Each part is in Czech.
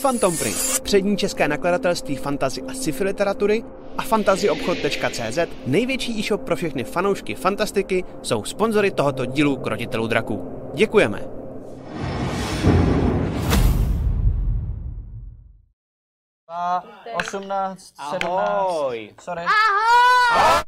Phantom Print, přední české nakladatelství fantasy a sci-fi literatury, a fantazyobchod.cz, největší e-shop pro všechny fanoušky fantastiky, jsou sponzory tohoto dílu Krotitelů draků. Děkujeme! A 18, 17. Ahoj. Sorry. Ahoj.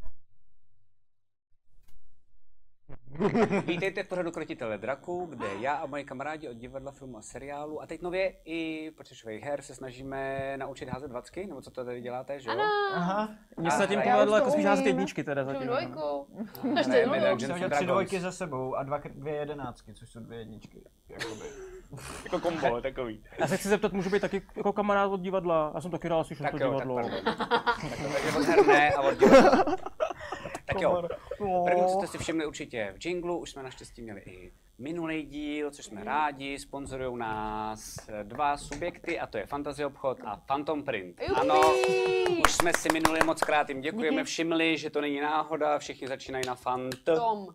Vítejte v pořadu Krotitele draků, kde já a moji kamarádi od divadla, filmu a seriálu a teď nově i počítačových her se snažíme naučit házet dvacky, nebo co to tady děláte, že jo? Aha. Mně se tím povedlo jako spíš házet jedničky teda zatím. Dvojku. Jsem hodil 3 dvojky za sebou a 2 jedenáctky, což jsou 2 jedničky. Jakoby. Jako kombo, takový. Já se chci zeptat, můžu být taky jako kamarád od divadla? Já jsem taky rád slyšel to divadlo. Takže od her ne a od divadla. Tak jo, první, co jste si všimli určitě v jinglu, už jsme naštěstí měli i minulý díl, což jsme rádi, sponzorují nás 2 subjekty a to je Fantasy Obchod a Phantom Print. Ano, už jsme si minuli mockrát, jim děkujeme, všimli, že to není náhoda, všichni začínají na Fanto.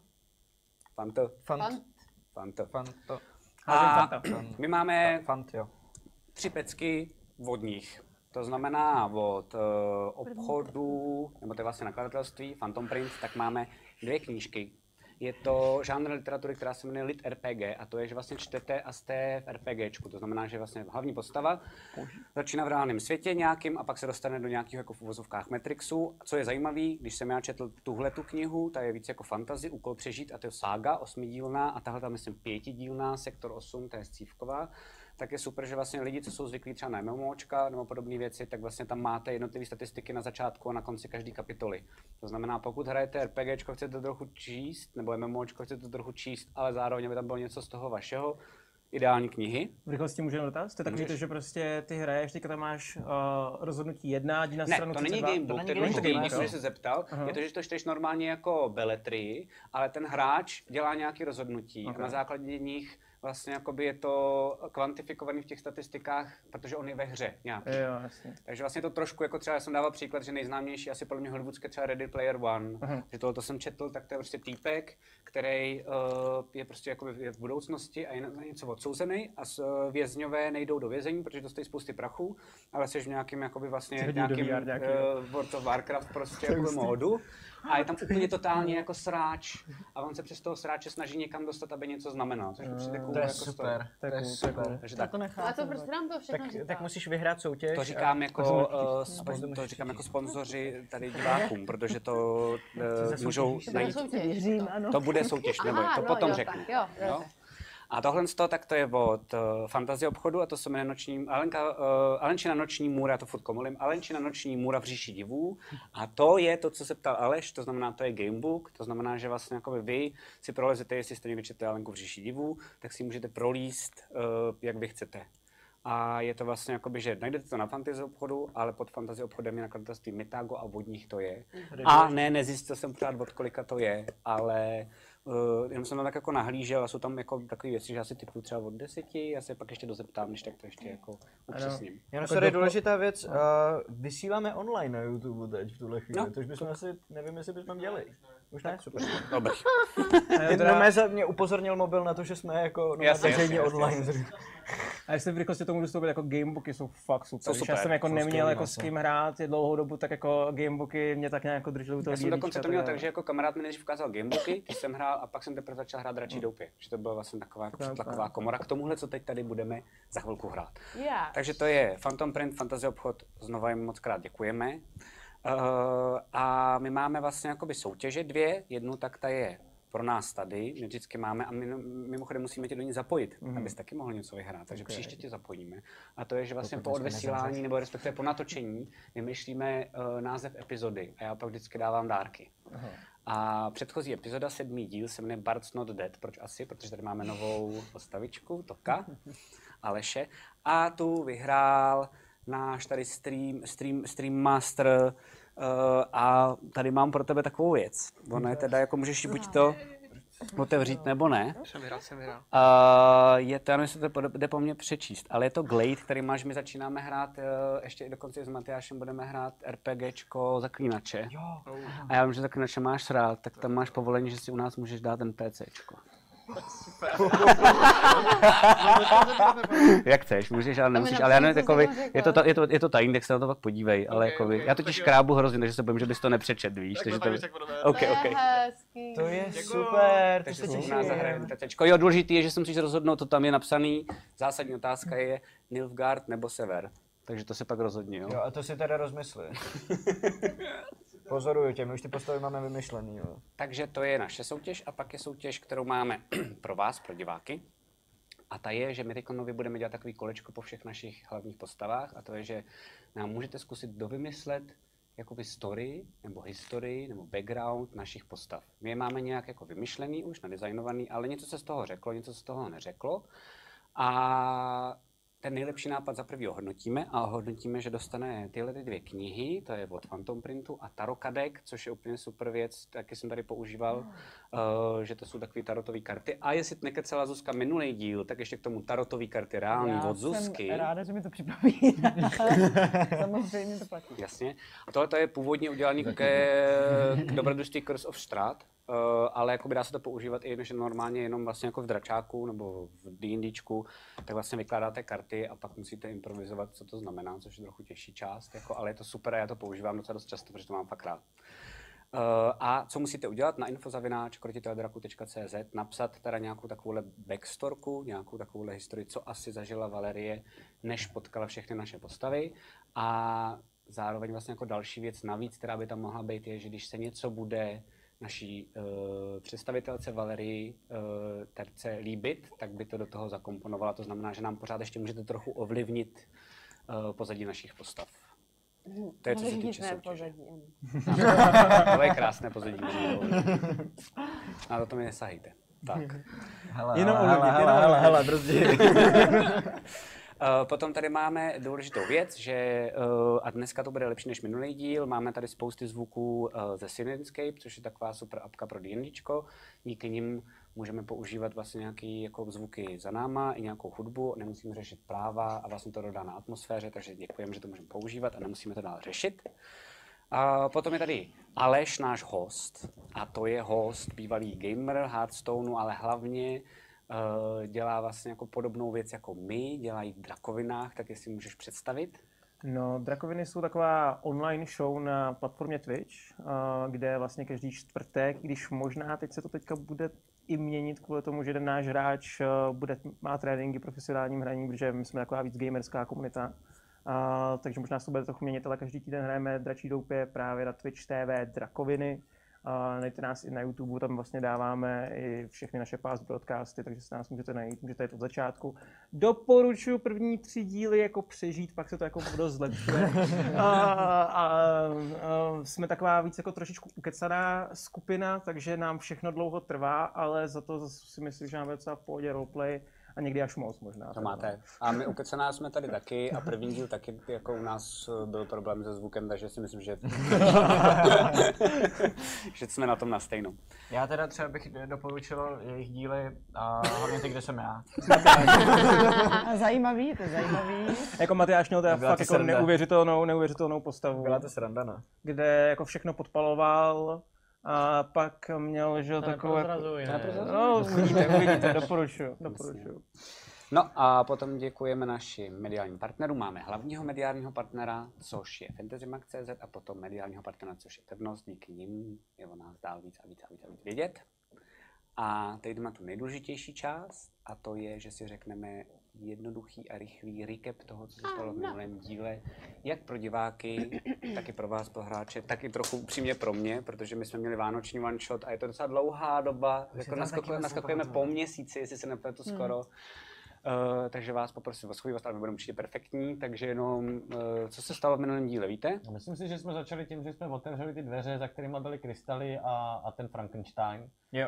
A my máme 3 pecky vodních. To znamená od obchodu, nebo to je vlastně nakladatelství, Phantom Print, tak máme 2 knížky. Je to žánr literatury, která se jmenuje Lit RPG a to je, že vlastně čtete a jste v RPGčku. To znamená, že vlastně hlavní postava začíná v reálném světě nějakým a pak se dostane do nějakých jako v uvozovkách Matrixu. Co je zajímavé, když jsem já četl tuhletu knihu, ta je víc jako fantasy, úkol přežít a to je sága 8dílná a tahle tam myslím 5dílná, sektor 8, to je scívková. Tak je super, že vlastně lidi, co jsou zvyklí třeba na MMOčka nebo podobné věci, tak vlastně tam máte jednotlivé statistiky na začátku a na konci každé kapitoly. To znamená, pokud hrajete RPGčko, chcete to trochu číst, nebo MMOčko, chcete to trochu číst, ale zároveň by tam bylo něco z toho vašeho, ideální knihy. V rychlosti můžeme dotaz? To je takový, že prostě ty hraješ, teďka tam máš rozhodnutí 1, jdi na stranu 32. Ne, to není gamebook, to je důležitý, někdo se zeptal. Je to, že to čteš normálně jako beletrii, ale ten hráč dělá nějaké rozhodnutí a na základě nich vlastně jakoby je to kvantifikovaný v těch statistikách, protože on je ve hře nějaký. Jo, jasně. Takže vlastně to trošku, jako třeba já jsem dával příklad, že nejznámější asi podle mě hollywoodské třeba Ready Player One, že tohle jsem četl, tak to je prostě týpek, který je prostě jakoby v budoucnosti a je na něco odsouzený a vězňové nejdou do vězení, protože to stojí spousty prachu, ale jsi v nějakým jakoby vlastně nějakým World of Warcraft prostě jakoby módu. A je tam úplně totálně jako sráč a on se přes toho sráče snaží někam dostat, aby něco znamenal, což přijde cool. To je super, to je super. Takže tak. A to prostě nám to všechno říká. Tak musíš vyhrát soutěž. To říkám jako sponzoři tady divákům, protože to můžou najít. To bude soutěž, nebo to potom řeknu. A tohle tak to je od Fantasy Obchodu a to se jmenuje Alenčina noční můra, to furt komolím, Alenčina noční můra v říši divů a to je to, co se ptal Aleš, to znamená, to je gamebook, to znamená, že vlastně jakoby vy si prolezete, jestli jste někdy četli Alenku v říši divů, tak si můžete prolíst, jak vy chcete. A je to vlastně jakoby, že najdete to na Fantasy Obchodu, ale pod Fantasy Obchodem je nakladatelství Mitago a vodních to je. A ne, nezjistil jsem pořád od kolika to je, ale jenom jsem tam tak jako nahlížel a jsou tam jako takové věci, že asi typu třeba od 10, já se pak ještě dozeptám, když tak to ještě jako upřesním. Jenom sorry, důležitá věc, vysíláme online na YouTube teď v tuhle chvíli, což bychom asi, nevím, jestli bychom dělali. Už ne? Super. Dobrý. Mě upozornil mobil na to, že jsme jako veřejně online. A jestli v rychlosti tomu dostoupit, jako gamebooky jsou fakt super. Když já jsem jako neměl jako s kým hrát dlouhou dobu, tak jako gamebooky mě tak nějak jako držely u toho. Já jsem dokonce to měl tak, že jako kamarád mi nejdřív ukázal gamebooky, když jsem hrál a pak jsem teprve začal hrát Dračí doupě. Že to byla vlastně taková jako přetlaková komora k tomuhle, co teď tady budeme za chvilku hrát. Takže to je Phantom Print, Fantasy Obchod, znova jim moc krát děkujeme. A my máme vlastně jakoby soutěže 2, jednu tak ta je pro nás tady, my vždycky máme a my mimochodem musíme tě do ní zapojit, abys taky mohl něco vyhrát, takže příště tě zapojíme. A to je, že vlastně po odvysílání nebo respektive po natočení vymýšlíme název epizody a já pak vždycky dávám dárky. A předchozí epizoda, 7. díl, se jmenuje Bard's Not Dead. Proč asi? Protože tady máme novou postavičku, Toka, Aleše. A tu vyhrál náš tady stream master a tady mám pro tebe takovou věc. Ono je teda, jako můžeš buď to otevřít nebo ne. Jsem vyhrál. Je to, já nevím, jestli to jde po mně přečíst, ale je to Glade, který máš, my začínáme hrát, ještě i dokonce s Matyášem budeme hrát RPGčko Zaklínače. A já vím, že Zaklínače máš rád, tak tam máš povolení, že si u nás můžeš dát ten PCčko. Jak chceš, můžeš, ale nemusíš, ale já nevím, jakoby, je to tajný, tak se na to pak podívej, ale jakoby, já totiž krábu hrozně, takže se bojím, že bys to nepřečet, víš, takže to To je super, takže se nás zahrajeme tetečko. Jo, důležitý je, že se musíš rozhodnout, to tam je napsaný, zásadní otázka je Nilfgaard nebo Sever, takže to se pak rozhodni, jo. Jo, a to si teda rozmysli. Pozoruju tě, my už ty postavy máme vymyšlený, jo. Takže to je naše soutěž a pak je soutěž, kterou máme pro vás, pro diváky. A ta je, že my teď nově budeme dělat takový kolečko po všech našich hlavních postavách a to je, že nám můžete zkusit dovymyslet jakoby story, nebo historii, nebo background našich postav. My je máme nějak jako vymyšlený už, nadizajnovaný, ale něco se z toho řeklo, něco se z toho neřeklo. A ten nejlepší nápad za prvý ohodnotíme a ohodnotíme, že dostane tyhle dvě knihy, to je od Phantom Printu a Tarokadek, což je úplně super věc, taky jsem tady používal, že to jsou takové tarotové karty. A jestli nekecela Zuzka minulý díl, tak ještě k tomu tarotové karty reální od Zuzky. Já jsem ráda, že mi to připomíná. Samozřejmě to platí. Jasně. A tohle je původně udělané k dobrodružství Curse of Strahd, ale jakoby dá se to používat i že normálně jenom vlastně jako v dračáku nebo v D&Dčku, tak vlastně vykládáte karty a pak musíte improvizovat, co to znamená, což je trochu těžší část, jako, ale je to super a já to používám docela dost často, protože to mám fakt rád. A co musíte udělat na info@krotiteldraku.cz, napsat teda nějakou takovouhle backstorku, nějakou takovouhle historii, co asi zažila Valerie, než potkala všechny naše postavy. A zároveň vlastně jako další věc navíc, která by tam mohla být, je, že když se něco bude naší představitelce Valerii Terce líbit, tak by to do toho zakomponovala. To znamená, že nám pořád ještě můžete trochu ovlivnit pozadí našich postav. To je, co se týče soutěže. To je krásné pozadí. Na to mi nesahejte. Tak. Hele, brzdí. Potom tady máme důležitou věc, že a dneska to bude lepší než minulý díl, máme tady spousty zvuků ze Synescape, což je taková super apka pro D&Dčko. Díky nim můžeme používat vlastně nějaké jako zvuky za náma i nějakou hudbu, nemusíme řešit práva a vlastně to dodá na atmosféře, takže děkujeme, že to můžeme používat a nemusíme to dál řešit. A potom je tady Aleš, náš host, a to je host, bývalý gamer Hearthstoneu, ale hlavně dělá vlastně jako podobnou věc jako my, dělají v Drakovinách, tak jestli můžeš představit? No, Drakoviny jsou taková online show na platformě Twitch, kde vlastně každý čtvrtek, když možná teď se to teďka bude i měnit kvůli tomu, že jeden náš hráč má tréninky profesionálním hraním, protože my jsme taková víc gamerská komunita. Takže možná se to bude trochu měnit, ale každý týden hrajeme Dračí doupě právě na Twitch TV Drakoviny. Najděte nás i na YouTube, tam vlastně dáváme i všechny naše past broadcasty, takže se nás můžete najít, můžete jít od začátku. Doporučuji první 3 díly jako přežít, pak se to jako dost zlepšuje. Jsme taková víc jako trošičku ukecaná skupina, takže nám všechno dlouho trvá, ale za to si myslím, že máme docela v pohodě roleplay. A někdy až moc možná. To máte. A my ukecaná jsme tady taky a první díl taky jako u nás byl problém se zvukem, takže si myslím, že že jsme na tom na stejnou. Já teda třeba bych doporučil jejich díly a hlavně ty, kde jsem já. Zajímavý, to je zajímavý. Jako Matyáš měl teda fakt jako neuvěřitelnou postavu. Byla to sranda, no. Kde jako všechno podpaloval. A pak měl, že takové... No, uvidíte, doporučuju. No a potom děkujeme našim mediálním partnerům. Máme hlavního mediálního partnera, což je fantasymak.cz a potom mediálního partnera, což je Pevnost. Díky nim je o nás dál víc vědět. A teď jdeme tu nejdůležitější část a to je, že si řekneme jednoduchý a rychlý recap toho, co se stalo v minulém díle, jak pro diváky, tak i pro vás, pro hráče, tak i trochu upřímně pro mě, protože my jsme měli vánoční one shot a je to docela dlouhá doba, jako naskakujeme po měsíci, jestli se nepletu skoro. Takže vás poprosím o schovývavost, ale my budeme určitě perfektní, takže jenom, co se stalo v minulém díle, víte? Myslím si, že jsme začali tím, že jsme otevřeli ty dveře, za kterými byly krystaly a ten Frankenstein. Jo.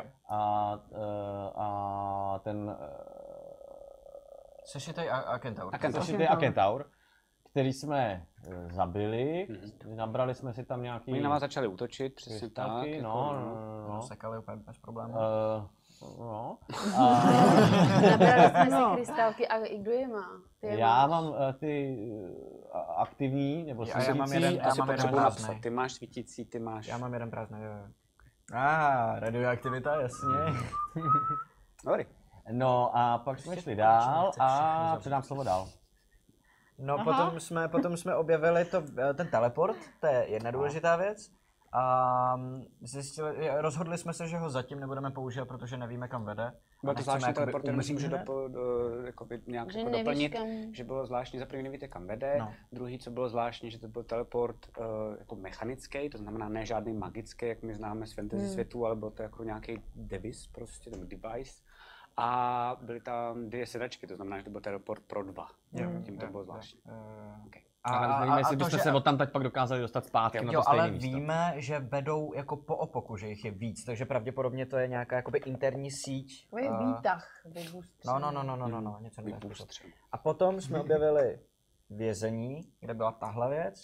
A ten... Sešitej a Kentaur. Sešitej a Kentaur, který jsme zabili, nabrali jsme si tam nějaký... Oni na vás začali útočit, přesně tak. No. Sekali úplně bez problémů. No. Nabrali jsme si krystalky a kdo je má? Já mám ty aktivní, nebo svítící. Já mám jeden prázdnej. Ty máš svítící, ty máš... Já mám jeden prázdnej, jo. Radioaktivita, jasně. Dobrý. No a pak jsme šli dál a předám slovo dál. No potom jsme objevili ten teleport, to je jedna důležitá věc. A rozhodli jsme se, že ho zatím nebudeme používat, protože nevíme, kam vede. Byl to zvláštní teleport, jenom si můžu nějak doplnit, že bylo zvláštní, za první nevíte, kam vede, druhý, co bylo zvláštní, že to byl teleport jako mechanický, to znamená ne žádný magický, jak my známe z fantasy světu, ale byl to jako nějaký device prostě, nebo device. A byly tam 2 sedačky, to znamená, že to byl teleport pro 2. Tím to bylo zvláštní. Okay. Ale nevíme, jestli byste se odtamtud pak dokázali dostat zpátky na to stejné místo. Ale víme, že vedou jako po opoku, že jich je víc, takže pravděpodobně to je nějaká jakoby interní síť. To je výtah. No, něco nevím. A potom jsme objevili vězení, kde byla tahle věc.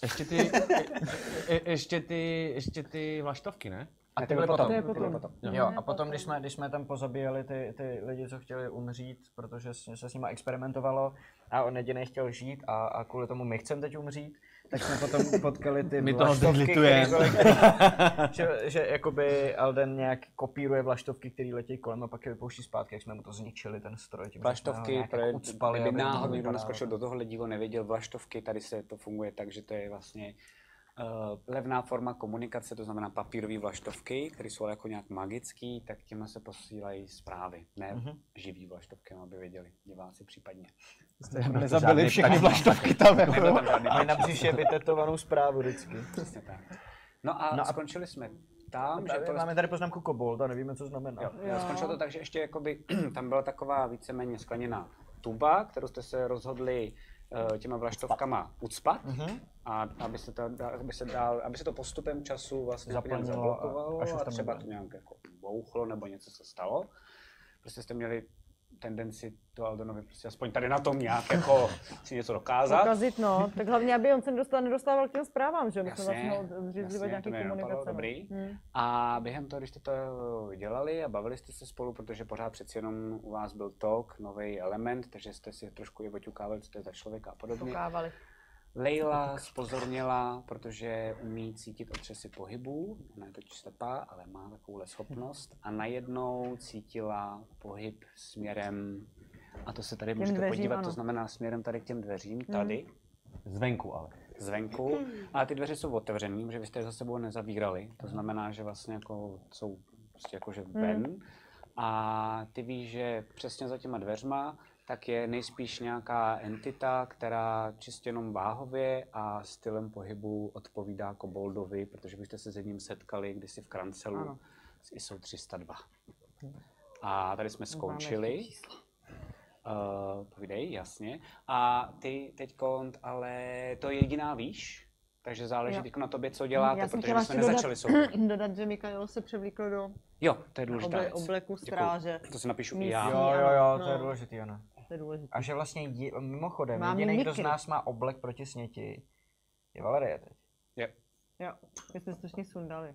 Ještě ty vlaštovky, ne? A ty byly potom. Jo, a potom, když jsme tam pozabíjeli ty lidi, co chtěli umřít, protože se s nimi experimentovalo a on jediný chtěl žít a kvůli tomu my chceme teď umřít, tak jsme potom potkali ty vlaštovky, že jakoby Alden nějak kopíruje vlaštovky, které letějí kolem a pak je vypouští zpátky, jak jsme mu to zničili, ten stroj. Vlaštovky, kdyby náhodou někdo naskočil do tohohle dílu, nevěděl vlaštovky, tady se to funguje tak, že to je vlastně levná forma komunikace, to znamená papírové vlaštovky, které jsou jako nějak magický, tak těma se posílají zprávy, ne živý vlaštovky, aby věděli diváci případně. Jste nezabili všechny vlaštovky tam. Mají na břiše vytetovanou zprávu vždycky. Přesně tak. No a skončili jsme tam, že to... Máme tady poznámku kobold a nevíme, co znamená. Jo. Skončilo to tak, že ještě jakoby, tam byla taková víceméně skleněná tuba, kterou jste se rozhodli těma vlaštovkama ucpat, a aby se to postupem času vlastně zablokovalo a třeba to nějak jako bouchlo nebo něco se stalo. Prostě jste měli tendenci to Aldenovi prostě aspoň tady na tom nějak jako si něco dokázat. Pokazit, no. Tak hlavně, aby on se nedostával k těm zprávám, že? Musím vlastně zřízlivat nějaký komunikace. Dobrý. A během toho, když jste to dělali a bavili jste se spolu, protože pořád přeci jenom u vás byl talk, nový element, takže jste si trošku i oťukávali, co to je za člověka a podobně. Leila zpozornila, protože umí cítit otřesy pohybů, ona je totiž slepá, ale má takovouhle schopnost a najednou cítila pohyb směrem, a to se tady můžete podívat, ano. To znamená směrem tady k těm dveřím, tady. Zvenku ale. Zvenku, ale ty dveře jsou otevřený, protože vy jste je za sebou nezavírali, to znamená, že vlastně jako jsou prostě jakože ven a ty víš, že přesně za těma dveřma tak je nejspíš nějaká entita, která čistě jenom váhově a stylem pohybu odpovídá koboldovi, protože byste se s ním setkali kdysi v Krancelu s ISO 302. A tady jsme skončili. Povídej, jasně. A ty teďkon, ale to je jediná víš, takže záleží teď na tobě, co děláte, protože jsme nezačali dodat, že Mikael se převlíkl do to je důležitá obleku stráže. To si napíšu i já. Jo, to je důležitý, ano. A že vlastně mimochodem, jediný, kdo z nás má oblek proti sněti, je Valerie teď. Jo, my jsme to všichni sundali.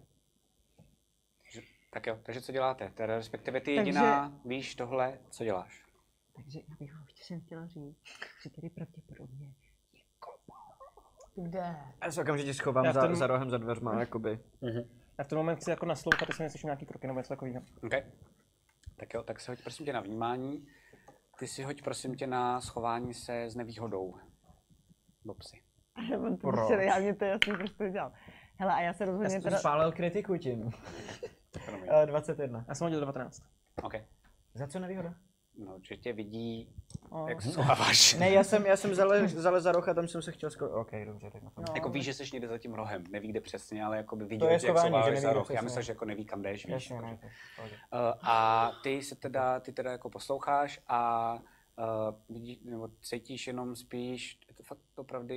Tak jo, takže co děláte? Teda respektive ty jediná víš tohle, co děláš? Takže já bych jsem chtěla říct, že tady pravděpodobně je kobold. Kde? Já se okamžitě schovám za rohem, za dveřma, jakoby. Já v ten moment chci jako naslouchat, jestli neslyším nějaký kroky nebo něco takového. Okay. Tak jo, tak se hoď prosím tě na vnímání. Ty si hoď prosím tě na schování se s nevýhodou. Bobsi. Já mě to jasně, proč to dělal. Hele, a já se rozhodně teda... Já jsem spálil kritiku tím. 21. Já jsem hodil 19. OK. Za co nevýhoda? No, určitě vidí, jak se schováváš. Ne, já jsem zalez za roh a tam jsem se chtěl skoro... OK, dobře, tak na to. Jako víš, že jsi někde za tím rohem, neví kde přesně, ale jako by viděl, jak schováváš za roh. Já myslím, že jako neví, kam jdeš, víš. A ty teda jako posloucháš a vidíš, nebo cítíš jenom spíš, je to fakt opravdu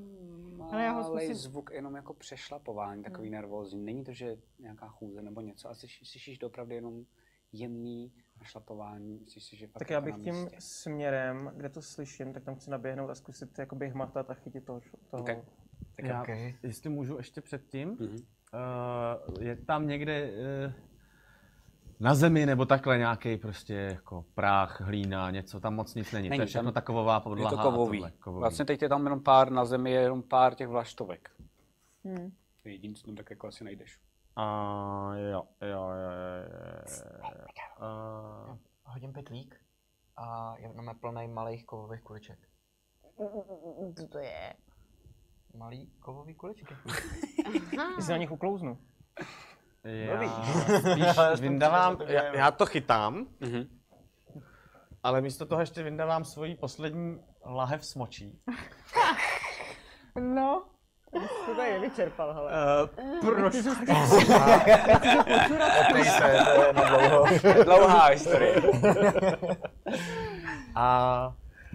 malej zvuk, jenom jako přešlapování, takový nervózní. Není to, že nějaká chůze nebo něco, ale slyšíš opravdu jenom jemný našlapování. Myslíš si, že fakt tak já bych tím směrem, kde to slyším, tak tam chci naběhnout a zkusit jakoby hmatat a chytit toho. Okay. Tak já, jestli můžu ještě předtím, je tam někde na zemi nebo takhle nějaký prostě jako práh, hlína, něco, tam moc nic není. To je všechno takovová podlaha. Je to kovový. Vlastně teď je tam jenom pár, na zemi je jenom pár těch vlaštovek. Jediný, co tam tak jako asi najdeš. Jo. hodím pytlík a máme plnej malých kovových kuliček. Co to je? Malý kovový kuličky. Ty si na nich uklouznu. Já spíš vyndávám, já to chytám, ale místo toho ještě vyndávám svoji poslední lahev smočí. No, to tady vyčerpal, hele. Proč? Opět se, to je na dlouho. Dlouhá historie. A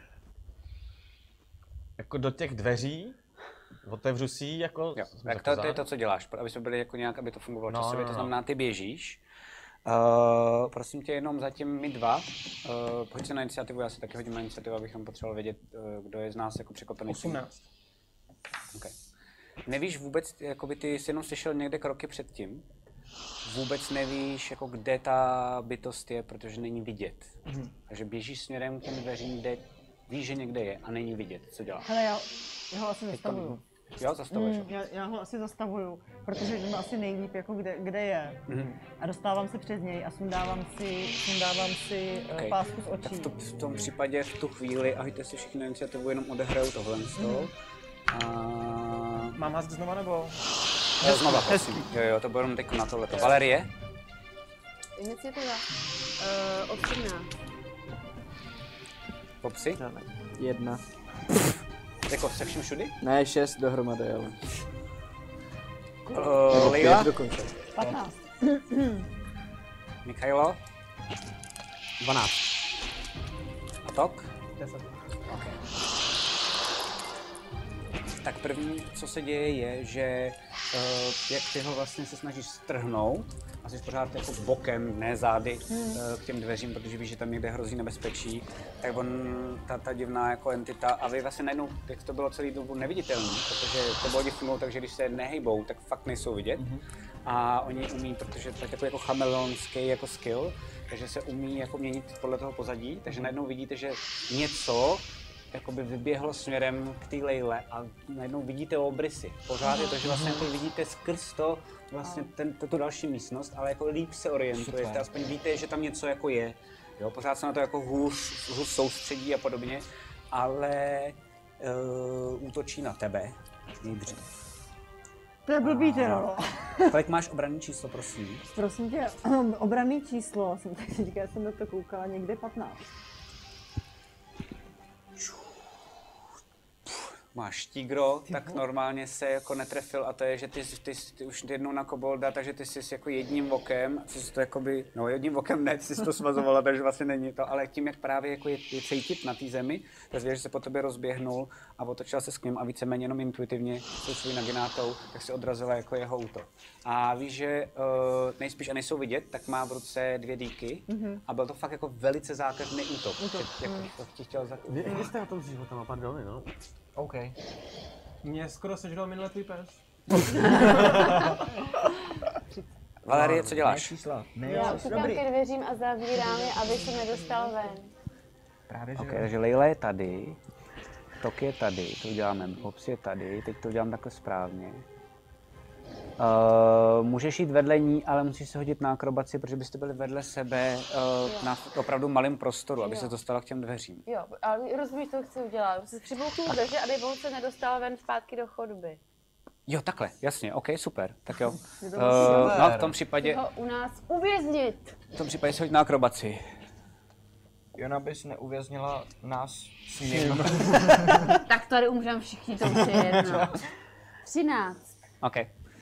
jako do těch dveří otevřu si jako... Jo, tak to je to, co děláš, aby jsme byli jako nějak, aby to fungovalo časově, to znamená, ty běžíš. Prosím tě, jenom zatím my dva, pojď se na iniciativu, já si taky hodím na iniciativu, abychom potřebovali vědět, kdo je z nás jako překvapený. 18. Okay. Nevíš vůbec, jakoby ty jsi jenom slyšel někde kroky předtím, vůbec nevíš, jako kde ta bytost je, protože není vidět. Takže běžíš směrem k těm dveřím, kde víš, že někde je a není vidět, co děláš. Hele, já ho asi zastavuju. Jo, zastavuješ. Já ho asi zastavuju, protože vím asi nejlíp, jako kde je. A dostávám se přes něj a sundávám si Okay. pásku z očí. Tak v tom případě v tu chvíli, a hejte si všichni na iniciativu, jenom odehrajou tohle. Mám házt znova nebo? Znova, prosím. Jo, to bylo jenom teď na tohleto. Valerie? Iniciativa. 18. Popsi? 1. Jako se vším všudy? Ne, 6 dohromady, ale. Leila? Dokonce. 15. Mikhailo? 12. A Tok? 10. Okay. Tak první, co se děje, je, že jak ty ho vlastně se snažíš strhnout a jsi pořád jako bokem, ne zády k těm dveřím, protože víš, že tam někde hrozí nebezpečí, tak on, ta divná jako entita, a vy vlastně najednou, jak to bylo celý dobu neviditelný, protože ty boldi fungují tak, že když se nehejbou, tak fakt nejsou vidět. A oni umí, protože to je takový jako chameleonský jako skill, takže se umí jako měnit podle toho pozadí, takže najednou vidíte, že něco jakoby vyběhlo směrem k té Leile a najednou vidíte obrysy. Pořád je to, že vlastně jako vidíte skrz to vlastně tu další místnost, ale jako líp se orientujete, aspoň víte, že tam něco jako je. Jo, pořád se na to jako hůř soustředí a podobně, ale útočí na tebe nejdřív. To je blbý teda. Kolik máš obranné číslo, prosím? Prosím tě, obranné číslo, jsem tak si říkala, jsem na to koukala, někde 15. Máš tígro, tak normálně se jako netrefil a to je, že ty už jednou na kobolda, takže ty jsi jako jedním okem, ty jsi to jakoby, no jedním okem ne, ty jsi to svazovala, takže vlastně není to, ale tím, jak právě jako je cítit na té zemi, tak zvěř se po tobě rozběhnul a otočila se s ním a víceméně jenom intuitivně s tou svou naginátou, tak si odrazila jako jeho útok. A víš, že nejspíš a nejsou vidět, tak má v ruce 2 dýky a byl to fakt jako velice zákeřný útok. Jako ti chtěl Vy jste na tom s životama, pardon, no. OK. Mě skoro sežral minulý tvůj pes. Valerie, co děláš? Já utíkám ke dveřím a zavírám je, aby se nedostal ven. Právě, že Okay, takže Leila je tady, Tok je tady, to uděláme, Pops je tady, teď to udělám takhle správně. Můžeš jít vedle ní, ale musíš se hodit na akrobaci, protože byste byli vedle sebe na opravdu malém prostoru, aby se dostala k těm dveřím. Jo, ale rozumíš, co chci udělat. Prostě přibouknu dveře, aby on se nedostal ven zpátky do chodby. Jo, takhle, jasně, OK, super, tak jo. No, v tom případě... Ho u nás uvěznit. V tom případě se hodit na akrobaci. Jona bys neuvěznila nás s ním. Tak tady umřeme všichni, to už je jedno. 13. OK.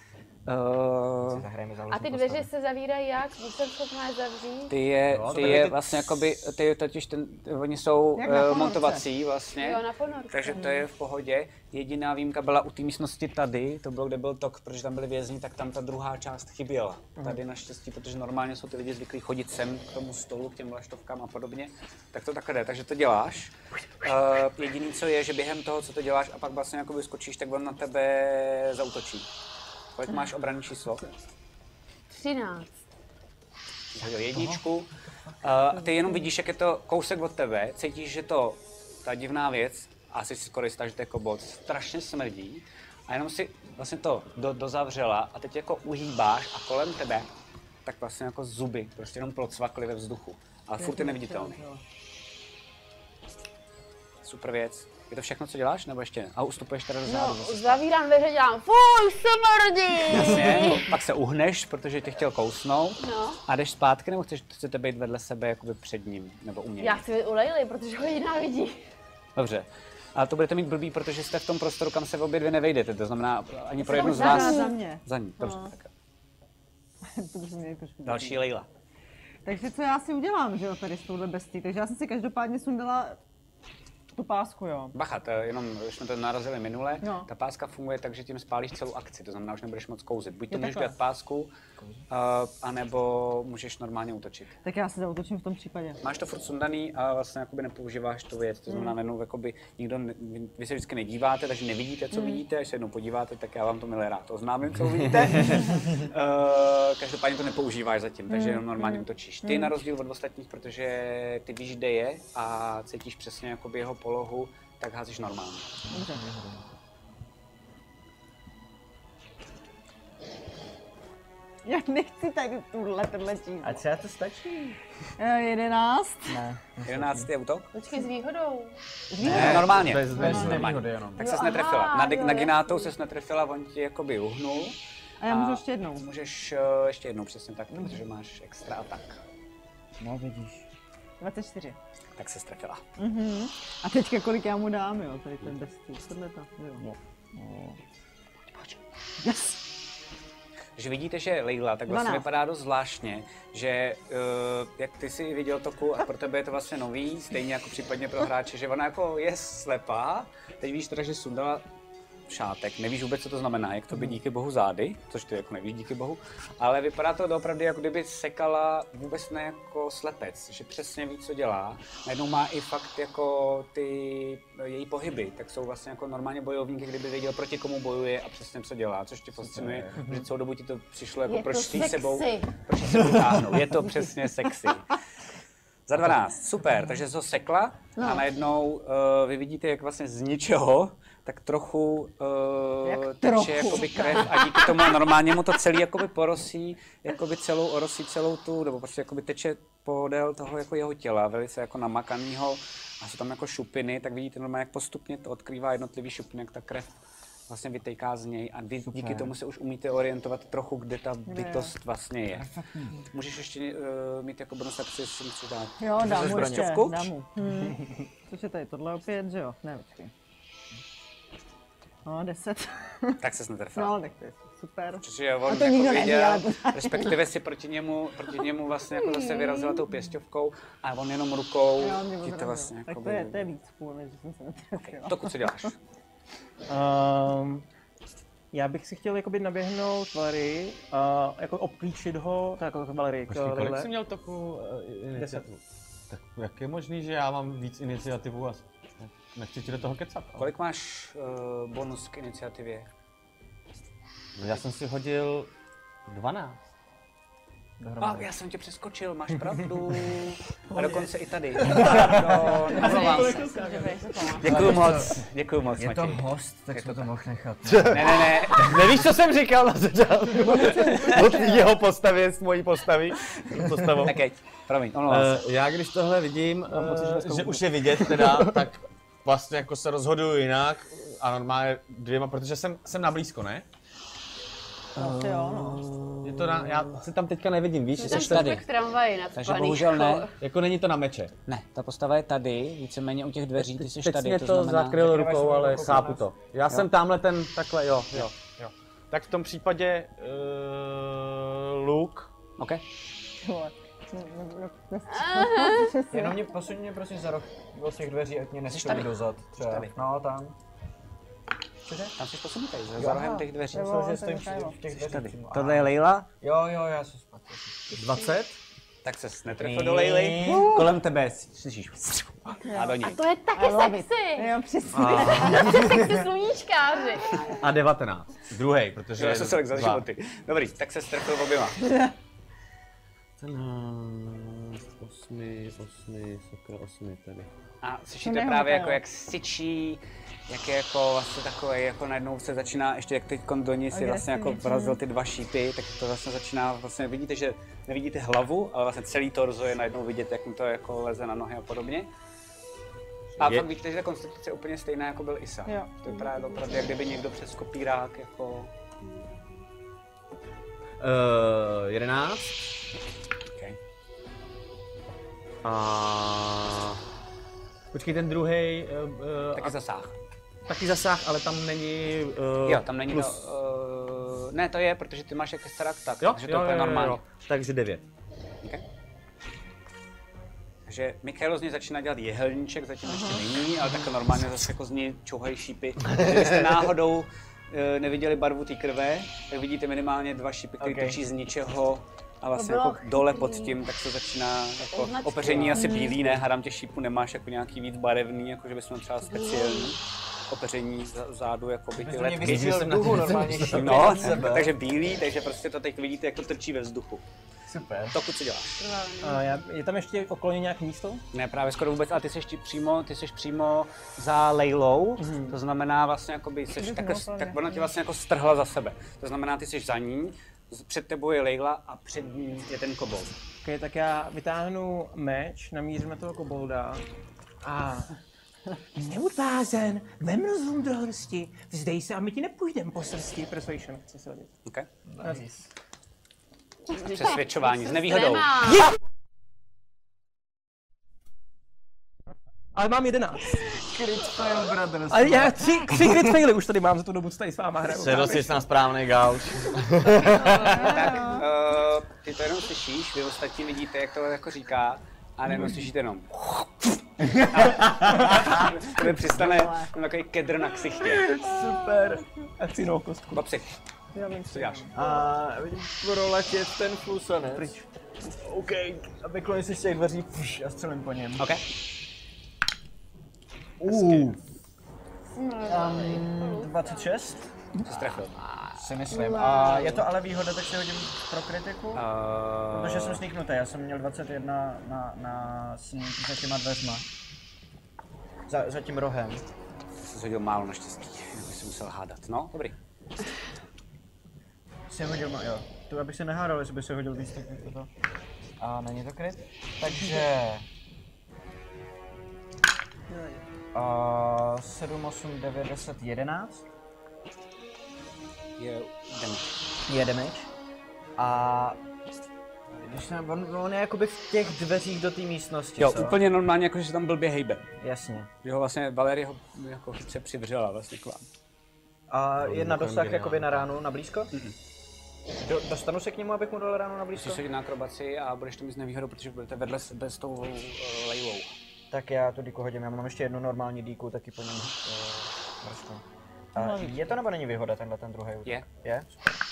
A ty dveře se zavírají jak? Už jsem schopná je zavřít? Ty je vlastně jakoby, oni jsou montovací vlastně, jo, na ponorce. Takže to je v pohodě. Jediná výjimka byla u té místnosti tady, to bylo, kde byl Tok, protože tam byli vězni, tak tam ta druhá část chyběla. Tady naštěstí, protože normálně jsou ty lidi zvyklí chodit sem k tomu stolu, k těm vlaštovkám a podobně, tak to takhle jde, takže to děláš. Jediný co je, že během toho, co to děláš a pak vlastně jakoby skočíš, tak on na tebe zaútočí. Kolik máš obranné číslo? 13. Hodil 1. Ty jenom vidíš, jak je to kousek od tebe, cítíš, že to, ta divná věc, asi si skoro jistá, že to je kobold, strašně smrdí a jenom si vlastně to dozavřela a teď jako uhýbáš a kolem tebe tak vlastně jako zuby, prostě jenom procvakly ve vzduchu. ale furt je neviditelný. Super věc. Je to všechno, co děláš, nebo ještě? A ustupuješ teda do zádu? No, zavírám dveře, dělám fuj, smrdí! Jasně, pak se uhneš, protože tě chtěl kousnout. No. A jdeš zpátky, nebo chcete být vedle sebe, jakoby před ním, nebo u něj? Já chci být u Lejly, protože ho jiná vidí. Dobře. Ale to budete mít blbý, protože jste v tom prostoru, kam se obě dvě nevejdete. To znamená, ani pro jednu z vás... Za mě. Za ní, dobře. No. Tak. Jako Další Lejla. Takže co já si udělám, že jo, tady s touhle bestí. Takže já jsem si každopádně sundala tu pásku, jo. Bacha, to jenom, když jsme to narazili minule, no. Ta páska funguje tak, že tím spálíš celou akci, to znamená, už nebudeš moc kouzit. Buď to můžeš dát pásku, anebo můžeš normálně útočit. Tak já si zautočím v tom případě. Máš to furt sundaný a vlastně jakoby nepoužíváš tu věc, to znamená najednou jakoby nikdo, vy se vždycky nedíváte, takže nevidíte, co vidíte, až se jednou podíváte, tak já vám to milé rád oznámím, co vidíte. Každopádně to nepoužíváš zatím, takže jenom normálně útočíš. Ty na rozdíl od ostatních, protože ty víš, kde je a cítíš přesně jakoby jeho polohu, tak házíš normálně. Dobře. Já nechci tady tenhle číslo. A třeba to stačí? 11. Ne. 11 je útok? Počkej, s výhodou. Ne, normálně. Bez nevýhody jenom. Tak ses netrefila. Na Ginátou ses netrefila, on ti jakoby uhnul. A já můžu ještě jednou. Můžeš ještě jednou, přesně tak, protože máš extra atak. No vidíš. 24. Tak se strefila. A teďka kolik já mu dám, jo, tady ten bestý. Tohle to, jo. Pojď. Yes. Že vidíte, že Lejla tak vlastně 12. vypadá dost zvláštně, že jak ty si viděl toku a pro tebe je to vlastně nový, stejně jako případně pro hráče, že ona jako je slepá, teď víš teda, že sundala šátek, nevíš vůbec, co to znamená, jak to by díky bohu zády, což ty jako nevíš díky bohu, ale vypadá to opravdu, jako kdyby sekala vůbec ne jako slepec, že přesně ví, co dělá. Najednou má i fakt jako ty její pohyby, tak jsou vlastně jako normálně bojovníky, kdyby věděl, proti komu bojuje a přesně co dělá, což tě fascinuje, že celou dobu ti to přišlo jako proč s sebou táhnou. Je to přesně sexy. Za 12, super, takže se ho sekla a najednou vy vidíte, jak vlastně z ničeho tak trochu teče jakoby krev a díky tomu normálně mu to celý jakoby porosí, jakoby orosí celou tu, nebo prostě jakoby teče podél toho jako jeho těla, velice jako namakanýho a jsou tam jako šupiny, tak vidíte normálně, jak postupně to odkrývá jednotlivý šupiny, jak ta krev vlastně vytejká z něj a vy díky tomu se už umíte orientovat trochu, kde ta bytost vlastně je. Můžeš ještě mít jako bonus akci, jestli musíš dát. Jo, dám mu ještě, dám mu. Což je tady tohle opět, že jo? Ne, počkej. No, 10. Tak ses netrefila. No, tak to je super. Protože on to jako viděl, respektive si proti němu vlastně jako zase vyrazila tou pěsťovkou a on jenom rukou ti to vlastně jako... Tak to je víc půl, než jsem se netrefila. Okay. Toku, co děláš? Já bych si chtěl jakoby naběhnout Valerii a jako obklíčit ho, tak jako Valerii. Kolik jsi měl takovou iniciativu? Tak jak je možný, že já mám víc iniciativu a nechci ti do toho kecat? Ale... Kolik máš bonus k iniciativě? Já jsem si hodil 12. A já jsem tě přeskočil, máš pravdu. A dokonce i tady. Děkuju moc, Je to Matěj. host, tak jsme to mohl nechat. Ne. Nevíš, co jsem říkal na začátku? Od jeho postavy, z mojí postavy. Okay. Promiň, já když tohle vidím, že už je vidět teda, tak vlastně jako se rozhoduju jinak a normálně dvěma, protože jsem na blízko, ne? Asi jo, no. Je to já se tam teďka nevidím, víš, Jsi tady. Takže bohužel ne. Jako není to na meče. Ne, ta postava je tady, víceméně u těch dveří, ty jsi teď tady, mě to zakryl rukou, ale chápu to. Já jsem tamhle ten, takhle, jo. Tak v tom případě Luke. OK. Jenom posuň mě prosím za roh od těch dveří, ať mě nestřelí dozad. Třeba. No, tam. Cože? Tam jsi posunutý, za rohem těch dveří. Myslím, že stojím v těch dveřích. Tohle je Lejla? Jo, já se spatřím. 20? Tak ses netrefil do Lejly. Kolem tebe slyšíš. A do ní. A to je taky sexy. Jo, přesně. Sexy sluníčkáři. A 19. Druhý, protože... Já jsem se tak za životy. Dobrý, tak se strefil oběma. 8 tady. A slyšíte právě jako jak syčí, jak je jako vlastně takový, jako najednou se začíná, ještě jak teď do ní si vlastně jako vrazil ty 2 šípy, tak to vlastně začíná, vlastně vidíte, že nevidíte hlavu, ale vlastně celý torzo je najednou vidět, jak mu to jako leze na nohy a podobně. A fakt vidíte, že ta konstituce je úplně stejná, jako byl Isa. Jo. To je právě opravdu, jak kdyby někdo přes kopírák jako... 11. Okay. A... Počkej, ten druhej... Taky zasáh. Taky zasáh, ale tam není... Jo, tam není plus... to... ne, to je, protože ty máš jak starak, tak, jo, takže to je normální. Takže 9. Okay. Takže Mikhailo z něj začíná dělat jehelníček, zatím ještě není, ale tak normálně zase jako z něj čouhají šípy. Kdybyste náhodou neviděli barvu té krve, tak vidíte minimálně 2 šípy, které točí z ničeho a vlastně jako dole pod tím, tak se začíná jako opeření asi bílý, ne, hádám těch šípů nemáš jako nějaký víc barevný, jako že bys měl třeba speciální opeření zádu, jako by ty letky. No, takže bílý, takže prostě to teď vidíte, jak to trčí ve vzduchu. Super. To co děláš? Je tam ještě okolo nějaké místo? Ne, právě skoro vůbec, ale ty jsi přímo za Leilou, to znamená vlastně jakoby, tak ona tě vlastně jako strhla za sebe. To znamená, ty jsi za ní, před tebou je Leila a před ní je ten kobold. Okay, tak já vytáhnu meč, namířím na toho kobolda a... Neutvázen, vem rozum do hrsti, vzdej se a my ti nepůjdem po srsti. Persuasion, chci se hodit. Okay. Nice. Přesvědčování s nevýhodou. Ale mám 11. Crit fail, brothers. Ale já 3 crit faily už tady mám za tu dobu, co tady s váma hraju. Se dosti na správný gauč. Tak, ty to jenom slyšíš, vy ostatní vidíte, jak to jako říká, a nejenom slyšíte jenom. To přistane takový kedr na ksichtě. Super. A chci novou kostku. Babsi, co děláš? A vidím proletět ten flusanec. Pryč. OK, a vykloním se z těch dveří a střelím po něm. OK. 26. Jsi trefil. Si myslím. A je to ale výhoda, tak si hodím pro kritiku? Protože jsem sníknutý, já jsem měl 21 na sník za těma dveřma. Za tím rohem. Jsi hodil málo naštěstí, bych si musel hádat. No, dobrý. Jsi hodil málo, jo. To abych se nehádal, jestli by se hodil víc, tak to. A není to kryt? Takže... 7, 8, 9, 10, 11. Je damage. A když se, on je jakoby v těch dveřích do té místnosti, jo, co? úplně normálně, jako že se tam blbě hejbe. Jasně. Že ho vlastně Valerie ho jako chytře přivřela vlastně k vám. A je na dosah jakoby na ránu, na blízko? Dostanu se k němu, abych mu dal ránu na blízko? Musíš hodit na akrobaci a budeš to mít z nevýhodu, protože budete vedle sebe s tou Leilou. Tak já tu díku hodím, já mám ještě jednu normální díku, taky po něm vrstvu. Je to nebo není výhoda tenhle ten druhý útok? Je. Je?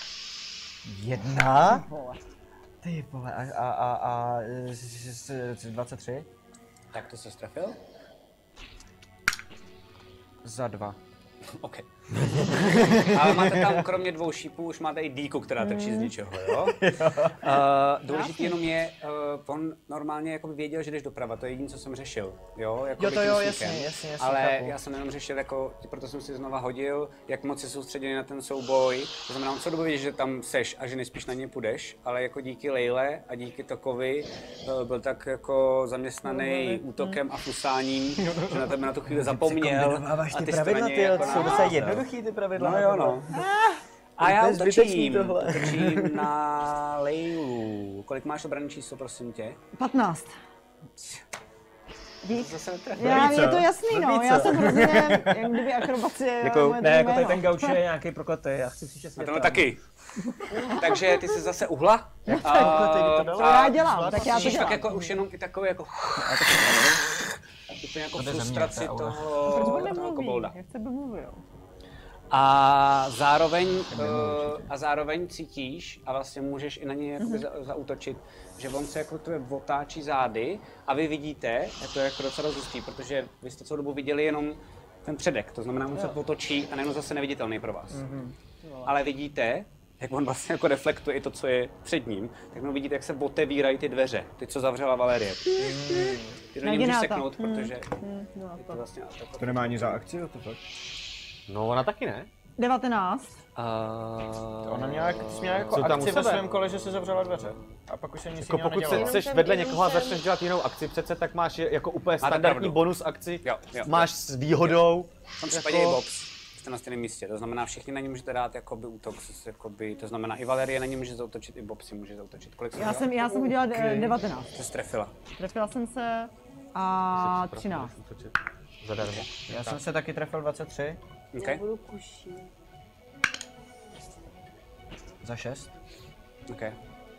1? Ty vole, a 23? Tak to se strefil? Za 2. OK. Ale máte tam kromě 2 šípů, už máte i dýku, která trčí z ničeho, jo? Důležitý jenom je, on normálně jako věděl, že jdeš doprava, to je jediné, co jsem řešil, jo? Jako jo, to jo, jasně, ale chápu. já jsem jenom řešil, jako, proto jsem si znova hodil, jak moc se soustředili na ten souboj. To znamená, on co dobu vidíš, že tam seš a že nejspíš na ně půjdeš, ale jako díky Leile a díky Tokovi byl tak jako zaměstnaný útokem a fusáním, že na tebe na tu chvíli zapomněl. A ty pravidla, ty jsou docela jednoduchý ty pravidla. No jo, no. A já útočím na Leilu. Kolik máš obrany číslo, prosím tě? 15. Dík. Zase netrefil. Je to jasný, no. Já jsem hrozně, jak kdyby akrobacie. Ne, jako tady ten gauč je nějaký prokletý, já chci příště světla. A tohle taky. Takže ty jsi zase uhla. Já dělám, tak já to dělám. Tak jako už jenom i takový jako... Úplně jako frustraci toho kobolda. Jak se domluvil? A zároveň cítíš a vlastně můžeš i na něj zaútočit, že on se jako tebe otáčí zády a vy vidíte, to je jako docela rozustý, protože vy jste celou dobu viděli jenom ten předek, to znamená, on se otočí a najednou zase neviditelný pro vás. Ale vidíte, jak on vlastně jako reflektuje i to, co je před ním, tak no vidíte, jak se otevírají ty dveře, ty, co zavřela Valerie. Ty do ní můžeš seknout, protože je to vlastně... To nemá ani za akci, to fakt? No, ona taky ne. 19. Ona měla jako akci ve svém kole, že se zavřela dveře. A pak už se nic jiného nedělalo. Pokud jsi vedle někoho a začneš dělat jinou akci přece, tak máš jako úplně standardní bonus akci. Máš s výhodou. V tom případě i Bobs. Jste na stejném místě, to znamená všichni na ní můžete dát jakoby útok, jakoby, to znamená i Valerie na ní může zaútočit, i Bob si může zaútočit. Kolik já jsem udělala 19. Jsi strefila. Trefila jsem se a 13. Zadarmo. Já jsem se taky trefil 23. Okay. Já budu kuší. Za 6. Okay.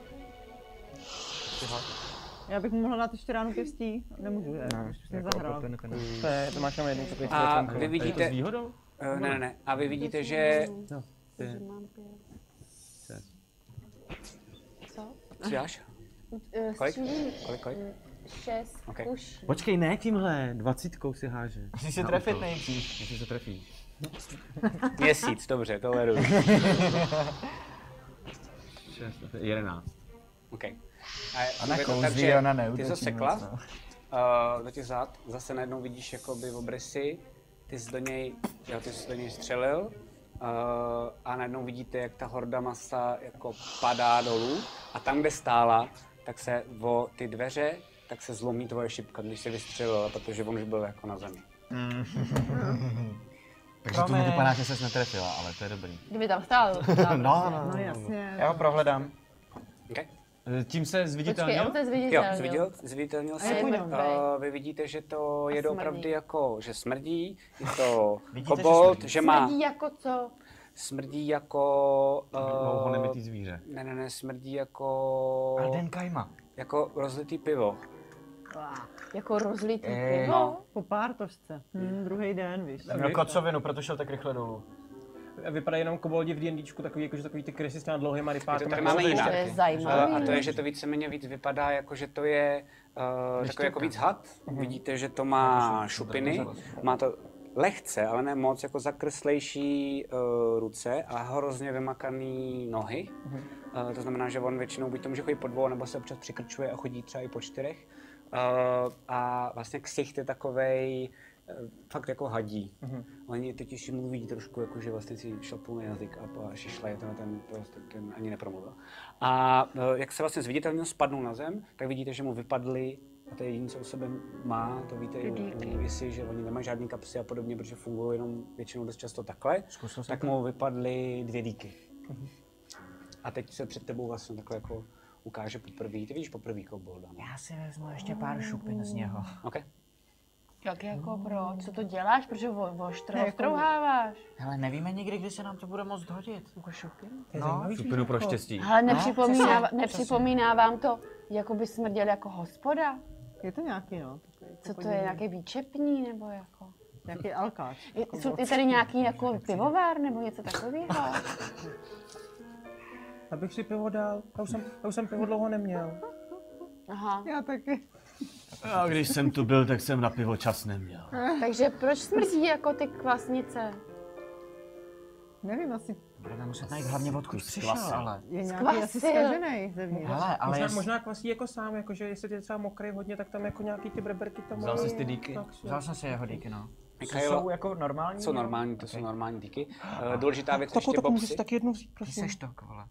Já bych mu mohla dát ještě ránu pěstí. Nemůžu, že? Jsem zahrala. To máš jenom jednu takový. A vy vidíte... Je to s výhodou? Ne. A vy vidíte, že... Co? Co děláš? Kolik? 6 kuší. Počkej, ne tímhle, 20 si háže. Musíš se trefit nejdřív. Jestli se trefíš. Měsíc, dobře, toleruji. 11. Okay. A na kouzlí ona neútočí. Ty se sekla do těch zád, zase najednou vidíš jakoby obrysy, ty jsi do něj střelil a najednou vidíte, jak ta horda masa jako padá dolů a tam, kde stála, tak se o ty dveře, tak se zlomí tvoje šipka, když se vystřelila, protože on už byl jako na zemi. Takže to nevypadá, že ses netrefila, ale to je dobrý. Kdyby tam stál. No jasně. Já ho prohledám. Okay. Tím se zviditelnil? Počkej, on se zviditelnil. Jo, zviditelnil se. Vy vidíte, že to je opravdu jako, že smrdí, je to kobold, že má... Smrdí jako co? Smrdí jako... Dlouho nemitý zvíře. Ne, smrdí jako... Alden Kajma. Jako rozlitý pivo. Jako rozlitý pivo? Po pártošce. Druhý den, víš. Měl kocovinu, proto šel tak rychle dolů. Vypadá jenom koboldi v D&Dčku, takový, jakože takový ty krysy s těma dlouhýma rypákama. To tady máme jinak. To je zajímavé. A to je, že to víceméně víc vypadá jako, že to je takový jako víc had. Vidíte, že to má šupiny, má to lehce, ale ne moc, jako zakrslejší ruce a hrozně vymakaný nohy. To znamená, že on většinou buď to může chodit po dvou, nebo se občas přikrčuje a chodí třeba i po 4. A vlastně ksicht je takovej fakt jako hadí. Oni teď ještě mluví trošku jako, že vlastně si šlapou na jazyk a šišlaje ten ani nepromluvil. A jak se vlastně zviditelně spadnou na zem, tak vidíte, že mu vypadly, a to je jediné, co u sebe má, to víte i u Lisy, že oni nemají žádný kapsy a podobně, protože fungují jenom většinou dost často takhle, tak mu vypadly 2 díky. A teď se před tebou vlastně takhle jako ukáže poprvé. Ty vidíš poprvé kobolda. Já si vezmu ještě pár šupin z něho. Okay. Jak jako proč? Co to děláš? Protože oštrouháváš? Hele, nevíme nikdy, kdy se nám to bude moc hodit. Jako šupin? No, šupinu pro štěstí. Ale nepřipomíná vám to, jako by smrděl jako hospoda? Je to nějaký, no. Co to je, nějaký výčepní, nebo jako? Nějaký alkáč. Je tady nějaký jako pivovár, nebo něco takového? Abych si pivo dal, já už jsem pivo dlouho neměl. Aha. Já taky. A když jsem tu byl, tak jsem na pivo čas neměl. Takže proč smrdí jako ty kvasnice? Nevím, asi... Budeme muset najít hlavně odkud přišel, ale... Je nějaký asi zkaženej zevnitř. Hele, ale možná kvasí jako sám, jakože jestli je třeba mokrý hodně, tak tam jako nějaký ty breberky tam... Vzal jsi ty díky? Vzal jsem si jeho díky, no. Mikhailo, jsou jako normální? Jsou normální, to jsou normální díky. Důležitá věc ještě tak Bobsy. můžeš tak jednu vzít, prosím. Ty seš to, vole.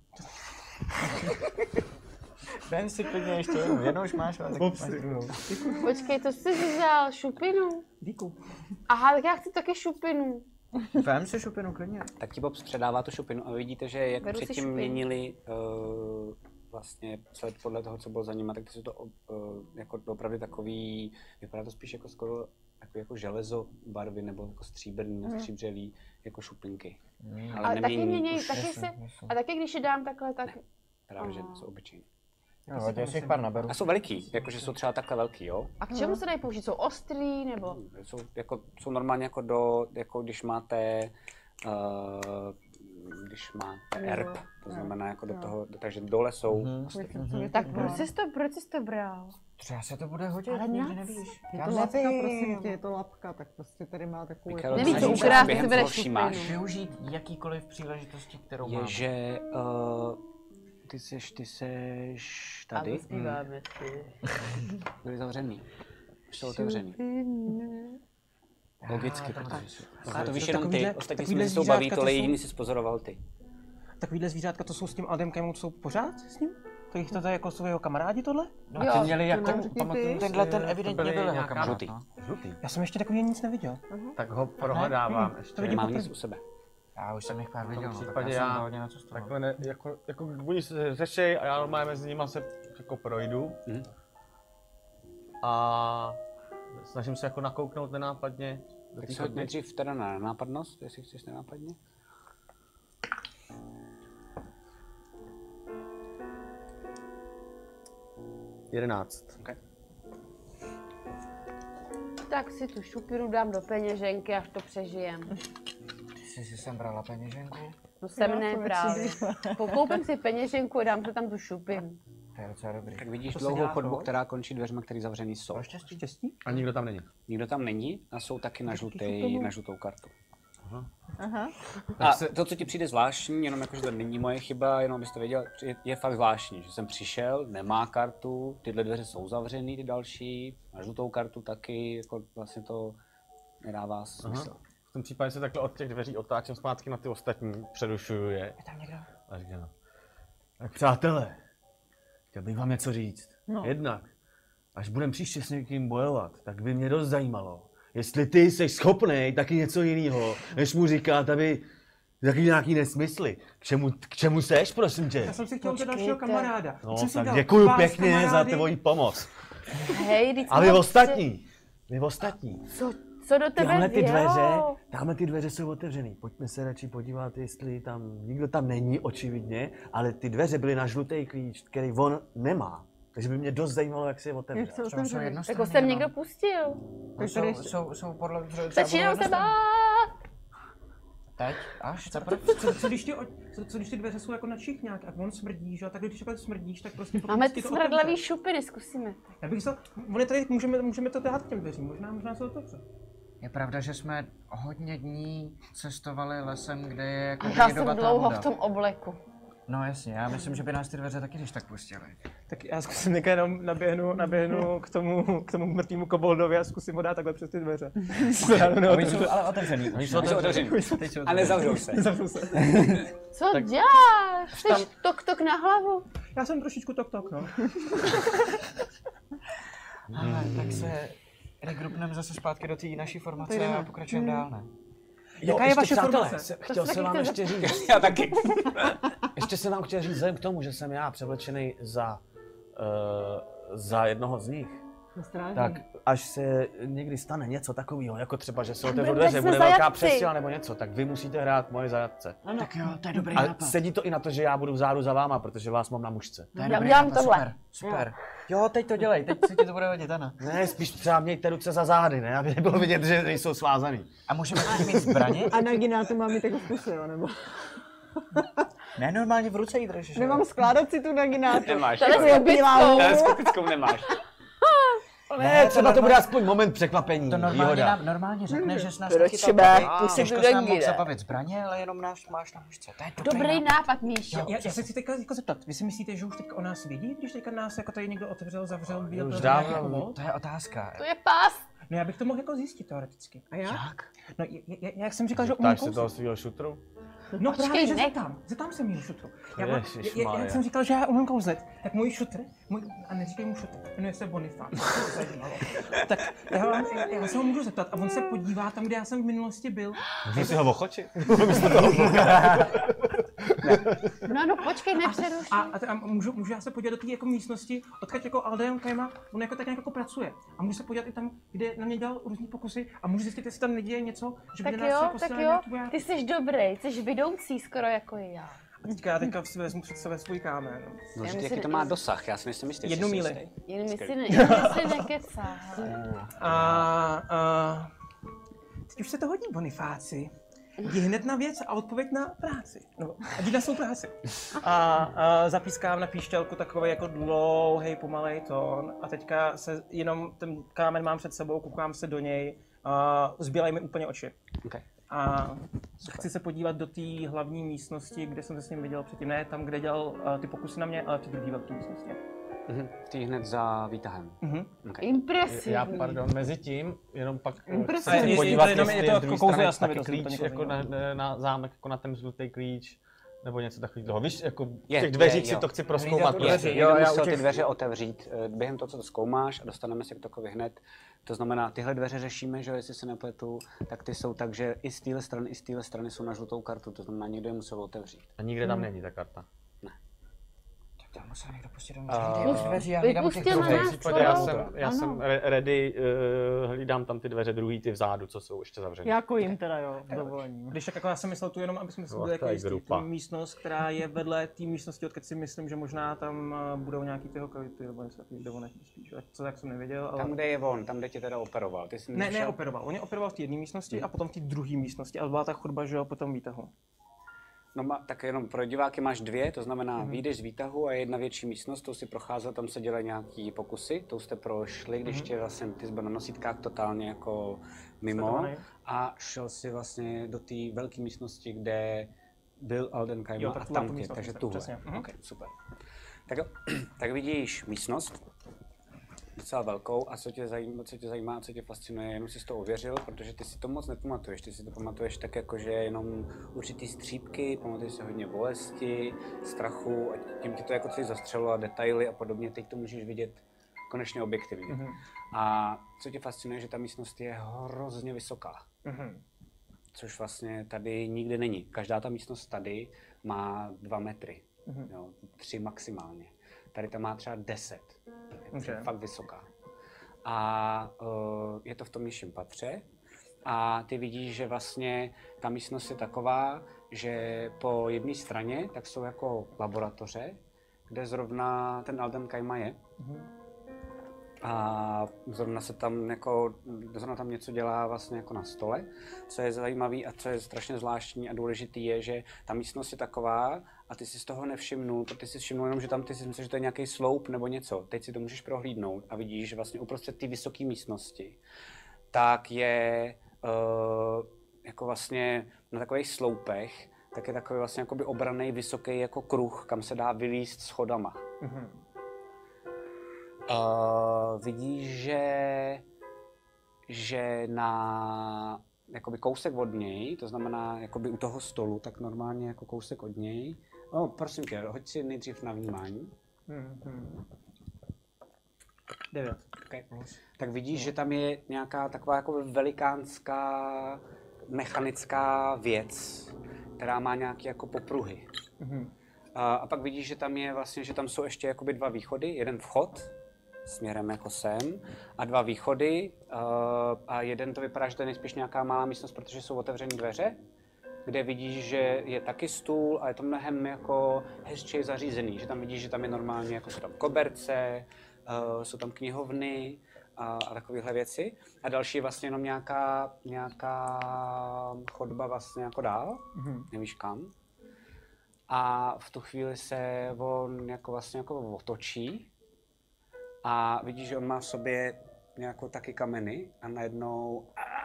Vem si klidně ještě jednou už máš, ale tak máš druhou. Počkej, to jsi vzal šupinu? Díku. Aha, tak já chci taky šupinu. Vem si šupinu klidně. Tak ti Bobs předává tu šupinu a vidíte, že jak předtím měnili vlastně sled podle toho, co bylo za nima, tak to jsou to jako opravdu takový, vypadá to spíš jako skoro jako železo barvy nebo jako stříbrný, stříbřelý jako šupinky. Ale taky mění, a taky když je dám takhle, tak... Ne, právě, že jsou obyčejný. No, já si jich pár naberu. A jsou veliký, jakože jsou třeba takhle velký, jo? A k čemu se dají použít? Jsou ostrý, nebo? Jsou normálně jako když máte když má erb, to znamená jako do toho, takže dole jsou ostatní. Tak proč jsi to bral? Třeba se to bude hodit, ale nikdy nevíš. Je to lapka, prosím tě, je to lapka, tak prostě tady má takovou... Nevíš, co ukrát, ty bereš šupinu. Využít jakýkoliv příležitosti, kterou máme. Je, že ty seš tady. A to zpíváme si. Byli zavřený. Už jsou otevřený. Logicky, protože... A to víš jenom ty, ostatní jsme se baví, tohle jediný si spozoroval ty. Takovýhle zvířátka, to jsou s tím Aldem Kemou, jsou pořád s ním? To jich tady jako jsou jeho kamarádi tohle? No, ty měli jako, pamatuju, tenhle ten evidentně byl jeho kamarád. Žlutý. Já jsem ještě takový nic neviděl. Tak ho prohledávám ještě. To vidím Mám nic u sebe. Já už jsem jich pár viděl, V případě já jsem hodně nacestoval. takhle ne, jako oni se řešej a já normálně mezi nimi se jako projdu. A snažím se jako nakouknout nenápadně. Tak se hoď nejdřív teda na nenápadnost, jestli chceš nenápadně. Okay. Tak si tu šupinu dám do peněženky, až to přežijem. Ty jsi sem brala peněženku? No sem ne právě. Pokoupím si peněženku a dám si tam tu šupinu. To je docela dobrý. Tak vidíš dlouhou chodbu, která končí dveřma, které zavřený jsou. Štěstí? A nikdo tam není. Nikdo tam není a jsou taky na žlutou kartu. Aha. A to, co ti přijde zvláštní, jenom jako, že to není moje chyba, jenom abyste věděl, je fakt zvláštní, že jsem přišel, nemá kartu, tyhle dveře jsou zavřený, ty další, na žlutou kartu taky, jako vlastně to nedává smysl. V tom případě se takhle od těch dveří otáčím zpátky na ty ostatní, přerušuju je. Je tam někdo? A říkám, tak přátelé, chtěl bych vám něco říct. No. Jednak, až budeme příště s někým bojovat, tak by mě dost zajímalo, jestli ty jsi schopnej taky něco jiného, než mu říká tady taky nějaký nesmysly. K čemu seš, prosím tě? Já jsem si chtěl udělat dalšího kamaráda. No, tak děkuju pěkně za tvoji pomoc. Hej, a vy ostatní. Co do tebe Tamhle ty dveře jsou otevřený. Pojďme se radši podívat, jestli tam, nikdo tam není, očividně, ale ty dveře byly na žlutý klíč, který on nemá. Takže by mě dost zajímalo, jak si je otevřel. Jako jsem někdo pustil. Jsou podle... Začínám se bát. Teď? Až? Co když ty dveře jsou jako na nějak a on smrdí, že? Tak když takhle smrdíš, tak prostě... Máme ty smradlavý šupiny, zkusíme. Já bych to... Tady můžeme to dát k těm dveřím, možná se otevře. Je pravda, že jsme hodně dní cestovali lesem, kde je jako já jsem dlouho v tom obleku. No jasně, já myslím, že by nás ty dveře taky když tak pustili. Tak já zkusím někde jenom naběhnu k tomu mrtvému koboldovi a zkusím ho dát takhle přes ty dveře. Oni jsou ale otevřený. Oni jsou otevřený. A nezavřou se. Co děláš? Jsi tok na hlavu. Já jsem trošičku tok, no. Tak se regroupneme zase zpátky do té naší formace a pokračujeme dál, ne? Jaká je vaše formace? Chtěl jsem vám ještě říct. Já taky. Ještě jsem vám chtěl říct vzhledem k tomu, že jsem já převlečený za jednoho z nich. Tak až se někdy stane něco takového, jako třeba, že se otevřou dveře, bude velká přesila nebo něco, tak vy musíte hrát moje zajatce. Ano. Tak jo, to je dobrý nápad. A sedí to i na to, že já budu vzadu za váma, protože vás mám na mužce. Já dělám tohle. Super. Jo, teď to dělej, teď se ti to bude hodit, ano. Ne, spíš třeba mějte ruce za zády, ne, aby nebylo vidět, že nejsou svázaný. A můžeme tím mít zbraně? A naginátu mám mít jako v kuse, jo, nebo? Ne, normálně v ruce jí držíš. Nemám skládat si tu naginátu. Nemáš. Teleskopickou nemáš. Ne, třeba to bude aspoň moment překvapení. To normálně nám normálně řekne, že jsi nás nechytal taky. Těžko se nám mohl zabavit zbraně, ale jenom náš máš na mužce. To je dobrý nápad, Míšo. Já se chci teďka jako zeptat, vy si myslíte, že už teďka o nás vidí, když teďka nás jako tady někdo otevřel, zavřel, viděl už to dávno. To je otázka. To je pás. No já bych to mohl jako zjistit teoreticky. A jak? No jak jsem říkal, že umím si toho svýho šutru? No právě, že zeptám se mýho šutru. Jak jsem říkal, že já umím kouzlet, tak můj šutr, a neříkej mu šutr, jmenuje se Bonifác, to zajímalo. Tak já se ho můžu zeptat a on se podívá tam, kde já jsem v minulosti byl. Můžu si ho ochočit? No, počkej, nepřerušuj. A můžu já se podívat do té jako místnosti, odkud jako Aldeon Kema, on jako tak nějak jako pracuje. A můžu se podívat i tam, kde na mě dělal různý pokusy a můžu zjistit, jestli tam neděje něco, že by nás posílali nějaký vojáky. Ty jsi dobrý, jsi vidoucí skoro jako já. A já teďka si vezmu před sebe svůj kámen. No, že jaký to má dosah, já si myslím, jistý. 1 míli. Jen mi si nekecá. Teď už se to hodí, Bonifáci. Jdi hned na věc a odpověď na práci. No, a jdi na svou práci. A zapískám na píšťalku takový jako dlouhý, pomalej tón a teďka se jenom ten kámen mám před sebou, koukám se do něj a zbělají mi úplně oči. Okay. A chci se podívat do té hlavní místnosti, kde jsem se s ním viděl předtím. Ne tam, kde dělal ty pokusy na mě, ale v té druhé velké místnosti. Ty hned za výtahem. Okay. Impresivní. Já, pardon, mezi tím, jenom pak chci se podívat, jestli je to jako kouzlo jasné, klíč jako na zámek, jako na ten žlutý klíč, nebo něco takového. Víš, jako v těch dveřích si to chci prozkoumat. Já musel ty dveře otevřít během toho, co to zkoumáš a dostaneme se k takový hned. To znamená, tyhle dveře řešíme, že jestli se nepletu, tak ty jsou tak, že i z téhle strany jsou na žlutou kartu, to znamená, někdo je musel otevřít. A nikde tam není ta karta? Ne. Tak musel někdo pustit do dveří a hlídám těch Já jsem ready, hlídám tam ty dveře druhý, ty vzadu, co jsou ještě zavřené. Jako jim teda, jo, dovolení. Když tak jako já jsem myslel tu jenom, aby jsme si byli jako jistý, tu místnost, která je vedle té místnosti, odkud si myslím, že možná tam budou nějaký ty hokality, nebo něco takový, kde on spíš, co tak jsem nevěděl, ale... Tam, kde je on, tam, kde tě teda operoval. Ty jsi ne, operoval, on je operoval v té jedné místnosti a potom v té druhé místnosti, ale byla ta chodba, že jo, po tom výtahu. No tak jenom pro diváky máš dvě, to znamená vyjdeš z výtahu a jedna větší místnost, tou si procházel, tam se dělají nějaký pokusy, tou jste prošli, když tě vlastně ty jsi byl na nosítkách totálně jako mimo a šel si vlastně do té velké místnosti, kde byl Alden Kajma a tam tě, takže tuhle. Okay, super. Tak vidíš místnost, docela velkou a co tě zajímá a co tě fascinuje, jenom si to ověřil, protože ty si to moc nepamatuješ, ty si to pamatuješ tak jako, že jenom určitý střípky, pamatuješ si hodně bolesti, strachu a tím ti to jako celý zastřelilo a detaily a podobně, teď to můžeš vidět konečně objektivně. A co tě fascinuje, že ta místnost je hrozně vysoká, což vlastně tady nikde není. Každá ta místnost tady má 2 metry, jo, 3 maximálně. Tady tam má třeba 10. Je fakt vysoká. A je to v tom nižším patře. A ty vidíš, že vlastně ta místnost je taková, že po jedné straně tak jsou jako laboratoře, kde zrovna ten Alden Kajma je. A zrovna tam něco dělá vlastně jako na stole. Co je zajímavý a co je strašně zvláštní a důležitý je, že ta místnost je taková a ty si z toho nevšimnul, protože si všimnul jenom, že tam ty si myslíš, že to je nějaký sloup nebo něco. Teď si to můžeš prohlídnout a vidíš, že vlastně uprostřed té vysoké místnosti tak je jako vlastně na takových sloupech, tak je takový vlastně jakoby obranný vysoký jako kruh, kam se dá vylízt schodama. Vidíš, že na jakoby kousek od něj, to znamená jakoby u toho stolu, tak normálně jako kousek od něj. Prosím tě, hoď si nejdřív na vnímání. 9. Okay. Tak vidíš, že tam je nějaká taková jako velikánská mechanická věc, která má nějaké jako popruhy. A pak vidíš, že tam je vlastně, že tam jsou ještě jakoby 2 východy, jeden vchod směrem jako sem a 2 východy a jeden to vypadá, že to je nejspíš nějaká malá místnost, protože jsou otevřené dveře, kde vidíš, že je taky stůl a je to mnohem jako hezčí zařízený, že tam vidíš, že tam je normálně jako jsou tam koberce, jsou tam knihovny a takovéhle věci. A další je vlastně jenom nějaká chodba vlastně jako dál, nevíš kam. A v tu chvíli se on jako vlastně jako otočí a vidíš, že on má v sobě nějakou taky kameny a najednou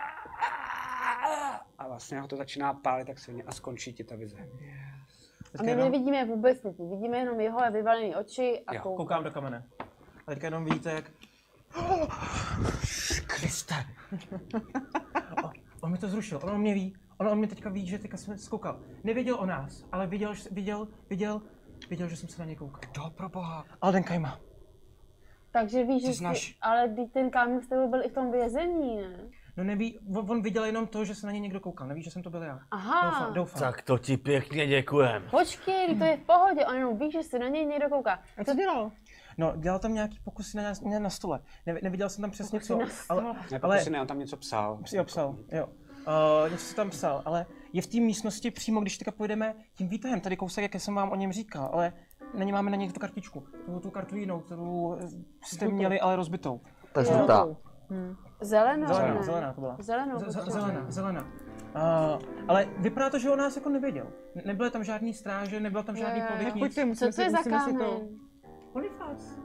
a vlastně ho to začíná pálit tak silně a skončí ti ta vize. A my nevidíme vůbec nic, vidíme jenom jeho vyvalené oči a koukám do kamene. A teďka jenom vidíte, jak... Kriste! On mi to zrušil, on o mě ví. On mě teďka ví, že teďka jsem zkoukal. Nevěděl o nás, ale viděl, že jsem se na něj koukal. Kdo pro boha? Alden Kajma. Takže víš, že ale ten kámen s tebou byl i v tom vězení, ne? No neví, on viděl jenom to, že se na něj někdo koukal, neví, že jsem to byl já. Aha. Doufám. Tak to ti pěkně děkujem. Počkej, to je v pohodě, on jenom ví, že se na něj někdo kouká. A co dělal? No, dělal tam nějaký pokusy na stole. Neviděl jsem tam přesně co, ale on tam něco psal. Jo. Něco si tam psal, ale je v té místnosti přímo, když teďka pojedeme tím výtahem, tady kousek, jak jsem vám o něm říkal, ale máme na něj tu kartičku, tu kartu jinou, kterou jste měli, ale rozbitou. To je žlutá. Zelená to byla. Zelená. Ale vypadá to, že o nás jako nevěděl. Nebyly tam žádný stráže, nebyl tam žádný pověk, nic. Co to je za kámen? Bonifác.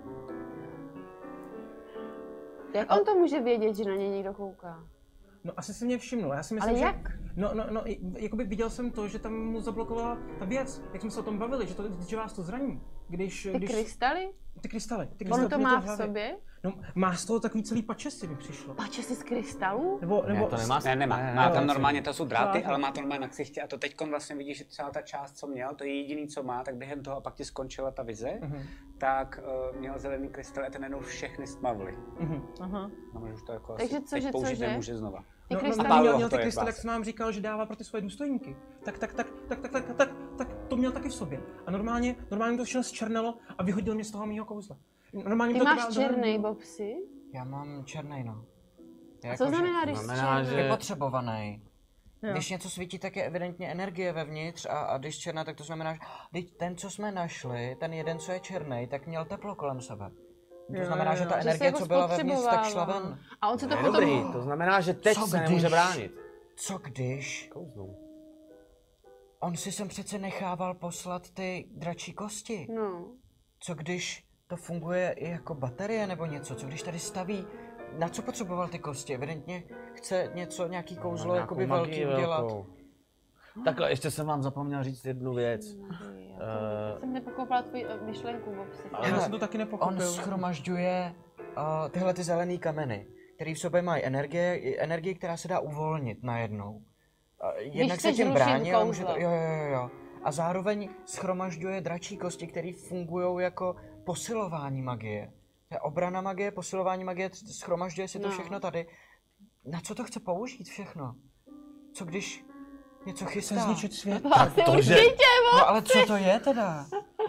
Jak on to může vědět, že na něj někdo kouká? No asi si mě všimnul, já si myslím, ale jak? No, jakoby viděl jsem to, že tam mu zablokovala ta věc, jak jsme se o tom bavili, že vás to zraní. Ty krystaly? Ty krystaly. On to má v sobě? No, má z toho takový celý pačesy mi přišlo. Pačesy z krystalů? Nebo ne, to nemá. Ne, má tam normálně, to jsou dráty, ale má to normálně na ksichtě a to teďkon vlastně vidíš, že třeba ta část, co měl, to je jediný, co má, tak během toho a pak ti skončila ta vize, tak měl zelený krystal a ten jenom všechny stmavly. No, už to jako takže asi teď použít nemůže znova. Měl ty krystaly, jak jsem vám říkal, že dává pro ty svoje důstojníky. Tak to měl taky v sobě. A normálně to všechno zčernalo a vyhodil mě z toho mýho kouzla. Ty máš černý, Bobsi? Já mám černý, no. A co znamená, když černý? Je potřebovaný. Když něco svítí, tak je evidentně energie vevnitř a když černá, tak to znamená, že ten, co jsme našli, ten jeden, co je černý, tak měl teplo kolem sebe. To znamená, že ta energie, co byla vevnitř, tak šla ven. A on se to potom... Dobrý, to znamená, že teď se nemůže bránit. Co když? Kouzlou. On si sem přece nechával poslat ty dračí kosti. No. Co když to funguje i jako baterie nebo něco? Co když tady staví... Na co potřeboval ty kosti? Evidentně chce nějaký kouzlo jakoby velký dělat. Takhle, ještě jsem vám zapomněl říct jednu věc. Já jsem nepochopila tvou myšlenku, Bobsi. Já jsem to taky nepochopil. On shromažďuje tyhle ty zelený kameny, který v sobě mají energii, která se dá uvolnit najednou. Jednak se tím brání, ale může to... Jo. A zároveň shromažďuje dračí kosti, které fungují jako posilování magie. Obrana magie, posilování magie, shromažďuje si to všechno tady. Na co to chce použít všechno? Co když něco chystá? Zničit svět. No ale co to je teda?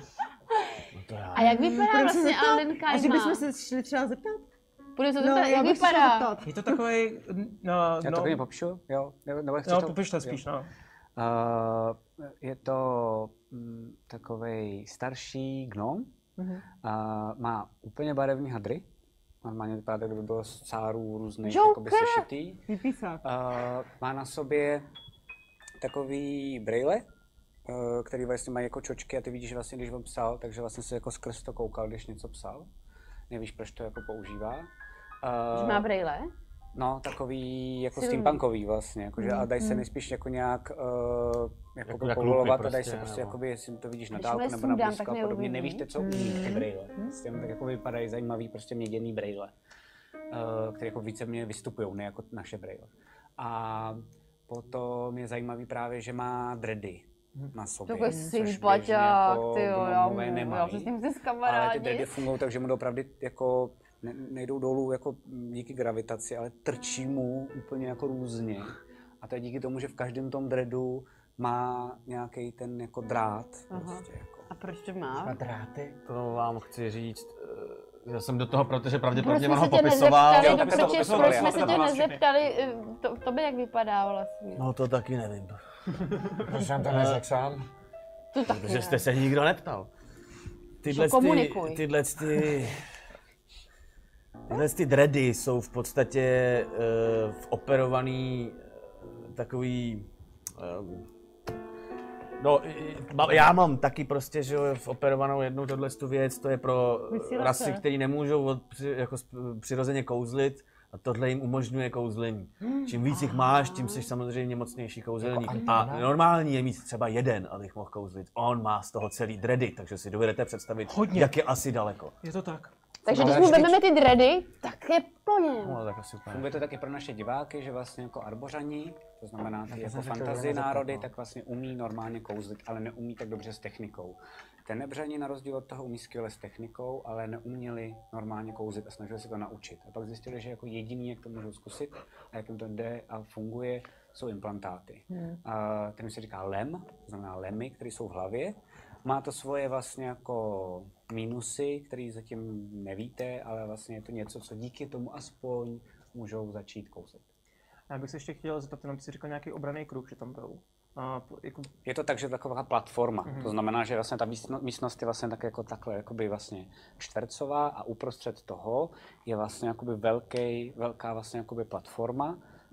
A jak vypadá vlastně Alden Kajma? A že bychom se šli třeba zeptat? Půjde se zeptat, jak vypadá? Je to takový... Já to klidně popíšu, jo? Popište spíš, no. Je to takovej starší gnom. Má úplně barevní hadry. Normálně vypadá tak, kdyby bylo z cárů různých jakoby sešitý. Má na sobě takový brejle, který vlastně mají jako čočky a ty vidíš vlastně, když on psal, takže vlastně se jako skrz to koukal, když něco psal. Nevíš, proč to jako používá. Že má brejle? No, takový jako steampunkový vlastně, jakože a dají se nejspíš jako nějak jako povolovat a dají se prostě jakoby, jestli to vidíš na dálku nebo na blízko a podobně, nevíte, co umí ty brejle. S tím tak jako vypadají zajímavý prostě měděný brejle, které jako víceméně vystupují, ne jako naše brejle. A potom je zajímavý právě, že má dready na sobě. To je sympaťák, tyjo, já se s tím chci zkamarádit. Ale ty dready fungují tak, že mu opravdu jako nejdou dolů jako díky gravitaci, ale trčí mu úplně jako různě. A to je díky tomu, že v každém tom dreadu má nějaký ten jako drát. Prostě jako. A proč to má? A dráty? To vám chci říct. Já jsem do toho, protože pravděpodobně on ho popisoval. Proč jsme se tě nezeptali, to by jak vypadá vlastně? No to taky nevím. Proč jsem to neřekl sám? Protože jste se nikdo neptal. Tyhle dready jsou v podstatě operovaný takový... No, já mám taky prostě, že operovanou jednu tohletu věc, to je pro rasy, které nemůžou jako přirozeně kouzlit a tohle jim umožňuje kouzlení. Čím víc jich máš, tím jsi samozřejmě mocnější kouzelník. A normální je mít třeba jeden, abych mohl kouzlit. On má z toho celý dready, takže si dovedete představit, jak je asi daleko. Je to tak. Takže když mu vezmeme ty dready, tak je po něm. No, tak asi úplně. Funguje to taky pro naše diváky, že vlastně jako arbořani, to znamená ty jako fantasy národy, tak vlastně umí normálně kouzlit, ale neumí tak dobře s technikou. Tenebřani na rozdíl od toho umí skvěle s technikou, ale neuměli normálně kouzlit a snažili se to naučit. A pak zjistili, že jako jediný, jak to můžou zkusit a jak jim to jde a funguje, jsou implantáty. Ten se říká lem, to znamená lemy, které jsou v hlavě. Má to svoje vlastně jako mínusy, které zatím nevíte, ale vlastně je to něco, co díky tomu aspoň můžou začít kouzlit. Já bych se ještě chtěl zeptat, jenom si říkal nějaký obranný kruh, že tam byl. Je to tak, že taková platforma. To znamená, že vlastně ta místnost je vlastně tak jako takhle jakoby vlastně čtvercová a uprostřed toho je vlastně jakoby velká vlastně jakoby platforma,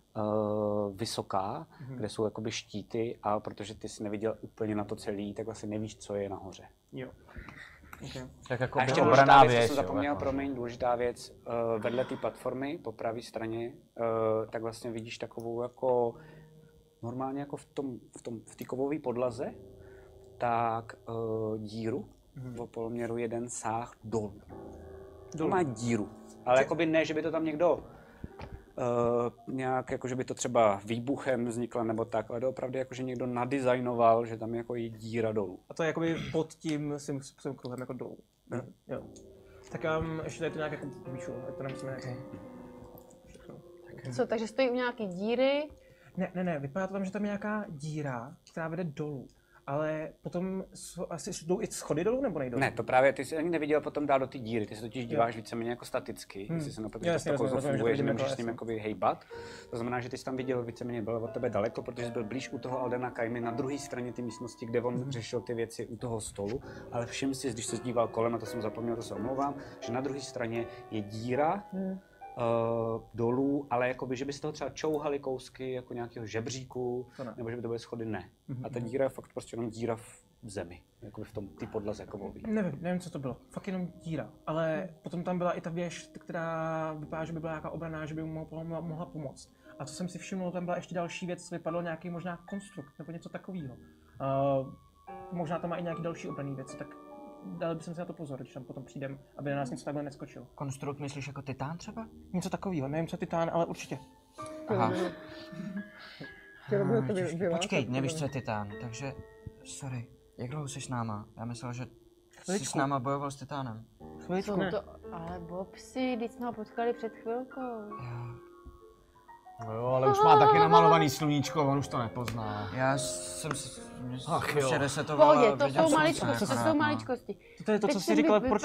vysoká, kde jsou jakoby štíty, a protože ty jsi neviděl úplně na to celý, tak vlastně nevíš, co je nahoře. Jo. Okay. Tak jako a ještě důležitá věc, co jsem zapomněl, promiň, důležitá věc, vedle té platformy po pravé straně, tak vlastně vidíš takovou jako normálně jako v té kovové podlaze, tak díru v poloměru jeden sáh dolů. To má díru, ale jakoby ne, že by to tam někdo nějak, jako že by to třeba výbuchem vznikla nebo tak, ale opravdu jako, že někdo nadizajnoval, že tam jako je díra dolů. A to je jakoby pod tím svým kruhem jako dolů. Jo. Tak já ještě tady to nějak jako píšu, to nemusíme nějak všechno. Co, takže stojí u nějaký díry? Ne, vypadá to tam, že tam je nějaká díra, která vede dolů. Ale potom asi jdou i schody dolů, nebo nejdou? Ne, to právě, ty jsi ani neviděl potom dál do té díry, ty se totiž díváš víceméně jako staticky, jestli se například že to kouzlo funguje, že nemůžeš s ním jakoby hejbat. To znamená, že ty jsi tam viděl víceméně, byl od tebe daleko, protože jsi byl blíž u toho Aldena Kajmy na druhé straně té místnosti, kde on řešil ty věci u toho stolu, ale všim si, když se díval kolem, a to jsem zapomněl, to se omlouvám, že na druhé straně je díra, dolů, ale jakoby, že by z toho třeba čouhali kousky jako nějakého žebříku, nebo že by to byly schody, ne. A ta díra je fakt prostě jenom díra v zemi, jakoby v tom ty podlaze kovový. Nevím, co to bylo. Fakt jenom díra. Ale potom tam byla i ta věž, která vypadá, že by byla nějaká obraná, že by mu mohla pomoct. A co jsem si všiml, tam byla ještě další věc, vypadalo nějaký možná konstrukt nebo něco takového. Možná tam má i nějaký další obranný věci, tak dal bych si na to pozor, když tam potom přijdem, aby na nás něco takhle neskočilo. Konstrukt myslíš jako titán třeba? Něco takového, nevím co titán, ale určitě. Aha. Počkej, nevíš, co je titán, takže, sorry, jak dlouho jsi s náma? Já myslel, že jsi s náma bojoval s titánem. Chviličku. Ale Bobsi, když jsme ho potkali před chvilkou. No jo, ale už má taky namalovaný sluníčko, on už to nepozná. Já jsem si resetoval. Pohodě, to jsou maličkosti, to jsou maličkosti. To je to, co jsi říkal, proč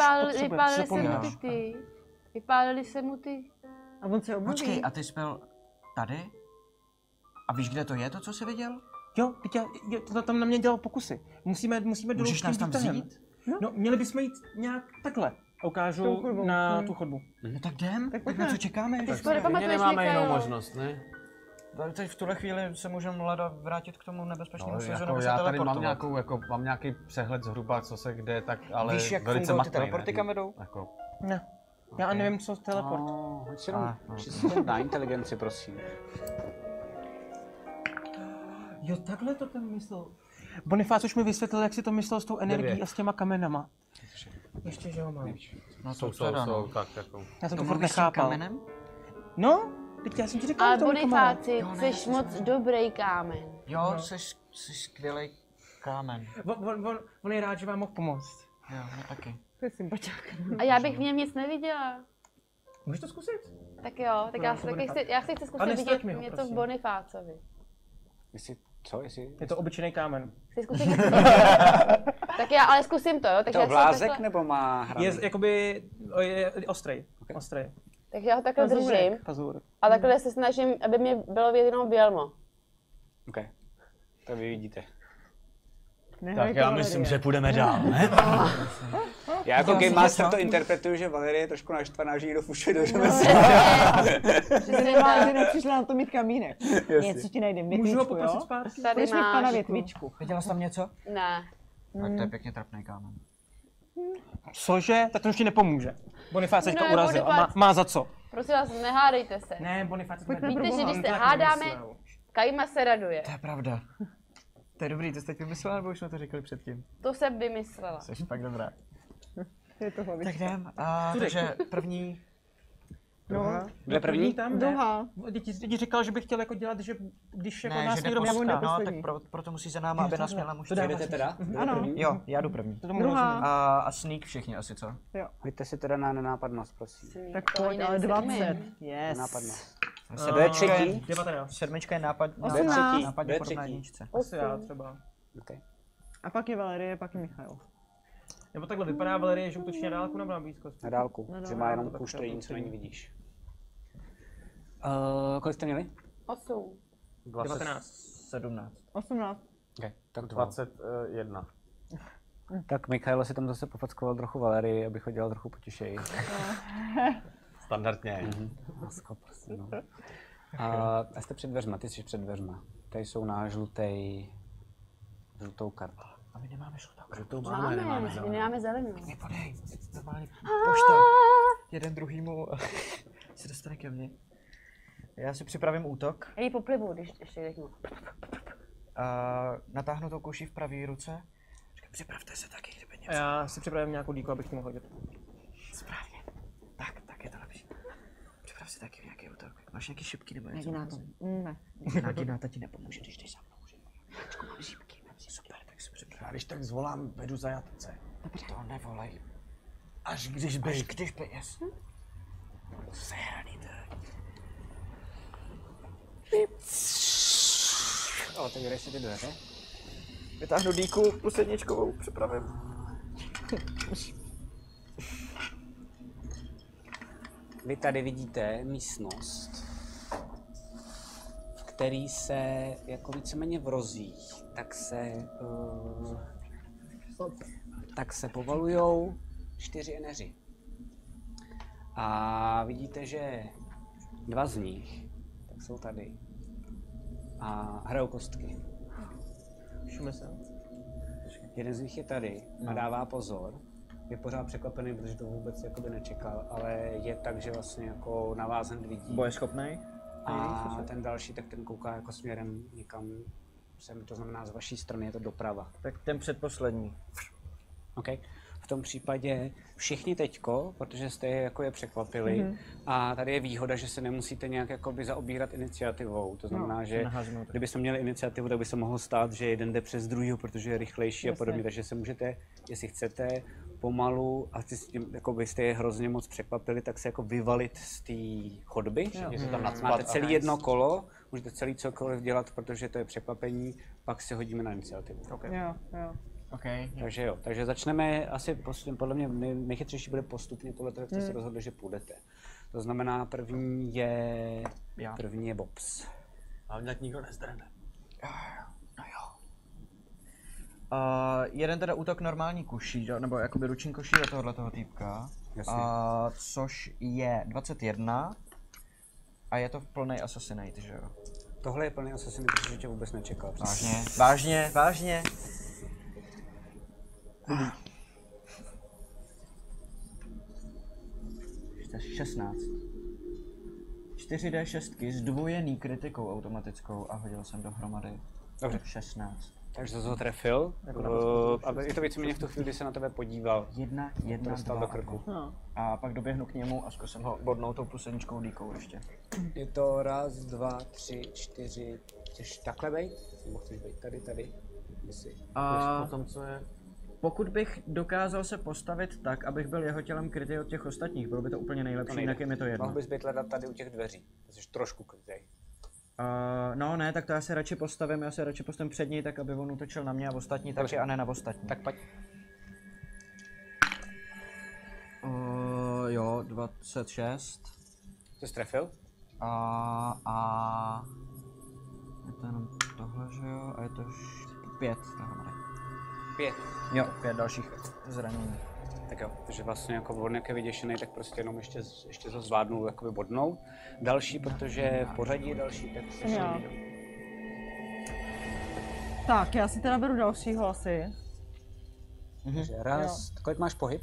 vypálili se mu ty. A on se obudí. Počkej, a ty jsi byl tady? A víš, kde to je, to, co jsi viděl? Jo, teď to tam na mě dělal pokusy. Musíme dolů. Můžeš nás tam vzít? No, měli bychom jít nějak takhle. Ukážu na tu chodbu. No tak jdem, tak na co čekáme? Tak nemáme jinou možnost, ne? Teď v tuhle chvíli se můžeme leda vrátit k tomu nebezpečnému svězu, jako nebo se já tady teleportovat. mám nějaký přehled zhruba, co se kde, tak ale víš, jak velice fungují ty matný, teleporty, kam vedou? Jako. Ne. Já nevím, co teleport. Hoď si na inteligenci, prosím. Jo, takhle to ten myslel. Bonifác už mi vysvětlil, jak si to myslel s tou energií a s těma kamenama. Ještě, že ho mám. No to jsou tak jako. Já jsem to furt nechápal. Kamenem? No, teď já jsem ti říkal, ale Bonifáci, jsi moc dobrý kámen. Jo, jsi skvělý kámen. On je rád, že vám mohl pomoct. Jo, no taky. To je sympaťák. A já bych v něm nic neviděla. Můžeš to zkusit? Tak jo, tak já si chci zkusit vidět něco v Bonifácovi. Jestli... Je to obyčejný kámen. Tak já ale zkusím to, jo. Takže to vlázek nebo má hraný? Je ostrej. Okay. Ostrej. Takže já ho takhle držím. Pazůr. A takhle se snažím, aby mě bylo vidět jenom bělmo. OK. To vy vidíte. Tak já myslím, že půjdeme dál, ne? Já jako Game Master to interpretuju, že Valerie je trošku naštvaná, že někdo fušuje do řemesla. Že nepřišla na to mít kamínek. Něco ti najdem, větvičku, jo? Můžu ho poprosit zpátky? Budeš mít pana větvičku. Viděla jsi tam něco? Ne. Tak to je pěkně trapný kámen. Cože? Tak to už ti nepomůže. Bonifác teďka urazil a má za co. Prosím vás, nehádejte se. Ne, Bonifác víte, že když se hádáme, Kajma se raduje. To je pravda. To je dobrý, to jste teď vymyslela, nebo už jsme to říkali předtím? To jsem vymyslela. Jsi pak dobrá. Je to tak jdem. Takže první... No, kde první? Tam druhá. Děti říkal, že bych chtěl jako dělat, že když jako nás někdo potká. No, tak proto musí za náma, aby nás měla mužství. Jdete teda? Ano. Jo, já jdu první. Druhá. A sneak všichni asi, co? Jo. Hoďte si teda na nenápadnost, prosím. Tak pojď, ale 20. Yes. Nenápadnost. To je třetí. 19. Sedmička je nápad. 18. Nápadně podobná jedničce. Asi já třeba. Okay. A pak je Valerie, pak je Michal. Nebo takhle vypadá Valerie, že útočí na dálku nebo na blízkost? Na dálku, že má jenom kůštrení, co na ní vidíš. Kolik jste měli? 8. 19. 17. 18. Okay, tak 21. Tak Michailo si tam zase pofackoval trochu Valerii, abych ho dělal trochu potěšeji. Standardně. Lásko, prosím, no. A jste před dveřma, ty jsi před dveřma. Tady jsou na žlutou kartu. A my nemáme žlutou kartu. Žlutou nemáme zelenou. Mi podej, normálně pošta. Jeden druhýmu se dostane ke mně. Já si připravím útok. Já ji poplivu, když ještě řeknu. Natáhnu tou kuši v pravé ruce. Připravte se taky, kdyby něco. Já si připravím nějakou díku, abych tím mohl hodit. Správně. Tak je to lepší. Připrav si taky nějaký útok. Máš nějaký šipky nebo něco? Nagináta. Ne. Nagináta ti nepomůže, když jdeš za mnou. Počku, mám šipky. Super, tak si připrav. Já když tak zvolám, vedu zajatce. To nevolej. Až když by. Yes. Sehraný to. Otevíraj si ty dveře. Vytáhnu díku plus jedničkovou, připravím. Vy tady vidíte místnost, v který se jako víceméně v rozích, tak se povalujou 4 eneři. A vidíte, že 2 z nich tak jsou tady a hrajou kostky. Všume se. Jeden z nich je tady a dává pozor. Je pořád překvapený, protože to vůbec jakoby nečekal, ale je tak, že vlastně jako na vás hned vidí. Bojeschopnej? A ten další, tak ten kouká jako směrem někam sem, to znamená z vaší strany je to doprava. Tak ten předposlední. OK. V tom případě všichni teďko, protože jste jako je překvapili a tady je výhoda, že se nemusíte nějak jakoby zaobírat iniciativou. To znamená, že kdybyste měli iniciativu, tak by se mohlo stát, že jeden jde přes druhýho, protože je rychlejší a podobně, takže se můžete, jestli chcete, pomalu, a jako byste je hrozně moc překvapili, tak se jako vyvalit z té chodby. Máte celý jedno kolo, můžete celý cokoliv dělat, protože to je překvapení, pak si hodíme na iniciativu. Okay. Jo. Okay. Takže začneme asi podle mě nejchytřejší bude postupně podle toho, jak jste se rozhodli, že půjdete. To znamená, první je Bobs. Hlavně tak nikdo nezdrhne. No jo. Jeden teda útok normální kuší, nebo jakoby ruční kuší do tohoto týpka. Což je 21 a je to v plnej assassinate, že jo? Tohle je plný assassinate, protože tě vůbec nečekal. Vážně. Chudý. 16. 4D6 zdvojený kritikou automatickou a hodil jsem dohromady. Dobře. 16. Takže jsi ho trefil. A je to víceméně v tu chvíli, kdy se na tebe podíval. 1, 2 do krku. A pak doběhnu k němu a zkusím ho bodnout tou plus jedničkou díkou ještě. Je to 1, 2, 3, 4. Chceš takhle bejt? Nebo chceš bejt tady? Potom, co je... Pokud bych dokázal se postavit tak, abych byl jeho tělem krytý od těch ostatních, bylo by to úplně nejlepší, jinak je mi to jedno. Mohl bys být hledat tady u těch dveří, to jsi trošku krytý. No ne, tak to já se radši postavím před něj, tak aby on útočil na mě a ostatní taky a ne na ostatní. Tak pojď. Jo, 26. Jsi trefil? A je to jenom tohle, že jo, a je to 5 dohromady. 5? Jo, 5 dalších zranění. Tak jo, takže vlastně jako on jak je vyděšený, tak prostě jenom ještě to zvládnul jakoby bodnout. Další, protože v pořadí je další, tak se Tak, já si teda beru dalšího asi. Takže raz, kolik máš pohyb?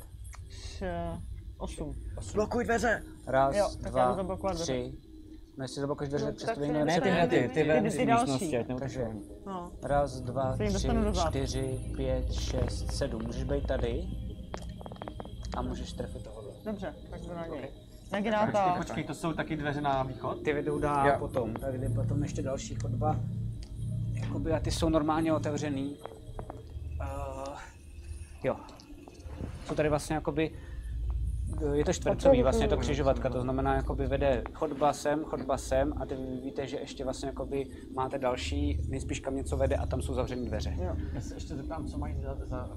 8. Blokuj dveře! Raz, jo, 2, 3. No jestli zablokuješ dveře, přes to jiné ty další. Takže raz, 2, 3, 4, 5, 6, 7. Můžeš být tady a můžeš trefit tohohle. Dobře, tak jdu na něj. Nagináta. Počkej, to jsou taky dveře na východ? Ty vedou dál potom. Tady jde potom ještě další chodba. Jakoby a ty jsou normálně otevřený. Jo. Jsou tady vlastně jakoby je to čtvercový, vlastně je to křižovatka, to znamená, jakoby vede chodba sem a ty víte, že ještě vlastně jakoby máte další, nejspíš kam něco vede a tam jsou zavřené dveře. Jo. Já se ještě zeptám, co mají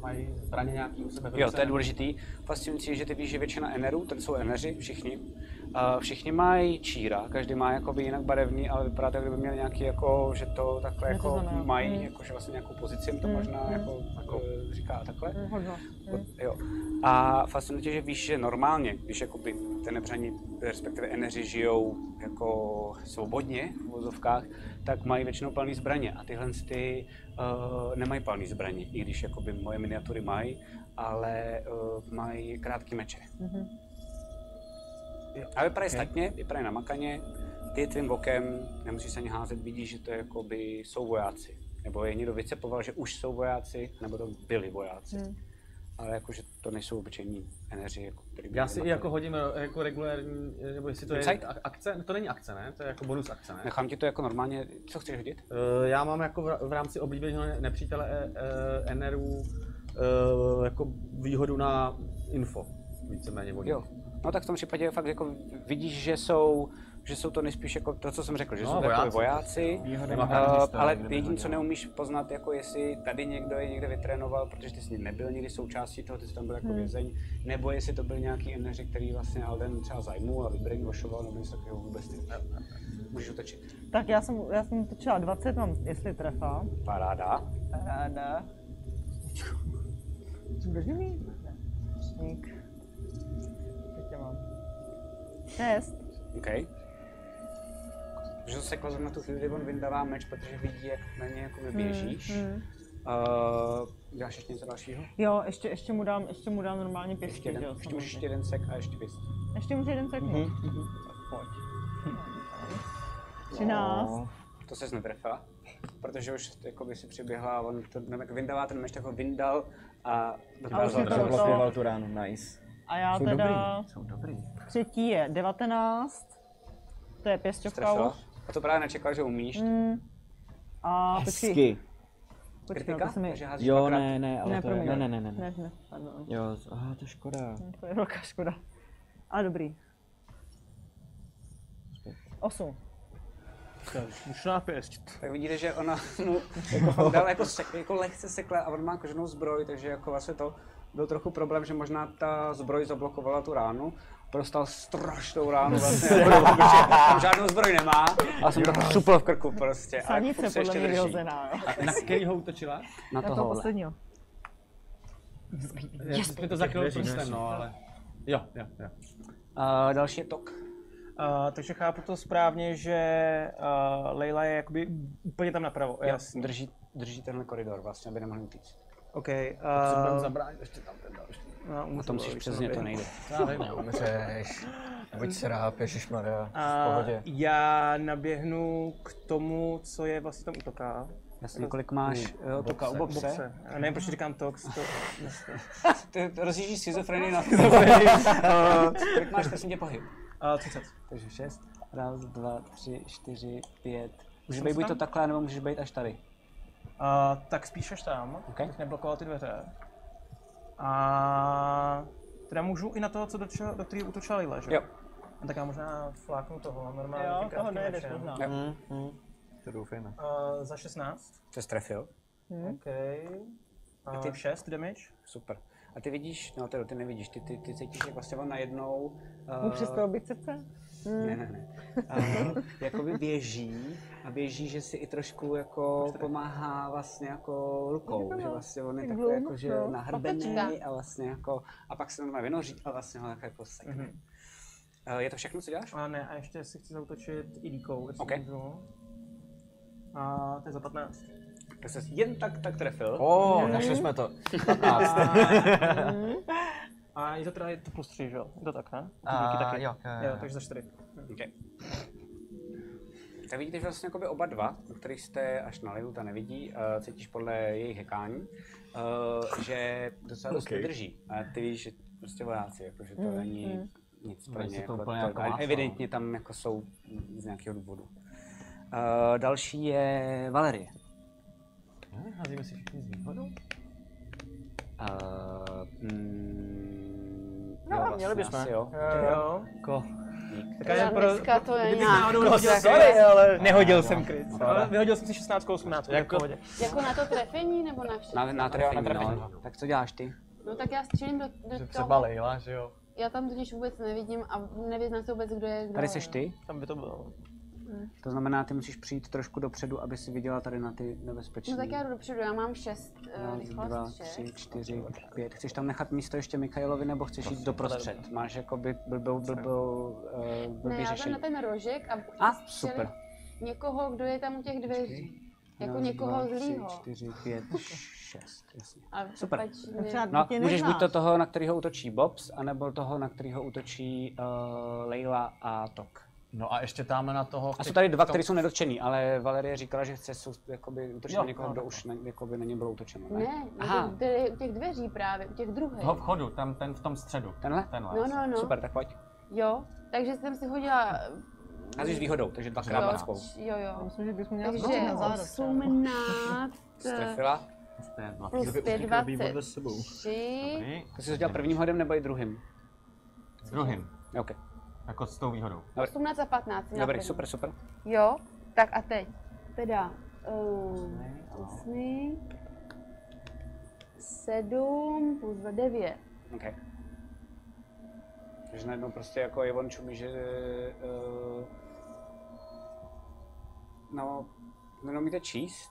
zbraně nějaký u sebe. Jo, to je důležitý. Fascinující je, že ty víš, že většina enerů, tady jsou eneři, všichni, Všichni mají číra, každý má jakoby jinak barevný, ale vypadá to, kdyby měli nějaký jako, že to takhle jako mají, jako, že vlastně nějakou pozici jim to možná jako říká takhle. Jo. A fascinuje, že víš, že normálně, když jakoby tenebřani, respektive eneři žijou jako svobodně v vozovkách, tak mají většinou palný zbraně a tyhle ty nemají palný zbraně, i když jakoby moje miniatury mají, ale mají krátký meče. A vypadají statně, vypadají namakaně, ty tvým okem nemusíš se ani házet, vidíš, že to je jakoby jsou vojáci. Nebo je někdo vycepoval, že už jsou vojáci, nebo to byli vojáci. Ale jakože to nejsou obyčejní eneři, jako, který já si jako hodím jako regulární, nebo jestli to je akce, to není akce, ne? To je jako bonus akce, ne? Nechám ti to jako normálně, co chceš hodit? Já mám jako v rámci oblíbeného nepřítele enerů jako výhodu na info, víceméně vodit. Jo, no tak v tom případě fakt jako vidíš, že jsou to nejspíš jako to, co jsem řekl, že jsou takové vojáci, ale jediné, co neumíš poznat, jako jestli tady někdo je někde vytrénoval, protože ty jsi nebyl nikdy součástí toho, ty jsi tam byl jako vězeň, nebo jestli to byl nějaký eneři, který vlastně Alden třeba zajmul a vybrainwashoval, nebo něco takového vůbec ty. Můžeš otočit. Tak já jsem točila 20, mám jestli trefa. Paráda. Držím Sník. Teď tě mám. 6. OK. Že se klazem na tu chvíli, kdy on vyndává meč, protože vidí, jak na ně jako běžíš. Děláš ještě něco dalšího? Jo, ještě mu dám normálně pěstí. Ještě můžeš jeden sek a ještě pěstí. Ještě můžu jeden sek? Tak pojď. 13. To ses netrefila, protože už jakoby si přiběhla a on to vyndává ten meč, tak ho vyndal a zablokoval tu ránu, nice. A já jsou dobrý. Třetí je 19. To je pěsťovka už. A to právě nečekal, že umíš. A hezky. Počkej, to se mi... Jo, ne, ale to je... Ne. Jo, aha, to je škoda. To je velká škoda. A dobrý. 8. Už nápěst. Tak vidíte, že ona mu jako dal jako lehce sekle a on má koženou zbroj, takže jako vlastně to byl trochu problém, že možná ta zbroj zablokovala tu ránu. Dostal strašnou ránu vlastně, protože tam žádnou zbroj nemá, ale jsem to šupl v krku prostě. Sadnice podle mě vyhozená. A na kterýho útočila? Na toho posledního. Jsme to zakryl prstem, no, ale... Jo. Další je Tok. Takže chápu to správně, že Leila je jakoby úplně tam napravo. Jasně. Drží tenhle koridor vlastně, aby nemohli utíct. OK. Co budeme zabránit, ještě tam ten další. A to musíš přesně, to nejde. Neumřeš. Buď se ráp, ježišmarja, v pohodě. Já naběhnu k tomu, co je vlastně tam útoká. Jasně, kolik máš Toka u Bobse? A nevím, proč říkám Tox. Ty rozjíždíš schizofrenii na kolik máš, prosím tě, pohyb? 30. Takže 6. 1, 2, 3, 4, 5. Můžeš být buď to takhle, nebo můžeš být až tady. Tak spíš až tam, okay. Bych neblokoval ty dveře. A teda můžu i na toho, do kterého útočila Leila, že? Jo. A tak já možná fláknu toho normálně. Jo, toho nejedeš možná. To doufejme. Za 16. To jsi trefil. OK. A ty 6 damage. Super. A ty vidíš, no ty nevidíš, ty cítíš, jak vlastně on najednou... Přestal být srdce? Ne. Jakoby běží, že si i trošku jako pomáhá vlastně jako rukou, že vlastně on je takový jako, že nahrbený a vlastně jako, a pak se normálně vynoří a vlastně ho jako sekne. Je to všechno, co děláš? Ne, a ještě si chci zautočit i díkou, jestli můžu. A to je za 15. Tak jsi jen tak trefil. Našli jsme to. 15. A je to teda to plus 3, že jo? Je to tak, ne? Taky. Jo, takže za 4. Okay. Tak vidíte, že vlastně oba dva, o kterých jste až na Leilu, ta nevidí, cítíš podle jejich hekání, že docela dost vydrží. A ty víš, že prostě vojáci, jakože to není nic pro ně. Evidentně tam jako jsou z nějakého důvodu. Další je Valerie. Házíme si všichni z výhodu? No, měli bychom. Jo. Tak dneska to je nějak. Sorry, ale nehodil jsem kryt. Ale vyhodil jsem si 16 18. Jako na to trefení nebo na všechno? Na trefení, no. Tak co děláš ty? No tak já střílím do toho. Třeba Leila, že jo? Já tam totiž vůbec nevidím a nevyznám se vůbec, kdo je kdo. Tady seš ty. Tam by to bylo. To znamená, ty musíš přijít trošku dopředu, aby si viděla tady na ty nebezpečné. No tak já jdu dopředu, já mám 6 rychlost. 2, 3, 4, 5. Chceš tam nechat místo ještě Michailovi, nebo chceš jít doprostřed? Máš jakoby blbý Ne, já řešení. tam na ten rožek A super. Někoho, kdo je tam u těch dveří. Jako 1, někoho 2, 3, zlýho. 4, 5, 6, jasně. A Super. No, můžeš buď to toho, na kterého útočí Bobs, anebo toho, na kterého útočí Leila a Tok. No a ještě tam na toho... A jsou tady dva, kteří jsou nedotčený, ale Valerie říkala, že chce jakoby útočit na někoho, kdo už jakoby na ně bylo útočeno, ne? Ne, u těch dveří právě, u těch druhých. Toho vchodu, tam ten v tom středu. Tenhle? No. Super, tak pojď. Jo, takže jsem si hodila... Házíš s výhodou, takže dvakrát na spolu. Jo. Myslím, že bychom měli Takže na záda. 18... Strefila. Plus 5, 23. To jsi to dělal prvním hodem nebo i druhým? Druhým. OK. Jako s tou výhodou. 18 a 15. Dobrý, super. Jo, tak a teď. Teda 8, 7 plus 2, 9. OK. Takže najednou prostě jako Ivon čumí, že neumíte číst.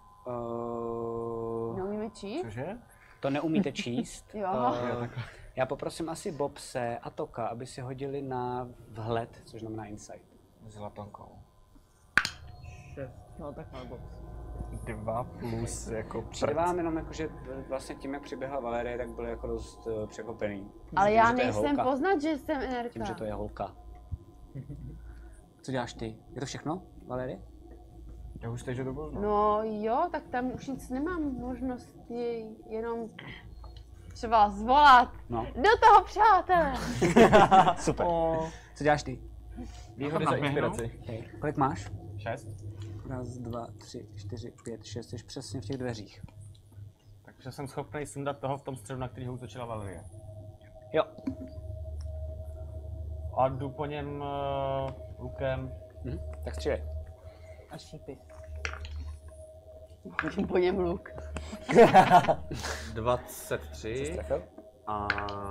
Neumíme číst? Cože? To neumíte číst. Jo. Já poprosím asi Bobse a Toka, aby si hodili na vhled, což znamená insight. S latonkou. 6. No tak má Bobs. 2 plus jako Přidávám jenom jako, že vlastně tím, jak přiběhla Valerie, tak byl jako dost překvapený. Ale já že to je nejsem holka. poznat, že jsem Enerka. Tím, že to je holka. Co děláš ty? Je to všechno, Valerie? Já už teď, že to bylo. No jo, tak tam už nic nemám možnosti, jenom třeba zvolat. No. Do toho, přátelé! Super. Co děláš ty? Výhody za inspiraci. Okay. Kolik máš? 6. 1, 2, 3, 4, 5, 6, jsi přesně v těch dveřích. Takže jsem schopný sundat toho v tom středu, na kterýho útočila Valerie. Jo. A jdu po něm lukem. Tak střílej. A šípy. Hodím po něm luk. 23 a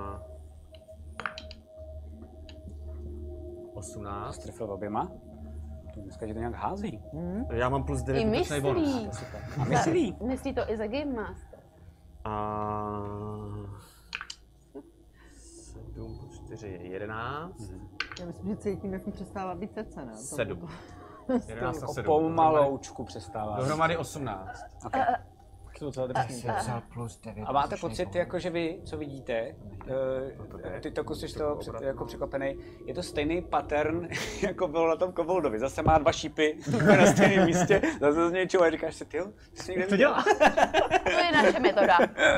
18. Strefil oběma. Dneska ti to nějak hází. Já mám plus 9 I útočnej bonus. myslí. A myslí. Myslí to i za Game Master. A 7 plus 4 je 11. Já myslím, že cítím, jak mi přestává být srdce, ne? 7. 11 a 7. Pomaloučku přestává. Dohromady 18. Okay. Plus 9. A máte pocit, jako, že vy, co vidíte, ty to jsi to jako překvapený, je to stejný pattern, jako bylo na tom koboldovi. Zase má 2 šípy na stejném místě, zase z něčeho a říkáš si, tyjo, jsi někde Co dělá? To je naše metoda.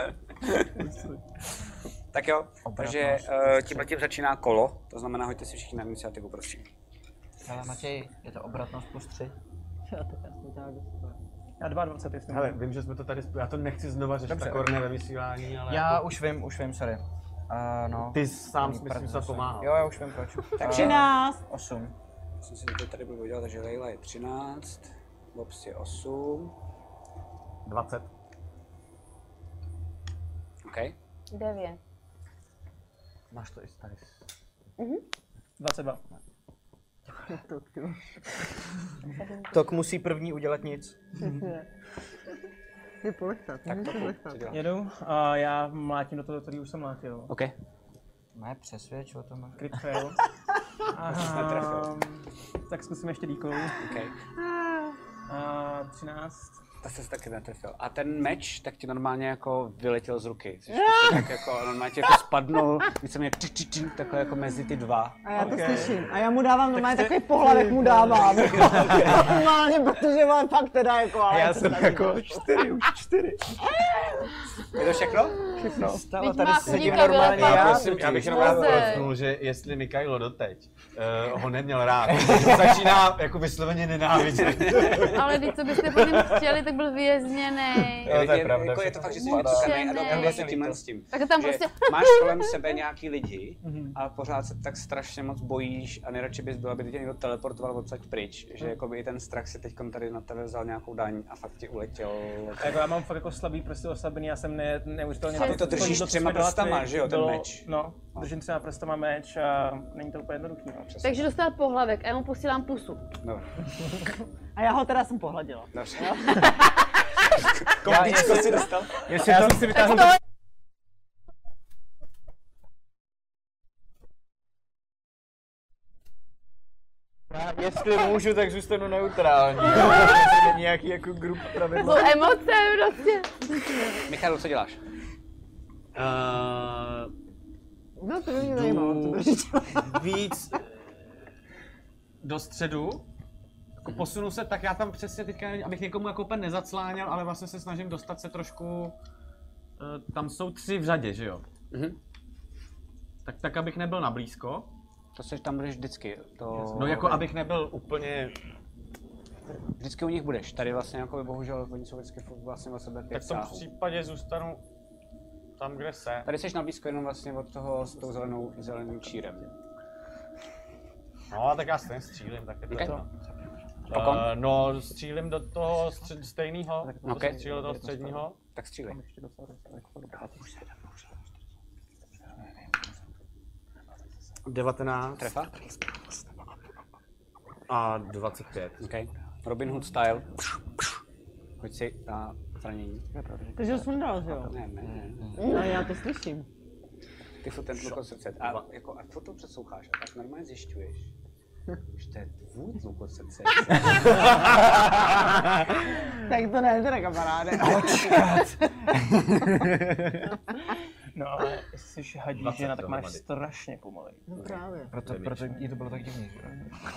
Tak jo, takže tímhletím začíná kolo, to znamená, hoďte si všichni na iniciativu, prosím. Ale Matěj, je to obratnost plus 3. Já 22 jsem. Hele, vím, že jsme to tady, já to nechci znova řešit, ta korne ve vysílání, ale... Já už vím, sorry. No. Ty sám jsi myslím, že pomáhal. Jo, já už vím proč. Takže 13. 8. Myslím si, že to tady budu dělat, takže Leila je 13, Bobs je 8. 20. OK. 9. Máš to i tady. 22. Tok musí první udělat nic. Je polechtat, Tak to polechtat. co děláš? Jedu a já mlátím do toho, který už jsem mlátil. OK. Mé přesvědč o tom. Crit fail. Tak zkusím ještě díkou. OK. 13. To jsi taky netrefil. A ten meč tak ti normálně jako vyletěl z ruky. Jsi tak jako normálně ti jako spadnul, víceméně takhle jako mezi ty dva. A já to slyším. A já mu dávám normálně takový pohled, jak mu dávám. Normálně, protože mám fakt teda jako... Ale Já jsem jako 4, už 4. Je to všechno? Všechno. Stalo, Teď tady má sedím chudíka normálně vyletěl. Já bych jenom rád Bože. podotknul, že jestli Mikailo doteď ho neměl rád, že začíná jako vysloveně nenávidět. Ale když co byste po něm chtěli, tak byl vězněný. Jo, to je pravda, Jako je to všechno fakt, že jsi Mučený. vycukanej a dopadl vlastně tímhle s tím. Tak tam Že prostě... máš kolem sebe nějaký lidi a pořád se tak strašně moc bojíš a nejradši bys byl, aby tě někdo teleportoval odsaď pryč. Že jakoby i ten strach si teď tady na tebe vzal nějakou daň a fakt ti uletěl. Jako já mám fakt jako slabý, prostě oslabený, já jsem je neuvěřitelně... A ty to držíš 3 prstama, že jo, ten meč? No, držím 3 prstama meč a není to úplně jednoduchý. No. Takže dostal pohlavek a já mu posílám pusu. No. A já ho teda jsem pohladila. Dobře. Koupíčko si dostal? Já jsem si vytáhl... Jestli můžu, tak zůstanu neutrální. To není nějaký jako grup pravidla. To jsou emoce prostě. Michal, co děláš? No to mě zajímalo, co to říct. Víc do středu. Jako posunu se, tak já tam přesně teďka, abych někomu jako úplně nezacláněl, ale vlastně se snažím dostat se trošku... Tam jsou 3 v řadě, že jo? Tak abych nebyl na blízko. To seš tam budeš vždycky. To... No jako abych nebyl úplně... Vždycky u nich budeš. Tady vlastně jako bohužel oni jsou vždycky vlastně o sebe 5 Tak v tom případě zůstanu tam, kde se. Tady seš na blízko jenom vlastně od toho s tou zeleným čírem. No, tak já stejně střílím, tak je to Okay. jedno. No, střílím do toho stejného, Okay. střílím do toho středního. Tak střílej. 19 Trefa? a 25. Okay. Robin Hood style. Hoď si na zranění. Takže ho sundal, že jo? Ne. No já to slyším. Ty furt ten tlukosrdce. A jako, a furt to přesloucháš a tak normálně zjišťuješ, že to je tvůj tlukosrdce. Tak to ne, teda kamaráde. No ale jestli jsi hadí žena, tak máš strašně pomalej. No právě. Proto jí to bylo tak divný, že?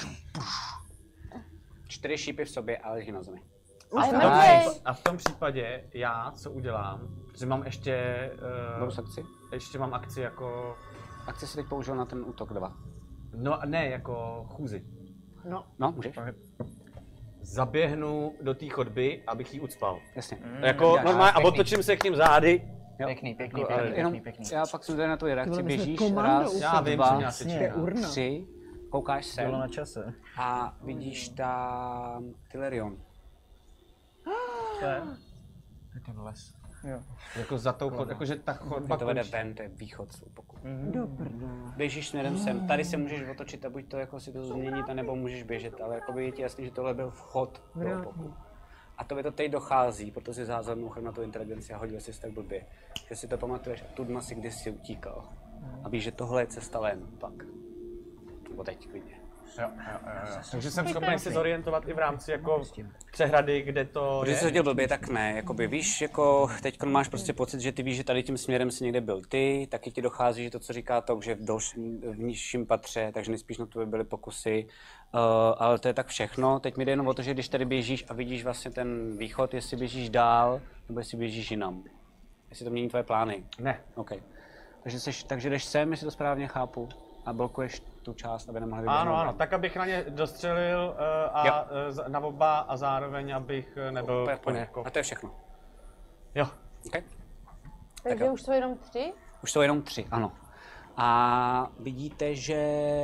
4 šípy v sobě a leží na zemi. A v tom případě já, co udělám, že mám ještě... akci? Ještě mám akci jako... Akci si teď použil na ten útok 2. No ne, jako chůzi. No, můžeš. Zaběhnu do té chodby, abych jí ucpal. Jasně. Jako normálně a otočím se k ním zády. Pěkný. Já pak jsem tady na tvoji reakci, běžíš, já vím, dva, co mě 3, koukáš sem Bylo na čase. a vidíš tam Tylerion. To je? Je ten les. Jo. Jako za tou chodbou, jakože ta chodba To vede končí. ven, to je východ z úpoku. Dobrno. Běžíš směrem sem, tady se můžeš otočit a buď to jako si to změnit, nebo můžeš běžet, ale jako je ti jasný, že tohle byl vchod do úpoku. A to by to teď dochází, proto si zázal mimochodem na tu inteligenci a hodil jsi tak blbě, že si to pamatuješ a tudma si kdysi utíkal. A víš, že tohle je cesta ven pak. Nebo teď klidně. Jo. Takže jsem schopný si zorientovat i v rámci jako přehrady, kde to Když je. jsi hodil blbě, tak ne. Jakoby víš, jako teď máš prostě pocit, že ty víš, že tady tím směrem si někde byl ty, taky ti dochází, že to, co říká to, že v nižším patře, takže nejspíš na to by byly pokusy. Ale to je tak všechno. Teď mi jde jenom o to, že když tady běžíš a vidíš vlastně ten východ, jestli běžíš dál, nebo jestli běžíš jinam. Jestli to mění tvoje plány. Ne. OK. Takže jdeš sem, jestli to správně chápu, a blokuješ tu část, aby nemohli vyběhnout. Ano, tak abych na ně dostřelil na oba a zároveň abych nebyl Úplně. jako... A to je všechno. Jo. Okay. Takže už jsou jenom 3? Už jsou jenom 3, ano. A vidíte, že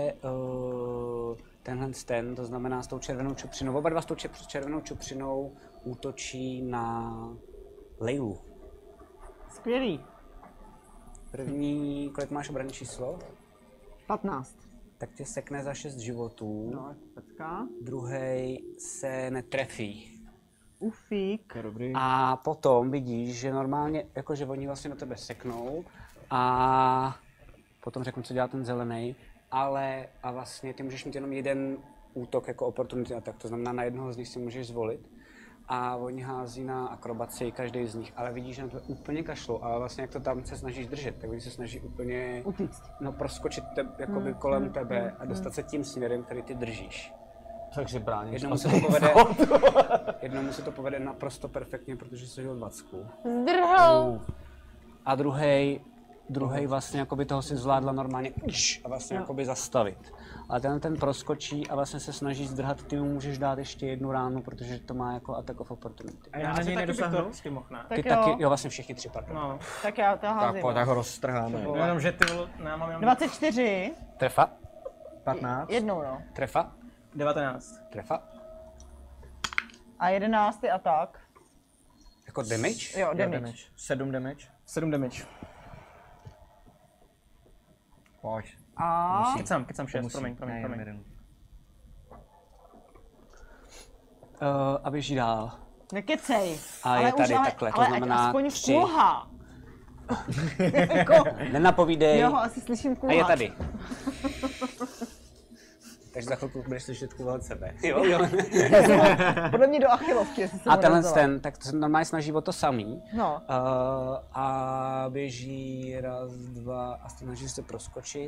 tenhle ten, to znamená s tou červenou čupřinou, oba dva s tou červenou čupřinou útočí na Lejlu. Skvělý. První, kolik máš obranné číslo? 15. Tak tě sekne za 6 životů. No, pecka. Druhej se netrefí. Ufík. Dobrý. A potom vidíš, že normálně, jakože oni vlastně na tebe seknou a potom řeknu, co dělá ten zelený, ale a vlastně ty můžeš mít jenom jeden útok jako opportunity attack, to znamená na jednoho z nich si můžeš zvolit. A oni hází na akrobaci, každý z nich, ale vidíš, že na to úplně kašlou, ale vlastně jak to tam se snažíš držet, tak oni se snaží úplně proskočit jakoby kolem tebe a dostat se tím směrem, který ty držíš. Takže bráníš. Jednomu se to povede naprosto perfektně, protože jsi hodil 20. Zdrhal! A druhý vlastně jakoby toho si zvládla normálně a vlastně jakoby zastavit. Ale ten proskočí a vlastně se snaží zdrhat, ty mu můžeš dát ještě jednu ránu, protože to má jako attack of opportunity. A já na něj nedosáhnu? Ty taky, jo, vlastně všichni 3, pardon. No. Tak já to házím. Tak ho roztrháme. Jenom, že ty já mám jenom 24. Trefa. 15. Jednou, no. Trefa. 19. Trefa. A 11 atak. Jako damage? Jo, damage. 7 damage. 7 damage. Pojď. A... Kecám 6, promiň. A běží dál. Nekecej. A je tady takhle, to znamená aspoň 3. kulha. Nenapovídej. Jo, asi slyším kulhat. A je tady. Takže za chvilku budeš slyšet kulhat sebe. Jo. Podle mě do achilovky, jestli se A tenhle tak to se normálně snaží o to samý. No. A běží 1, 2 a snaží se proskočit.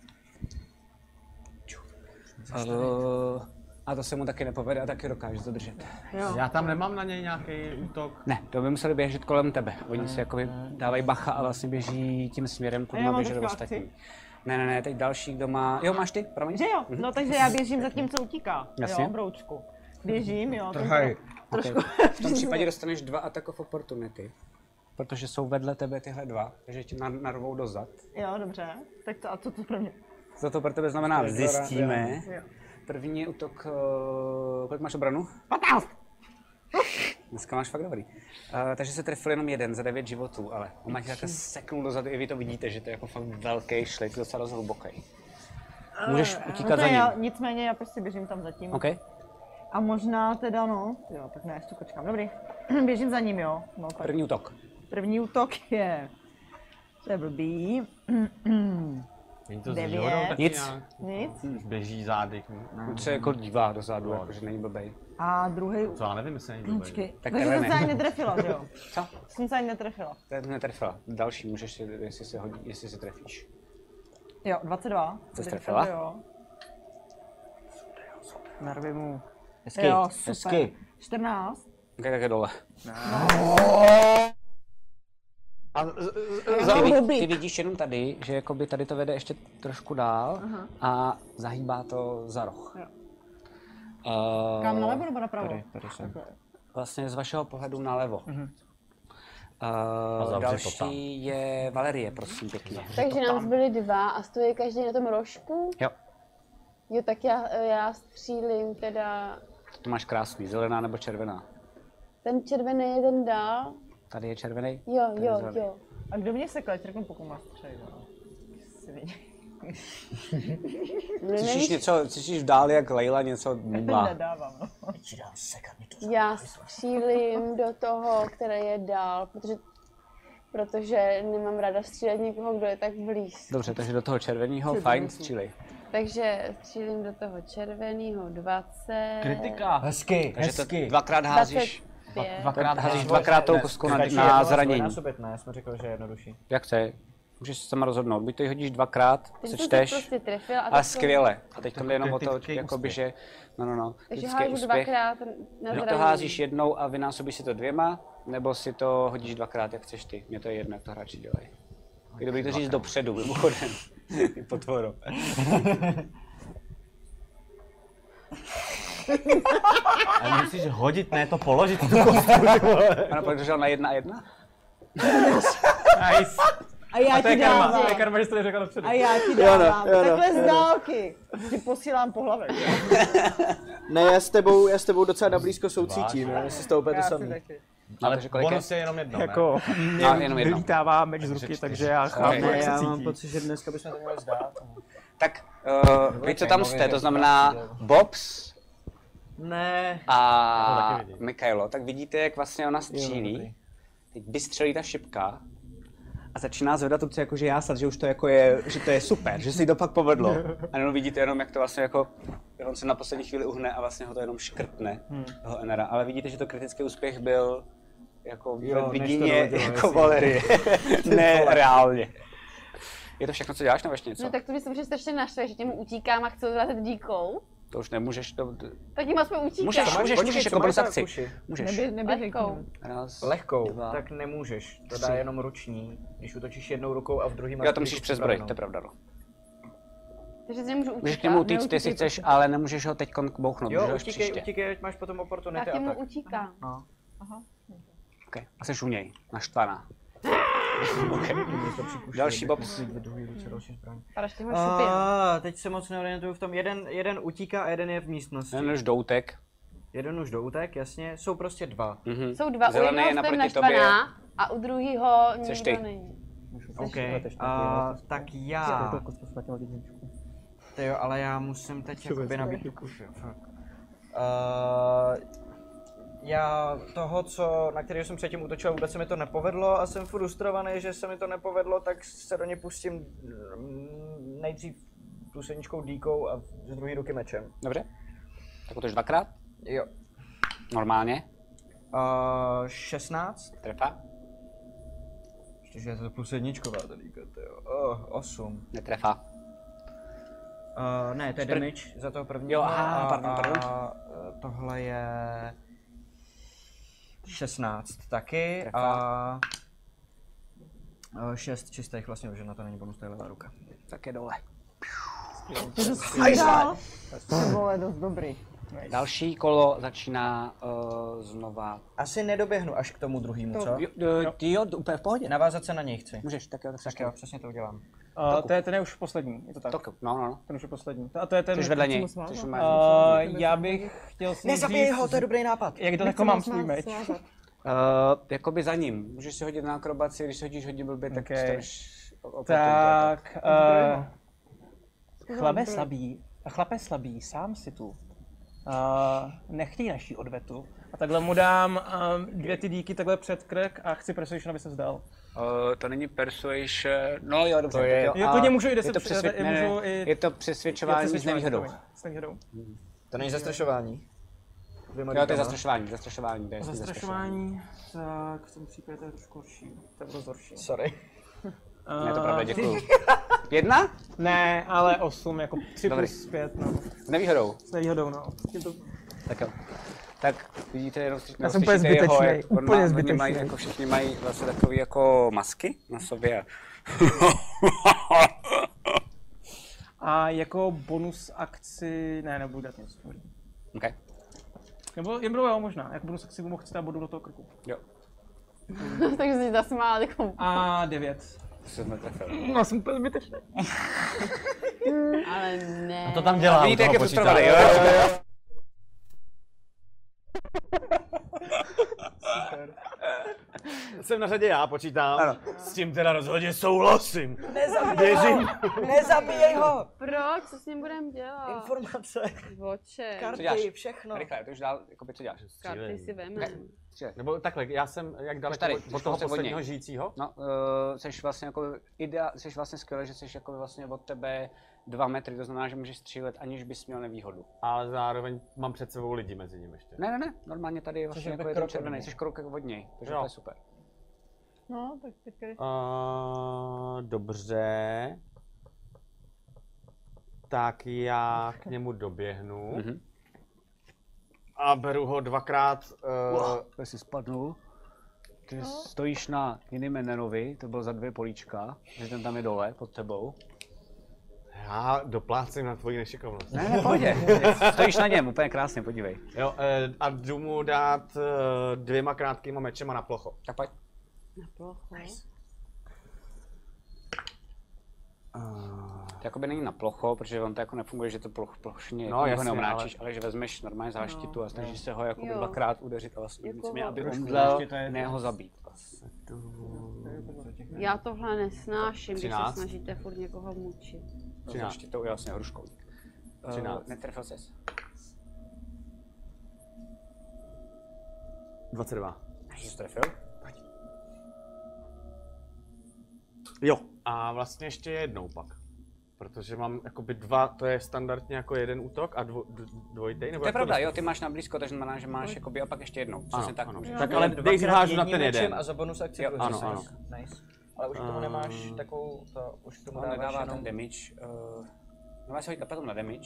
A to se mu taky nepovede a taky dokáže zadržet. Jo. Já tam nemám na něj nějaký útok? Ne, to by museli běžet kolem tebe. Oni si jakoby dávají bacha a vlastně běží tím směrem, kudy má běžet ostatní. Ne, teď další, kdo má... Jo, máš ty, promiň. Že jo, no takže já běžím za tím, co utíká. Jasně. Jo, broučku. Běžím, jo. Okay. V tom případě dostaneš 2 attack of opportunity. Protože jsou vedle tebe tyhle 2, takže ti narvou dozad. Jo, dobře. Tak to, a co to pro mě? Co to pro tebe znamená? Zjistíme. První útok, kolik máš obranu? 15! Dneska máš fakt dobrý. Takže se trefil jenom 1 za 9 životů, ale on má ti takhle seknul dozadu, i vy to vidíte, že to je jako fakt velký šlejt, docela dost hluboký. Můžeš utíkat za ním. Nicméně já prostě běžím tam za tím. Okay. A možná teda jo, tak ne, ještě počkám, dobrý. Běžím za ním, jo. No, první útok. První útok je... To je blbý. Není to zjistou taky Nic. Běží zády. On se jako dívá dozadu, jakože není blbej. A druhý... Co já nevím, jestli není blbej. Počkej, takže jsem se ani netrefila, že jo? Co? Jsem se ani netrefila. Netrefila. Další můžeš si, jestli se trefíš. Jo, 22. Jsi trefila? Jo. Narvi mu. Hezky, jo, super. hezky. 14. Ok, tak je dole. A ty vidíš jenom tady, že jakoby tady to vede ještě trošku dál a zahýbá to za roh. Kam nalevo nebo napravo? Tady jsem. Vlastně z vašeho pohledu nalevo. Další je Valerie, prosím pěkně. Takže nám zbyly 2 a stojí každý na tom rožku? Jo. Jo, tak já střílím teda... To máš krásný, zelená nebo červená? Ten červený je ten dál. Tady je červený? Jo. A kdo mě sekl, ať řeknu, pokud má střej, Cítíš v dáli jak Leila něco mumlá. Nedávám, no. Já střílím do toho, který je dál, protože nemám ráda střílet někoho, kdo je tak blízko. Dobře, takže do toho červeného, fajn, střílej. Takže střílím do toho červeného 20. Kritika. Hezky. Takže to dvakrát házíš. 25. Dvakrát tou kostkou na zranění. Ne, jsme řekli, že je jednodušší. Jak chce? Můžeš se sama rozhodnout. Buď to hodíš dvakrát, sečteš, prostě trefil a skvěle. A teď to jenom o to, jakoby, že... No. Takže hážu dvakrát na zranění. To házíš jednou a vynásobíš si to 2, nebo si to hodíš dvakrát, jak chceš ty. Mně to je jedno, jak to hráči dělají. Je dobrý to říct dopředu, mimochodem. Potvoro. Ale musíš hodit, ne to položit tu kostku. Ano, pak držel na 1 a 1? Nice. A já ti dávám. To je karma, že jsi to neřekla dopředu. A já ti dávám. Takhle z dálky. Ti posílám po hlavě. Ne, já s tebou docela nablízko soucítím, jestli to úplně to samé. Ale bonus je jenom jedno, jako, mě vylítává meč z ruky, takže já chápu, jak se cítí. Já mám pocit, že dneska bychom to měli zdát. Tak, vy co tam jste, to znamená Bobs a Mikaelo, tak vidíte, jak vlastně ona střílí. Teď vystřelí ta šipka a začíná zvedat ruce, jako že jásat, že už to jako je, že to je super, že si to pak povedlo. A jenom vidíte jenom, jak to vlastně jako, on se na poslední chvíli uhne a vlastně ho to jenom škrtne, toho Enera. Ale vidíte, že to kritický úspěch byl jako v vidině jako Valerie, ne reálně. Je to všechno, co děláš, nebo ještě něco? No tak to by se může strašně naštvat, že těm utíkám a chci ho zvracet díkou. To už nemůžeš, Tak jim aspoň utíkám. Můžeš jako bonus akci. Můžeš. Lehkou, tak nemůžeš. To dá jenom ruční, když útočíš jednou rukou a v druhý máš. Jo, to musíš přes zbroj, to je pravda. Takže nemůžu utíkat. Můžeš k němu utíct, jestli chceš, ale nemůžeš ho teď bouchnout, jo, utíkej, máš potom oportunity. Já k němu utíkám. No. Aha. Ok, a jsi u něj, naštvaná. Okay. Další Bobs. Teď se moc neorientuju v tom, jeden utíká a jeden je v místnosti. Jeden už do útek, jasně, jsou prostě 2. Jsou 2, u jednoho jsem naštvaná A u druhého Seš nikdo ty. není. OK, tak já. Tyjo, ale já musím teď jakoby nabít tu kuši, fakt. Já toho, na kterého jsem předtím útočil, vůbec se mi to nepovedlo a jsem frustrovaný, že se mi to nepovedlo, tak se do něj pustím nejdřív tu sedničkou dýkou a z druhé ruky mečem. Dobře. Tak útoč dvakrát? Jo. Normálně? 16. Trefa? Ještě, že je to plus jedničková ta dýka, tyjo. 8. Netrefa. Ne, to je damage za toho prvního. Jo, aha, pardon. A tohle je 16 taky Trefa. a 6 čistých vlastně, že na to není bonus, to je levá ruka. Tak je dole. To vole, dost dobrý. Další kolo začíná znova. Asi nedoběhnu až k tomu druhému, co? Jo, úplně v pohodě. Navázat se na něj chci. Můžeš, tak jo, Tak jo, přesně to udělám. Ten je už poslední, je to tak? No. Ten už je poslední. A to je ten... Což vedle něj. Já bych chtěl si Nezabij ho, to je dobrý nápad. Jak daleko mám svůj meč? Jakoby za ním. Můžeš si hodit na akrobaci, když si hodíš hodně blbě, tak staneš tak... Chlape slabý, sám si tu. Nechtěj naší odvetu. A takhle mu dám 2 ty díky takhle před krk a chci persuasion, aby se vzdal. To není persuasion, no jo, dobře. Jo, klidně můžu i 10 je to přesvědčování s nevýhodou. To není zastrašování. Jo, to je zastrašování. Zastrašování, tak v tom případě to je trošku horší. To je horší. Sorry. Ne, to pravda, děkuju. 1? Ne, ale 8, jako 3 plus 5, no. S nevýhodou? S nevýhodou, no. Tak jo. Tak vidíte, jenom já jsem úplně zbytečný, úplně zbytečný. Jako všichni mají vlastně takový jako masky na sobě. A jako bonus akci, ne, nebudu dát nic. OK. Nebo jo, možná, jako bonus akci mohl chci dát bodu do toho krku. Jo. Takže si zasmála takovou. A 9. Jsme trefil. No, jsem úplně zbytečný. Ale ne. A to tam dělá. Vidíte, jak je frustrovaný, jo? Jsem na řadě já, počítám. Ano. S tím teda rozhodně souhlasím. Nezabíjej ho! Proč? Co s ním budeme dělat? Informace, Voče. karty, všechno. Rychle, to už dál, jakoby, co děláš? Karty si veme. Nebo takhle, já jsem jak daleko tady, od toho posledního žijícího? No, seš vlastně jako seš vlastně skvělý, že seš jako vlastně od tebe 2 metry, to znamená, že můžeš střílet, aniž bys měl nevýhodu. Ale zároveň mám před sebou lidi mezi nimi ještě. Ne, normálně tady vlastně jako je ten červený, jsi krok od něj, takže to je super. No, tak teďka... Dobře. Tak já k němu doběhnu. A beru ho dvakrát... To jsi spadnul. Ty stojíš na jiným Menenovi, to bylo za 2 políčka, že ten tam je dole, pod tebou. Já doplácím na tvoji nešikovnost. Ne, pohodě. Stojíš na něm, úplně krásně, podívej. Jo, a jdu mu dát 2 krátkýma mečema na plocho. Tak pojď. Na plochu. Nice. To jakoby není na plocho, protože on to jako nefunguje, že to plošně jako neomráčíš, ale že vezmeš normálně záštitu a snažíš se ho jako 2krát udeřit a vlastně nicméně, aby umdlel, ne ho zabít. Já tohle nesnáším, když se snažíte furt někoho mučit. Záštitou, jasně, hruškou. 13. Netrefil ses. 22. Jsi trefil? Jo, a vlastně ještě jednou pak. Protože mám jakoby 2, to je standardně jako jeden útok a dvojitej, nebo to je pravda, jo, ty máš na blízko, takže znamená, že máš jakoby a pak ještě jednou. Ano, tak, ano. Tak ale nejdřív hážu na ten jeden. A za bonus akci ano. Nice. Ale už k tomu nemáš takovou, už k tomu dáváš nedává jenom... ten damage. Máš se hodit potom na damage.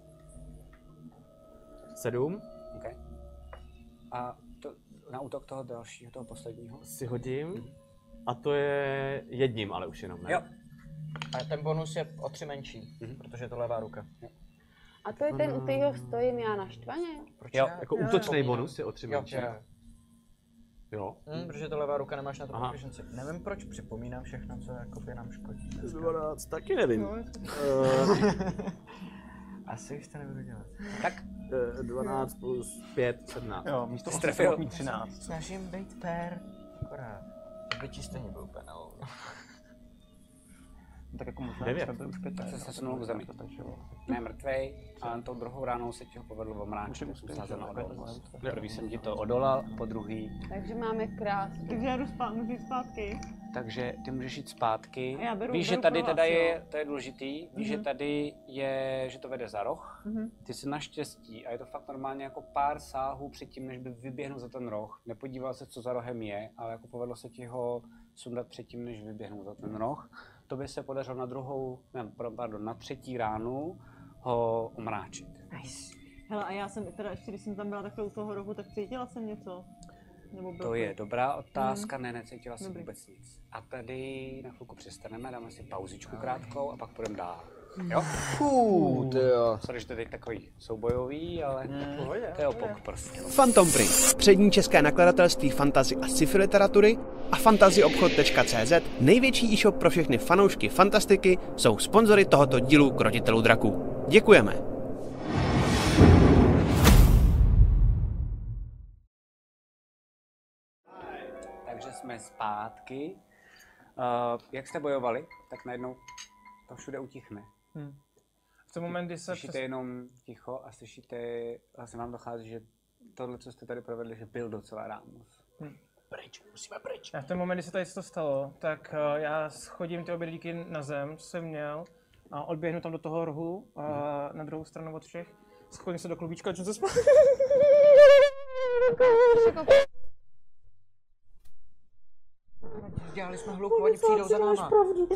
7. OK. A to, na útok toho dalšího, toho posledního? Si hodím. A to je jedním, ale už jenom, ne? Jo. A ten bonus je o 3 menší, protože je to levá ruka. Jo. A to je ten, u kterého stojím já na štvaně? Jo, jako útočný bonus je o 3 menší. Jo. Protože to levá ruka nemáš na to proficiency. Nevím, proč připomínám všechno, co jakoby nám škodí. 12, taky nevím. Asi už to nebudu dělat. Tak 12 plus 5, 17. Jo, místo 8 13. Snažím být fair, akorát. bytí stejně byl úplně nalovno. Tak jako možná 9. to už 5. Tak se sesunul k zemi. Ne mrtvej, ale tou druhou ránou se ti ho povedlo omráčit, musím sázel na odolnost. Prvý jsem ti to odolal, po druhý. Takže máme krásný. Takže já jdu můžu jít zpátky. Takže ty můžeš jít zpátky. Já beru, Víš, že tady teda je, to je důležitý, víš, že tady je, že to vede za roh. Ty jsi naštěstí, a je to fakt normálně jako pár sáhů předtím, než by vyběhnul za ten roh. Nepodíval se, co za rohem je, ale jako povedlo se ti ho sundat předtím, než vyběhnul za ten roh. To by se podařilo na třetí ránu ho omráčit. Nice. Hele, a já jsem teda ještě, když jsem tam byla takhle u toho rohu, tak cítila jsem něco? To je dobrá otázka, necítila jsem vůbec nic. A tady na chvilku přestaneme, dáme si pauzičku krátkou a pak půjdeme dál. Jo? Sorry, že to je teď takový soubojový, ale to je opok prostě. Phantom Print, přední české nakladatelství fantasy a sci-fi literatury a fantazyobchod.cz, největší e-shop pro všechny fanoušky fantastiky, jsou sponzory tohoto dílu Krotitelů draků. Děkujeme! Takže jsme zpátky. Jak jste bojovali, tak najednou to všude utichne. V ten moment, kdy se Slyšíte jenom ticho a slyšíte, vlastně vám dochází, že tohle, co jste tady provedli, že byl docela rámus. Pryč, musíme pryč. A v ten moment, kdy se tady to stalo, tak já schodím ty obě díky na zem, co jsem měl, a odběhnu tam do toho rohu, na druhou stranu od všech. Schodím se do klubíčka a začnu se spát. Dělali jsme hluku, oni přijdou za náma.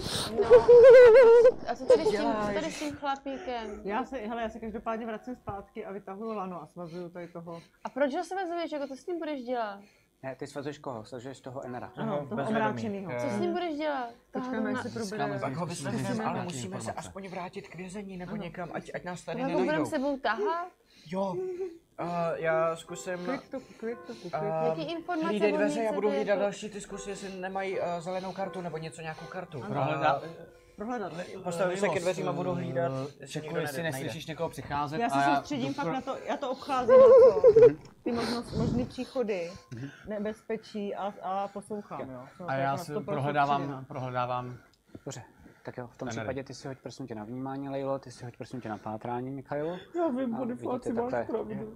A co tady s tím chlapíkem? Já se každopádně vracím zpátky a vytahuju lano a svazuju tady toho. A proč ho svazuješ, jako to s ním budeš dělat? Ne, ty svazuješ koho? Svazuješ toho Enera. Ano, toho omráčenýho. Co s ním budeš dělat? Počkáme, až se probere. Pak ho vyslechneme, ale musíme se aspoň vrátit k vězení nebo někam, ať nás tady nenajdou. nenajdou. Budeme sebou tahat? Jo. Já zkusím Jaký informace hlídej dveře, já budu hlídat další, ty zkusy, jestli nemají zelenou kartu nebo něco, nějakou kartu. Prohledat. Postavím se ke dveřím a budu hlídat, jestli neslyšíš někoho přicházet. Já se soustředím fakt na to, já to obcházím na to, ty možný příchody, nebezpečí a poslouchám, jo. A já si prohledávám. Dobře. Tak jo, v tom případě ty si hoď prosím tě na vnímání, Lejlo, ty si hoď prosím tě na pátrání, Michailo. Já vím, Bonifáci, máš pravdu.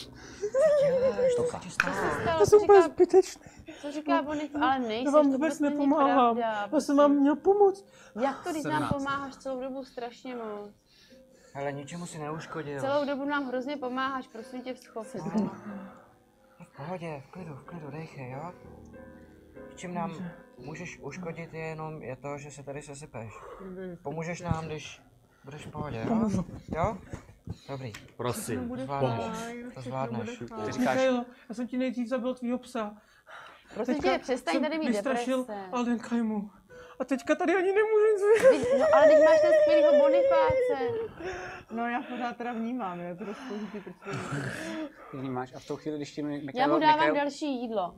To jsem úplně zbytečný. Co říká Bonifáci, ale nejsi, já vám vůbec nepomáhám, já jsem vám měl pomoct. Jak to, když nám pomáháš celou dobu strašně moc? Hele, ničemu si neuškodil. Celou dobu nám hrozně pomáháš, prosím tě, vschop. V pohodě, v klidu, dejchej, jo? Čím nám můžeš uškodit je to, že se tady sesypeš. Pomůžeš nám, když budeš v pohodě, jo? Jo? Dobrý. Prosím, to zvládneš. Michailo, já jsem ti nejdřív zabil tvýho psa. Prosím tě, přestaň tady mít vystrašil deprese. Aldenkaimu. A teďka tady ani nemůžu nic No ale teď máš ten skvělýho Bonifáce. No já pořád teda vnímám, je to dost složitý, proč to vnímáš a v tou chvíli, když ti já mu dávám další jídlo,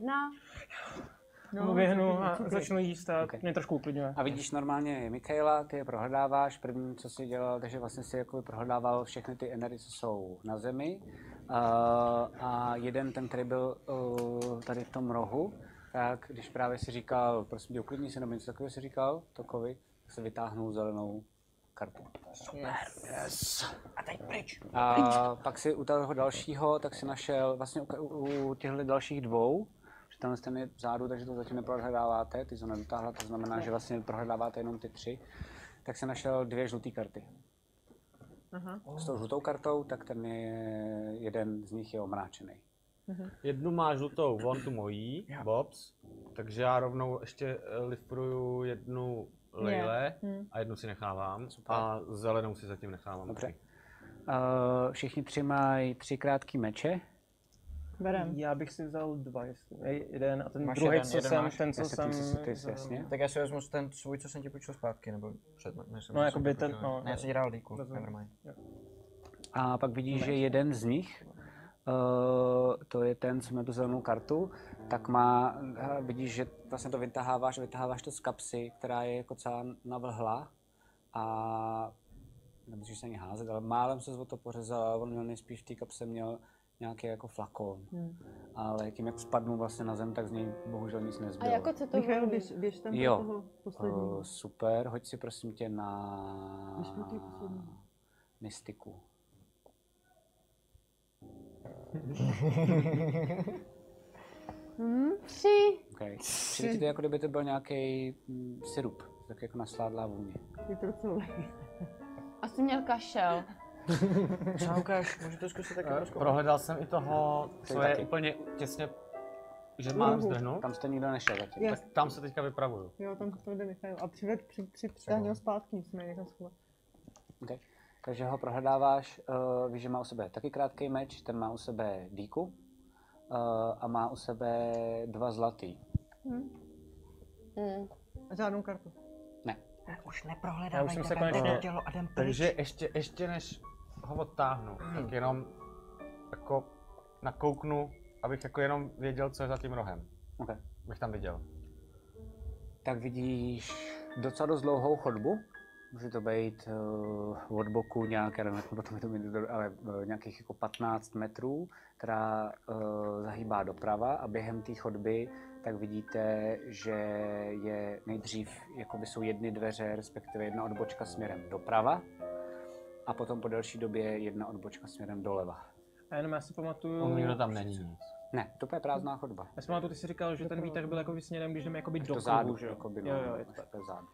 Běhnu a začnu jíst a mě trošku uklidňuje. A vidíš normálně Michaela, ty je prohledáváš, první, co jsi dělal, takže vlastně si jakoby prohledával všechny ty energie, co jsou na zemi. A jeden, ten, který byl tady v tom rohu, tak když právě si říkal, prosím tě, uklidni se, nebo něco takového si říkal Tokovi, tak se vytáhnul zelenou kartu. Super, yes. A teď pryč. A pak si u toho dalšího, tak si našel vlastně u těchto dalších dvou, že tenhle ten je vzadu, takže to zatím neprohledáváte, ty jsi ho nedotáhla, to znamená, že vlastně prohledáváte jenom ty 3, tak si našel 2 žluté karty. S tou žlutou kartou, tak ten jeden z nich je omráčený. Jednu má žlutou, on tu mojí, Bobs, takže já rovnou ještě lifruju jednu Lejle a jednu si nechávám. Super. A zelenou si zatím nechávám. Dobře. Všichni 3 mají 3 krátké meče. Berem. Já bych si vzal 2, jestli jeden a ten máš druhý, jeden, co jsem, ten, co jsem... Jasně. Tak já si vezmu ten svůj, co jsem ti půjčil zpátky, nebo před... No, jakoby ten, no. Ne, já jsem ti dal díku, nevermind. A pak vidíš, že jeden z nich, to je ten, co má tu zelenou kartu, tak má, vidíš, že vlastně to vytaháváš to z kapsy, která je jako celá navlhla a nemusíš se ani házet, ale málem se o to pořezal, on měl nejspíš v té kapse měl nějaký jako flakon. Ale tím, jak spadnul vlastně na zem, tak z něj bohužel nic nezbylo. A jako co to Michal, volí? běž tam do toho posledního. Super, hoď si prosím tě na mystiku. Tři. Okay. Přijde ti to, jako kdyby to byl nějaký sirup, tak jako nasládlá vůně. Je to celé. Asi měl kašel. Čaukáš, můžu to zkusit taky trošku? Prohledal jsem i toho, co je úplně těsně, že mám zdrhnout. Tam jste nikdo nešel zatím. Tak tam se teďka vypravuju. Jo, tam to jde Michal. A přitáhni ho zpátky, musíme někam schovat. Okay. Takže ho prohledáváš, víš, že má u sebe taky krátký meč, ten má u sebe dýku a má u sebe 2 zlatý. A žádnou kartu. Ne. Už neprohledávají se tebe, konečně... tělo a jdem pryč. Takže ještě než ho odtáhnu, tak jenom jako nakouknu, abych jako jenom věděl, co je za tím rohem. Okay. Bych tam viděl. Tak vidíš docela dost dlouhou chodbu. Může to být od boku nějaké, ale nějakých jako 15 metrů, která zahýbá doprava a během té chodby tak vidíte, že je nejdřív jakoby jsou jedny dveře, respektive jedna odbočka směrem doprava a potom po delší době jedna odbočka směrem doleva. A jenom já si pamatuju... Nikdo tam není nic. Ne, to je prázdná chodba. Já si pamatuju, ty jsi říkal, že ten výtah byl jako směrem, když jdeme jakoby do zádu, že jo? Jo, je to tak. To je zádu.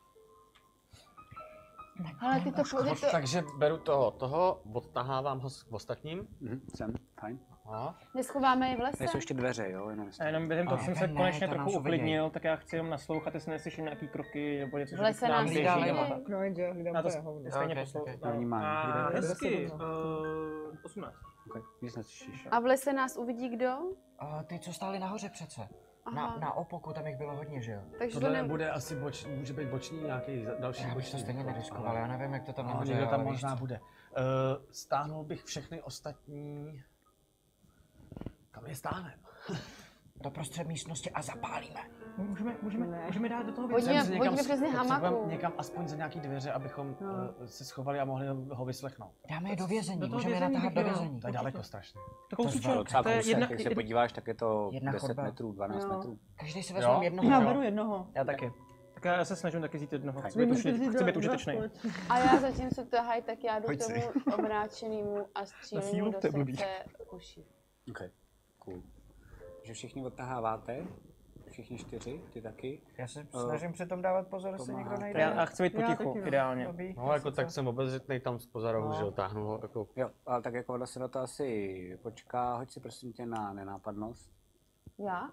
Ale ty to Takže beru toho, odtahávám ho s ostatním. Jsem, fajn. Neschováme je v lese? Tady jsou ještě dveře, jo? A jenom během toho jsem se konečně trochu uklidnil, tak já chci jenom naslouchat, jestli neslyším nějaký kroky nebo něco, v lese nám nás běží. No, jenže hlídám to jeho. Stejně poslouchám. Vnímání. Hezky, 18. Okay, nic neslyšíš. A v lese nás uvidí kdo? Ty, co stáli nahoře přece. Na opoku, tam jich bylo hodně, že jo? Takže tohle bude asi může být boční nějaký další já bych boční. to stejně neriskoval, já nevím, jak to tam nahoře někdo je, tam ale možná víš co? bude. Stáhnul bych všechny ostatní... Kam je stáhneme? Do prostřed místnosti a zapálíme. Můžeme dát do toho Pojďme přesně hamaku. Někam aspoň za nějaký dveře, abychom se schovali a mohli ho vyslechnout. Dáme je do vězení, můžeme je natáhat do vězení. To je daleko strašně. To je jedna, Když se podíváš, tak je to jedna 10 chodba. metrů, 12 metrů. Každý si vezmeme jednoho. Já beru jednoho. Já taky. Tak já se snažím taky vzít jednoho. Chci být užitečný. A já zatímco tahaj, tak já jdu k tomu obráčenému a střílím do srdce uší. OK, cool. Takže všichni odtaháváte, všichni 4, ty taky. Já se snažím přitom dávat pozor, jestli někdo najde. Já chci být potichu, ideálně. No jako tak jsem obezřetnej tam zpoza rohu, že jo, táhnu ho jako... Jo, ale tak jako se na to asi počká, hoď si prosím tě na nenápadnost. Já?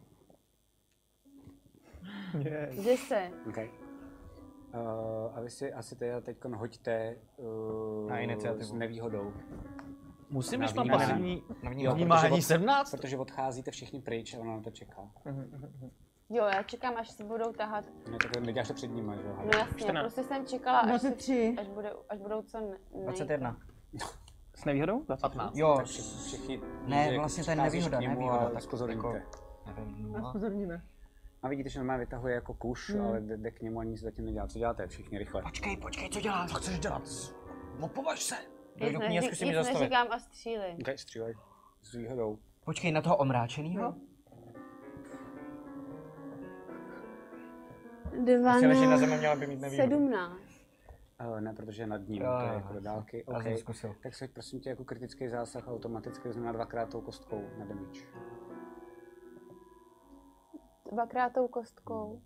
10. Okay. A vy si asi teď hoďte s nevýhodou. Musím, když mám pasivní vnímání 17? Protože odcházíte všichni pryč a ona na to čeká. Jo, já čekám, až se budou tahat. No tak neděláš to před nimi, že jo? No jasně, prostě jsem čekala, až budou co 21. S nevýhodou? 15. Jo, všichni... Ne, vlastně to je nevýhoda, nevýhoda. Tak pozorníte. A pozorníme. A vidíte, že normálně vytahuje jako kuš, ale jde k němu a nic zatím nedělá. Co děláte všichni rychle? Počkej, co děláš? Co chceš dělat? Opovaž se! Dojdu k ní a zkusím ji zastavit. Neříkám a střílím. Ok, střílej. S výhodou. Počkej, na toho omráčenýho? 12, 17. Ne, protože je nad ním, to je jako do dálky. Okay. Tak se prosím tě jako kritický zásah automaticky znamená 2x tou kostkou na damage. 2x tou kostkou.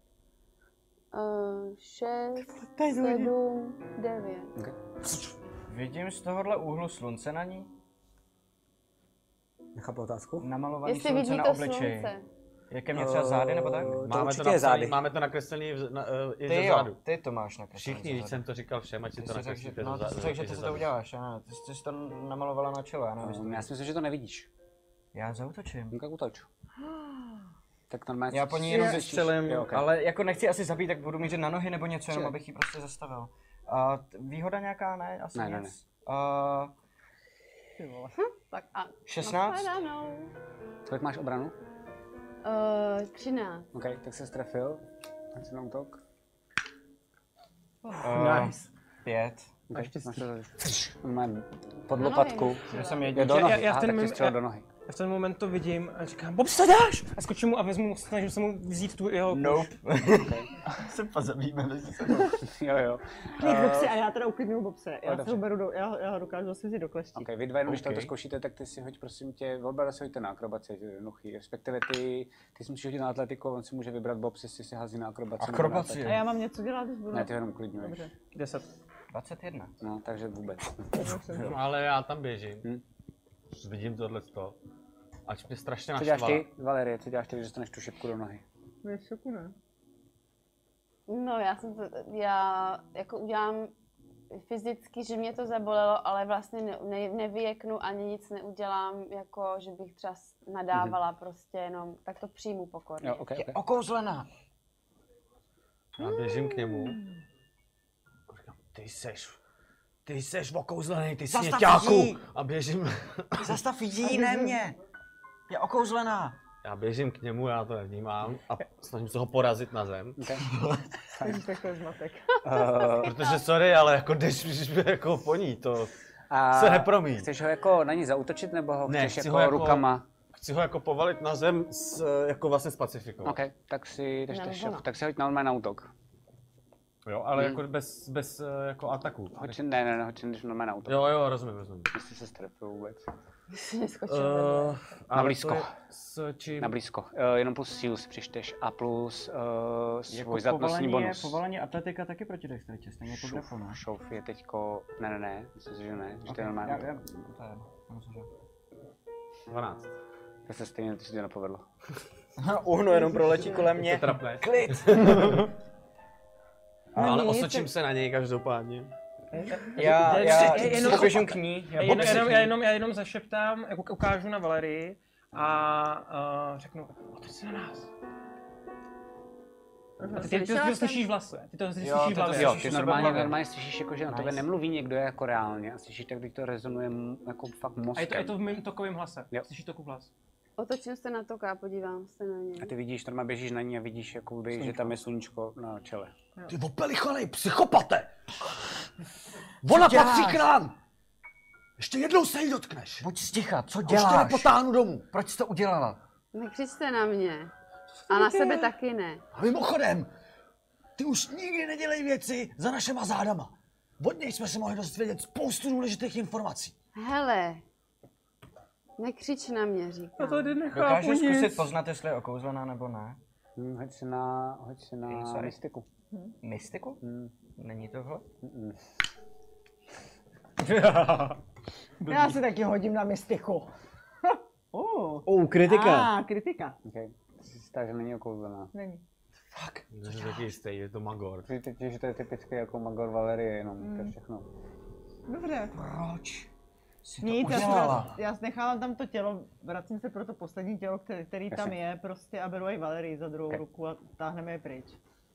6, 7, 9. Okay. Vidím z tohohle úhlu slunce na ní? Nechápu otázku? Namalovaný jestli slunce vidí na to obličeji. slunce. Jak je mě třeba zády nebo tak? Máme to nakreslený i ze zádu. Ty to máš nakreslený. Všichni, když jsem to říkal všem, ať si to nakreslíte no, ze zádu. No, ty si to uděláš, ty jsi to namalovala na čelo, já nevím. Já si myslím, že to nevidíš. Já zautočím. No tak utoč. Tak normálně já po ní jenom vystřelím, okay. Ale jako nechci asi zabít, tak budu mířit na nohy nebo něco, jenom abych ji prostě zastavil. Výhoda nějaká, ne? Asi ne, nic. Tak a 16? Kolik máš obranu? 13. OK, tak se strefil. Ať si na útok. Nice. 5. A ještě mám pod lopatku. Já jsem jediný. Do nohy. Já do nohy. Já v ten moment to vidím a říkám, Bob, co dáš? A skočím mu a snažím se mu vzít tu jeho Nope. Se pozabíme. Jo. Klid, Bobse, a já teda uklidňuju Bobse. Já se ho beru já ho dokážu zase vzít do klešti. Vy dva jenom, když to zkoušíte, tak ty si hoď, prosím tě, oba si hoďte na akrobaci jednoduchý. Respektive ty si musíš hodit na atletiku, on si může vybrat Bob, jestli si hází na akrobaci. Akrobaci. A já mám něco dělat, když budu... Ne, ty jenom uklidňuješ. 10. 21. No, takže vůbec. No, ale já tam běžím. Vidím tohleto. Ač mě strašně naštvala. Co děláš ty, Valerie, co děláš ty, když dostaneš tu šipku do nohy? Mě v šoku, ne? No, já jako udělám fyzicky, že mě to zabolelo, ale vlastně nevyjeknu ani nic neudělám, jako že bych třeba nadávala prostě jenom, tak to přijmu pokorně. Jo, okay. Je okouzlená. Já běžím k němu. Říkám, ty seš okouzlený, ty sněťáku. A běžím. Zastav jí, ne mě. Je okouzlená. Já běžím k němu, já to nevnímám a snažím se ho porazit na zem. Takový zmatek. Protože sorry, ale jako jdeš jako po ní, to se nepromí. Chceš ho jako na ní zaútočit, nebo ho chceš jako rukama? Chci ho jako povalit na zem jako vlastně s pacifikou. OK, tak si hoď na útok. Jo, ale jako bez jako ataku. Hoď si když normálně na útok. Jo, rozumím. Jestli se strefil vůbec. Na blízko. S čím? Na blízko. Jenom plus sílu si přičteš a plus svůj zdatnostní bonus. Povolení atletika taky proti dexteritě, stejně jako grafo, ne? Šouf je teďko... Ne, myslím si, že ne. Že to je normálně. To je, 12. To se stejně, to si to nepovedlo. Uhnu jenom proletí kolem mě. Klid! Ale osočím se na něj každopádně. Já poběžím k ní. Já jenom zašeptám, jako ukážu na Valerii a řeknu, otevř se na nás. Ty to slyšíš v hlase. Jo, ty normálně slyšíš, jako, že na tebe nemluví někdo jako reálně a slyšíš tak, když to rezonuje jako fakt mozkem. A je to v mým takovým hlase, slyšíš to hlas. Otočím se na to a podívám se na něj. A ty vidíš, normálně běžíš na ní a vidíš, jakoby, že tam je sluníčko na čele. Ty opelichanej psychopate! Ona patří k nám! Ještě jednou se jí dotkneš! Buď sticha, co děláš? Už tě nepotáhnu domů! Proč jsi to udělala? Nekřičte na mě. A na sebe taky ne. A mimochodem, ty už nikdy nedělej věci za našima zádama. Od něj jsme se mohli dozvědět spoustu důležitých informací. Hele, nekřič na mě, říkám. Já tady nechápu Dokážeš zkusit poznat, jestli je okouzlená nebo ne? Hoď si na mystiku. Mystiku? Není tohle? Já si taky hodím na mystiku. kritika. Kritika. Okay. Jsi si tak, že není okouzlená. Není. Fuck. Jsi taky jistý, je to Magor. Že to je typicky jako Magor Valerie, jenom to je všechno. Dobře. Proč? Nic, já nechávám tam to tělo, vracím se pro to poslední tělo, který tam je prostě a beru i Valerii za druhou ruku a táhneme je pryč.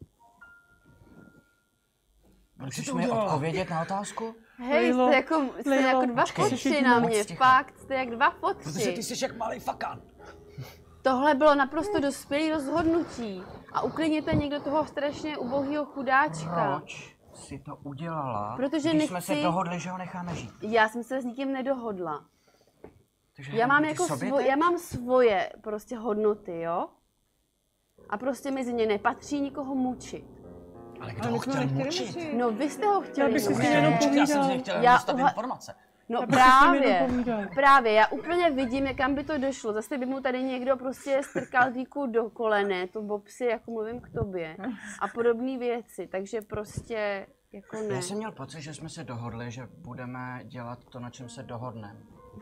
Můžeš mi odpovědět na otázku? Hej, jste jako dva fotři na mě, fakt, jste jak dva fotři. Protože ty jsi jak malej fakan. Tohle bylo naprosto dospělé rozhodnutí a uklidněte někdo toho strašně ubohýho chudáčka. Proč jsi to udělala, protože když jsme se dohodli, že ho necháme žít? Já jsem se s nikým nedohodla. Takže já mám svoje prostě hodnoty, jo? A prostě mezi ně nepatří nikoho mučit. Ale kdo ho chtěl mučit? No vy jste ho chtěli mučit. Já jsem si chtěl dostat informace. No právě, já úplně vidím, jakam by to došlo. Zase by mu tady někdo prostě strkal díku do kolene, to Bobsi, jako mluvím k tobě. A podobné věci, takže prostě jako ne. Já jsem měl pocit, že jsme se dohodli, že budeme dělat to, na čem se dohodneme.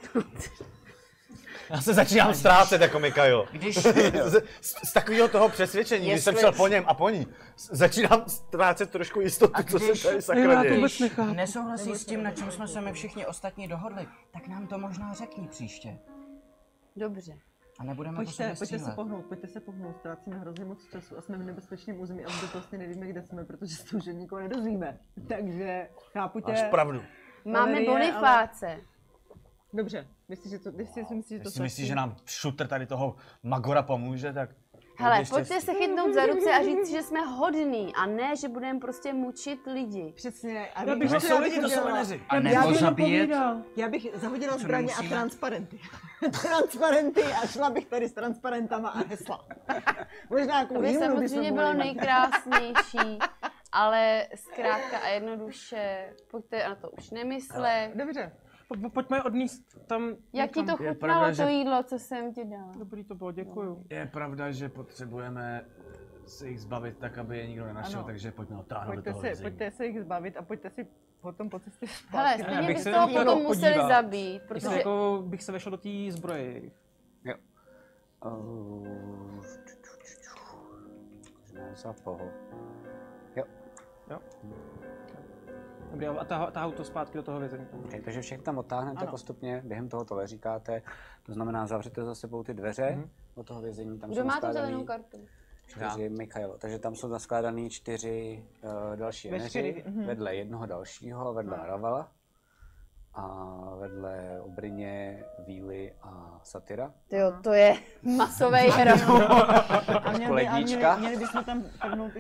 Já se začínám ztrácet jako Mikajo. Z takového toho přesvědčení, když jsem šel po něm a po ní, začínám ztrácet trošku jistotu, co se tady sakra děje. Nesouhlasíš s tím, na čem jsme se my všichni ostatní dohodli, tak nám to možná řekni příště. Dobře. A nebudeme pojďte se pohnout, ztrácíme hrozně moc času a jsme v nebezpečném území a vůbec vlastně nevíme, kde jsme, protože se to už nikoho nedozvíme. Takže chápu tě. Máš pravdu. Máme Bonifáce. Ale... Dobře, myslíš, že to Myslíš, že nám šutr tady toho Magora pomůže, tak... Hele, pojďte se chytnout za ruce a říct, že jsme hodní a ne, že budeme prostě mučit lidi. Přesně. A jsou lidi, to jsou neři. A nebo zabíjet. Já bych zahodila zbraně a transparenty. Transparenty a šla bych tady s transparentama a hesla. Možná jako to by samozřejmě bylo nejkrásnější, ale zkrátka a jednoduše, pojďte na to už nemyslet. Dobře. Pojďme odníst tam... Jak ti to chutnalo, to jídlo, co jsem ti dala? Dobrý to bylo, děkuju. Je pravda, že potřebujeme se jich zbavit tak, aby je nikdo nenašel, takže pojďme otáhnout do toho vězení. Pojďte se jich zbavit a pojďte si potom po cestě zpátky. Hele, stejně byste toho potom museli zabít, protože... Jako bych se vešel do té zbroje. Jo. Za poho. Jo. Dobrý, a tahou to zpátky do toho vězení. Okay, takže všechny tam odtáhnete postupně, během toho tohle říkáte, to znamená zavřete za sebou ty dveře od toho vězení. Tam kdo má tu zelenou kartu? 4 Michailo, takže tam jsou naskládaný 4 další eneři, vedle jednoho dalšího, vedle Ravala a vedle Obrině, Víly a Satyra. Jo, to je masový hero. A měli bychom tam pevnout i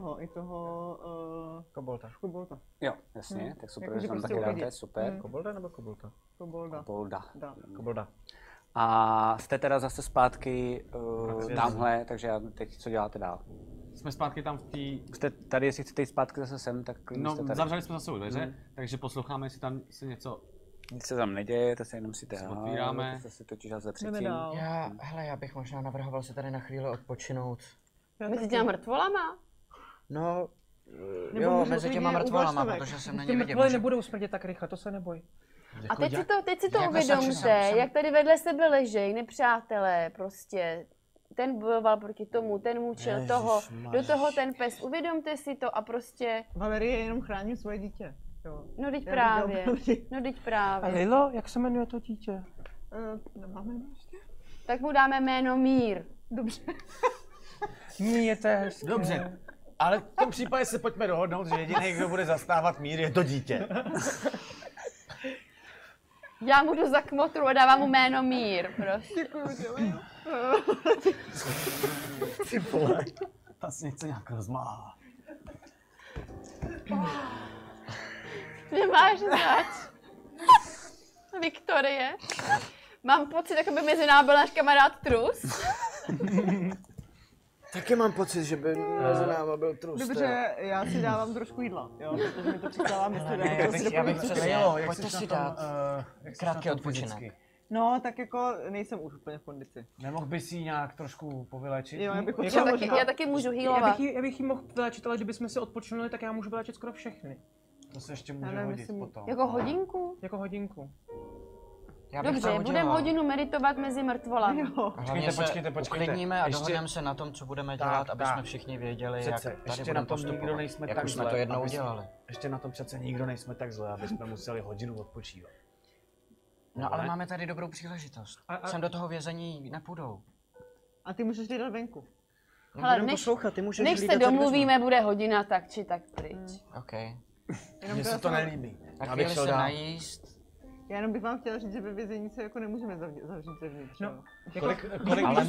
toho Kobolda. Jo, jasně, tak super, že tam taky dáte, super. Kobolda nebo kobolda? Kobolda. A jste teda zase zpátky tamhle, takže teď co děláte dál? Jsme zpátky tam v té... Jste tady, jestli chcete jít zpátky zase sem, tak jste tady. Zavřeli jsme zase dveře, takže posloucháme, jestli tam se něco... Nic se tam neděje, to se jenom si otvíráme. To si totiž zase předtím. Já bych možná navrhoval si tady na chvíli odpočinout. Mezi těma mrtvolama? No, jo, mezi těma mrtvolama, protože jsem na ně viděl. Ty mrtvoly nebudou smrdět tak rychle, to se neboj. A teď si to uvědomte, jak tady vedle sebe ležej nepřátelé, prostě. Ten bojoval proti tomu, ten mučil toho, do toho ten pes. Uvědomte si to a prostě... Valerie jenom chrání svoje dítě. Jo. No teď právě. A Lilo, jak se jmenuje to dítě? Nemáme jméno ještě? Tak mu dáme jméno Mír. Dobře. Mír, to je hezké. Dobře, ale v tom případě se pojďme dohodnout, že jediný, kdo bude zastávat mír, je to dítě. Já mu jdu za kmotru a dávám mu jméno Mír, prostě. Děkuju. Ty vole, ta se něco nějak rozmáhá. Nemáš zač. Viktorie. Mám pocit, jako by mezi námi byl náš kamarád Trus. Taky mám pocit, že by mezi náma byl Trus. Dobře, já si dávám trošku jídla, jo, protože mi to přikládá myslet. Já bych přesně, pojďte si dát krátký odpočinek. No, tak jako nejsem už úplně v kondici. Nemohl bys si nějak trošku povylečit? Jo, já taky můžu healovat. Já bych jí mohl vylečit, ale kdybychom si odpočinuli, tak já můžu vylečit skoro všechny. To se ještě může hodit potom. Jako hodinku? Jako hodinku. Dobře, budeme hodinu meditovat mezi mrtvolami. Počkejte. Uklidníme a dohodneme se na tom, co budeme dělat, aby jsme všichni věděli, jak tady budeme postupovat. Jak už jsme to jednou udělali. Ještě na tom přece nikdo nejsme tak zle, aby jsme museli hodinu odpočívat. No ale máme tady dobrou příležitost. Sem do toho vězení nepůjdou. A ty můžeš jít venku. Hele, než se domluvíme, bude hodina tak či tak pryč. OK. Mně se to nelíbí. Tak chvíli se najíst. Já jenom bych vám chtěla říct, že ve vězení se jako nemůžeme zavřít zevnitř. No, kolik ale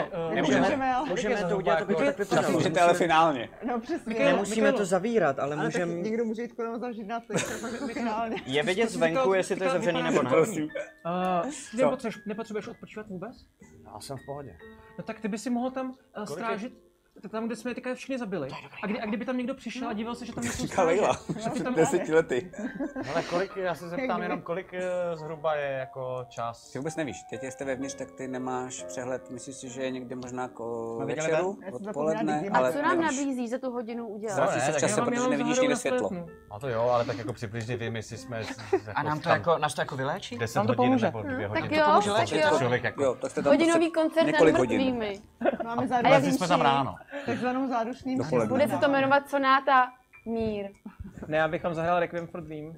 můžeme to udělat, aby to tak vypadalo. Můžete, ale finálně. No přesně. Nemusíme to zavírat, ale můžeme... Někdo může jít kolem zavřít nás, to je finálně. Je vidět zvenku, jestli to je zavřený nebo ne? Prosím. Nepotřebuješ odpočívat vůbec? Já jsem v pohodě. No tak ty by si mohl tam strážit tam, kde jsme je teďka všichni zabili. A kdyby tam někdo přišel a díval se, že tam něco stráže. Před 10 lety. Ale kolik, já se zeptám jenom, kolik zhruba je jako čas? Ty vůbec nevíš, teď jste vevnitř, tak ty nemáš přehled. Myslíš si, že je někde možná večeru, odpoledne, ale a co nám nabízí za tu hodinu udělat? Ztrácíš se v čase, protože nevidíš nikde světlo. A to jo, ale tak jako přibližně vím, jestli jsme... A nás to jako vyléčí? 10 hodin nebo 2 hodiny. Tak jo, hodinový koncert nad mrtvými. A jak jsme tam ráno. Takzvanou zádušný míru. Bude se to jmenovat Sonáta Mír. Ne, abychom zahrál Requiem for Dream.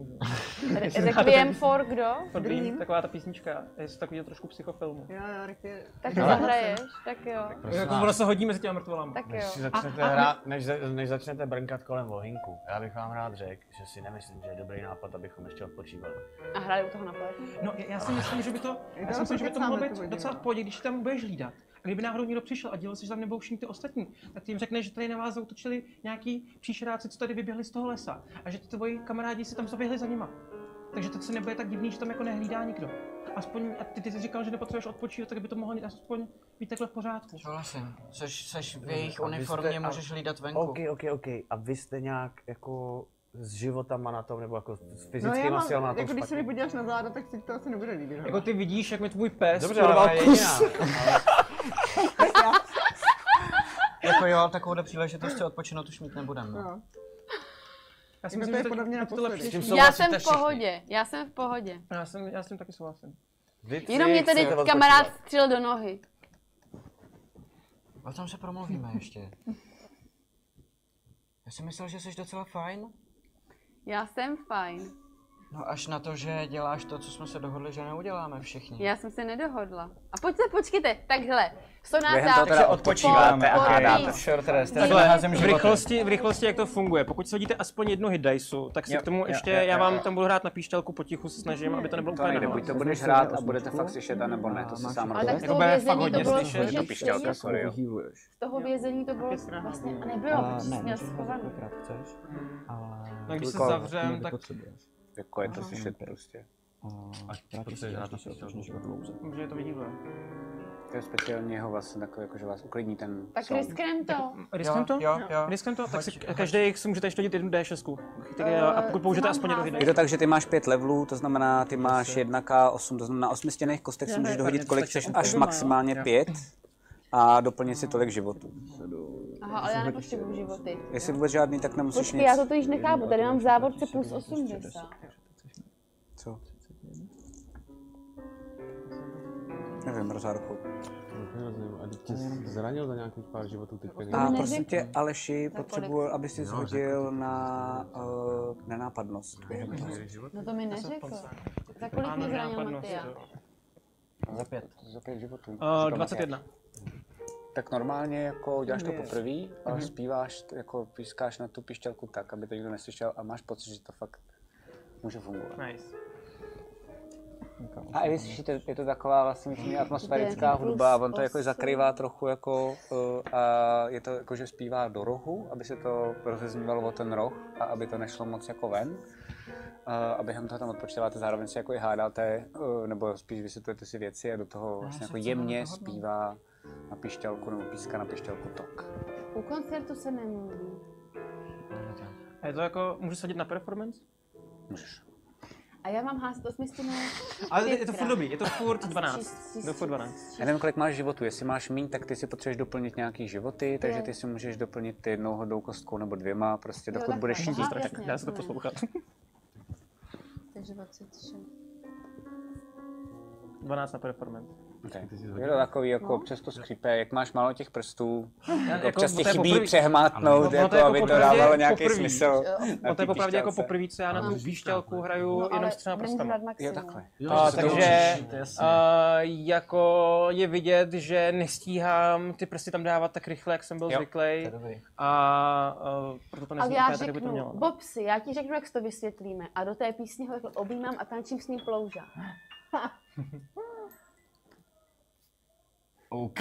Requiem for kdo? For Dream, taková ta písnička. Je to takový trošku psychofilmu. Jo, Requiem. Tak to zahraješ, tak jo. Jako ono se hodí mezi těma mrtvolama. Tak jo. Než začnete brnkat kolem ohýnku, já bych vám rád řekl, že si nemyslím, že je dobrý nápad, abychom ještě odpočívali. A hráli u toho na pleť? No, já si myslím, že by to mohlo být docela v pohodě, když tam budeš hlídat. kdyby náhodou někdo přišel a díval se, že tam nebudou všichni ty ostatní, tak ty jim řekneš, že tady na vás zautočili nějaký příšeráci, co tady vyběhli z toho lesa. A že ty tvoji kamarádi si tam zaběhli za nima. Takže to se nebude tak divný, že tam jako nehlídá nikdo. Aspoň, a ty jsi říkal, že nepotřebuješ odpočívat, tak by to mohlo aspoň být takhle v pořádku. Souhlasím. Seš v jejich uniformě, můžeš hlídat venku. OK. A vy jste nějak jako s životama na tom, nebo jako s fyzickými silami na tom jako když se mi podíváš na záda, tak si to asi nebude líbit. Jako ty vidíš, jak mi tvůj pes dobře, ale kus. Jako jo, takovouhle příležitost si odpočinout už mít nebudeme. No. Já si myslím, že podobně Já jsem v pohodě. Já s tím taky souhlasím. Jenom mě tady kamarád střelil do nohy. O tom se promluvíme ještě. Já jsem myslel, že jsi docela fajn. Já jsem fajn. No až na to, že děláš to, co jsme se dohodli, že neuděláme všichni. Já jsem se nedohodla. A počkejte, takhle. Takže odpočíváte a hádáte. Short rest. V rychlosti, jak to funguje. Pokud se hodíte aspoň jednu hit diceu, tak si k tomu ještě, já vám tam budu hrát na píšťalku potichu, se snažím, aby to nebylo úplně nejde, buď to budeš hrát a budete fakt slyšet, anebo ne, to si sám rozhodneš. Ale tak z toho vězení to bylo z toho vězení to bylo vlastně, a nebylo, protože jsi měl schovaný. No když se zavřem, tak... Jako je to slyšet prostě. Protože je to vidíme. To je speciálně jeho vlastně takový, jako že vás uklidní ten tak risknem to. Risknem to? Tak si každý si můžete ještě hodit jednu D6. A pokud použijete aspoň jednu hit. Je to tak, že ty máš 5 levelů, to znamená, ty máš 1K8, to znamená 8 stěnných kostek si můžeš dohodit kolik chceš, až maximálně 5. A doplnit si tolik životů. Aha, ale já nepotřebuju životy. Jestli vůbec žádný, tak nemusíš nic. Počkej, já to již nechápu, tady mám v závorce plus 80. Co? Nevím, rozhádku. A teď tě zranil za nějakých pár životů teďka. A prosím tě, Aleši, potřebuji, aby jsi shodil na nenápadnost. No to mi neřekl. Za kolik mě zranil Matyja? Za 5 životů. 21. Tak normálně jako děláš to poprvé a zpíváš, jako pískáš na tu píšťalku tak, aby to nikdo neslyšel a máš pocit, že to fakt může fungovat. Nice. A i slyšíte, je to taková vlastně atmosférická hudba, on to jako zakrývá trochu jako a je to jako, že zpívá do rohu, aby se to rozeznívalo o ten roh a aby to nešlo moc jako ven. A během toho tam odpočítáváte, zároveň si jako i hádáte, nebo spíš vysvětlujete si věci a do toho vlastně jako jemně zpívá na píšťalku nebo píská na píšťalku tok. U koncertu se nemluví. A je to jako, můžu sadit na performance? Můžeš. A já mám házet 8 stěnou. Ale je to furt dobrý, je to furt 12. Já nevím, kolik máš životů, jestli máš míň, tak ty si potřebuješ doplnit nějaký životy, takže ty si můžeš doplnit jednou hodou kostkou nebo 2, prostě dokud budeš chtít. Tak dá se to poslouchat. Takže 26. 12 na performance. Okay. Je to takový, jako občas to skřípe, jak máš málo těch prstů, občas ti chybí přehmátnout, jako, aby to dávalo nějaký smysl. To je popravdě jako poprvé, co já na tu píšťalku hraju jenom s 3 prstama. Jo, takhle. Takže jako je vidět, že nestíhám ty prsty tam dávat tak rychle, jak jsem byl zvyklý. A proto to nezní úplně tak, by to mělo. Bobsi, já ti řeknu, jak to vysvětlíme. A do té písně ho objímám a tančím s ním plouža. OK.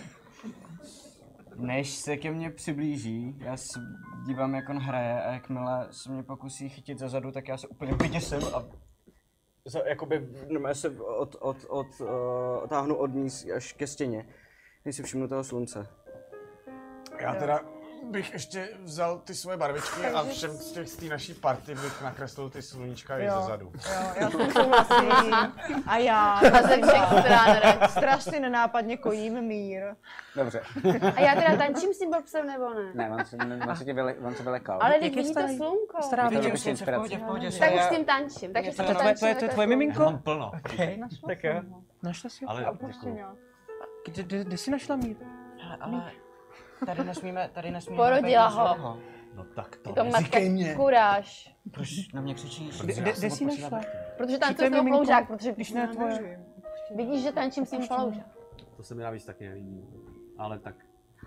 Než se ke mně přiblíží, já se dívám, jak on hraje a jakmile se mě pokusí chytit zezadu, tak já se úplně vyděsím a jakoby se otáhnu od ní až ke stěně, když si všimnu toho slunce. Já teda bych ještě vzal ty svoje barvičky a všem z té naší party bych nakreslil ty sluníčka i zezadu. Jo, já jsem souhlasím. A já. A ze všech stran. Strašně nenápadně kojím mír. Dobře. A já teda tančím s tím Bobsem, nebo ne? Ne, on se vylekal. Ale teď vidí to slunko. Vidím slunce, v pohodě. Tak už s tím tančím. Takže se to je tvoje miminko? Mám plno. Tak jo. Našla jsi ho? Ale kde jsi našla mír? Ale tady nesmíme porodila ho. No tak to neříkej mě. Kuráž. Proč na mě křičíš? Kde jsi našla? Protože tancuje s tou ploužák, protože když ne tvoje. Vidíš, že tančím s tím ploužák. To se mi navíc taky nelíbí, ale tak.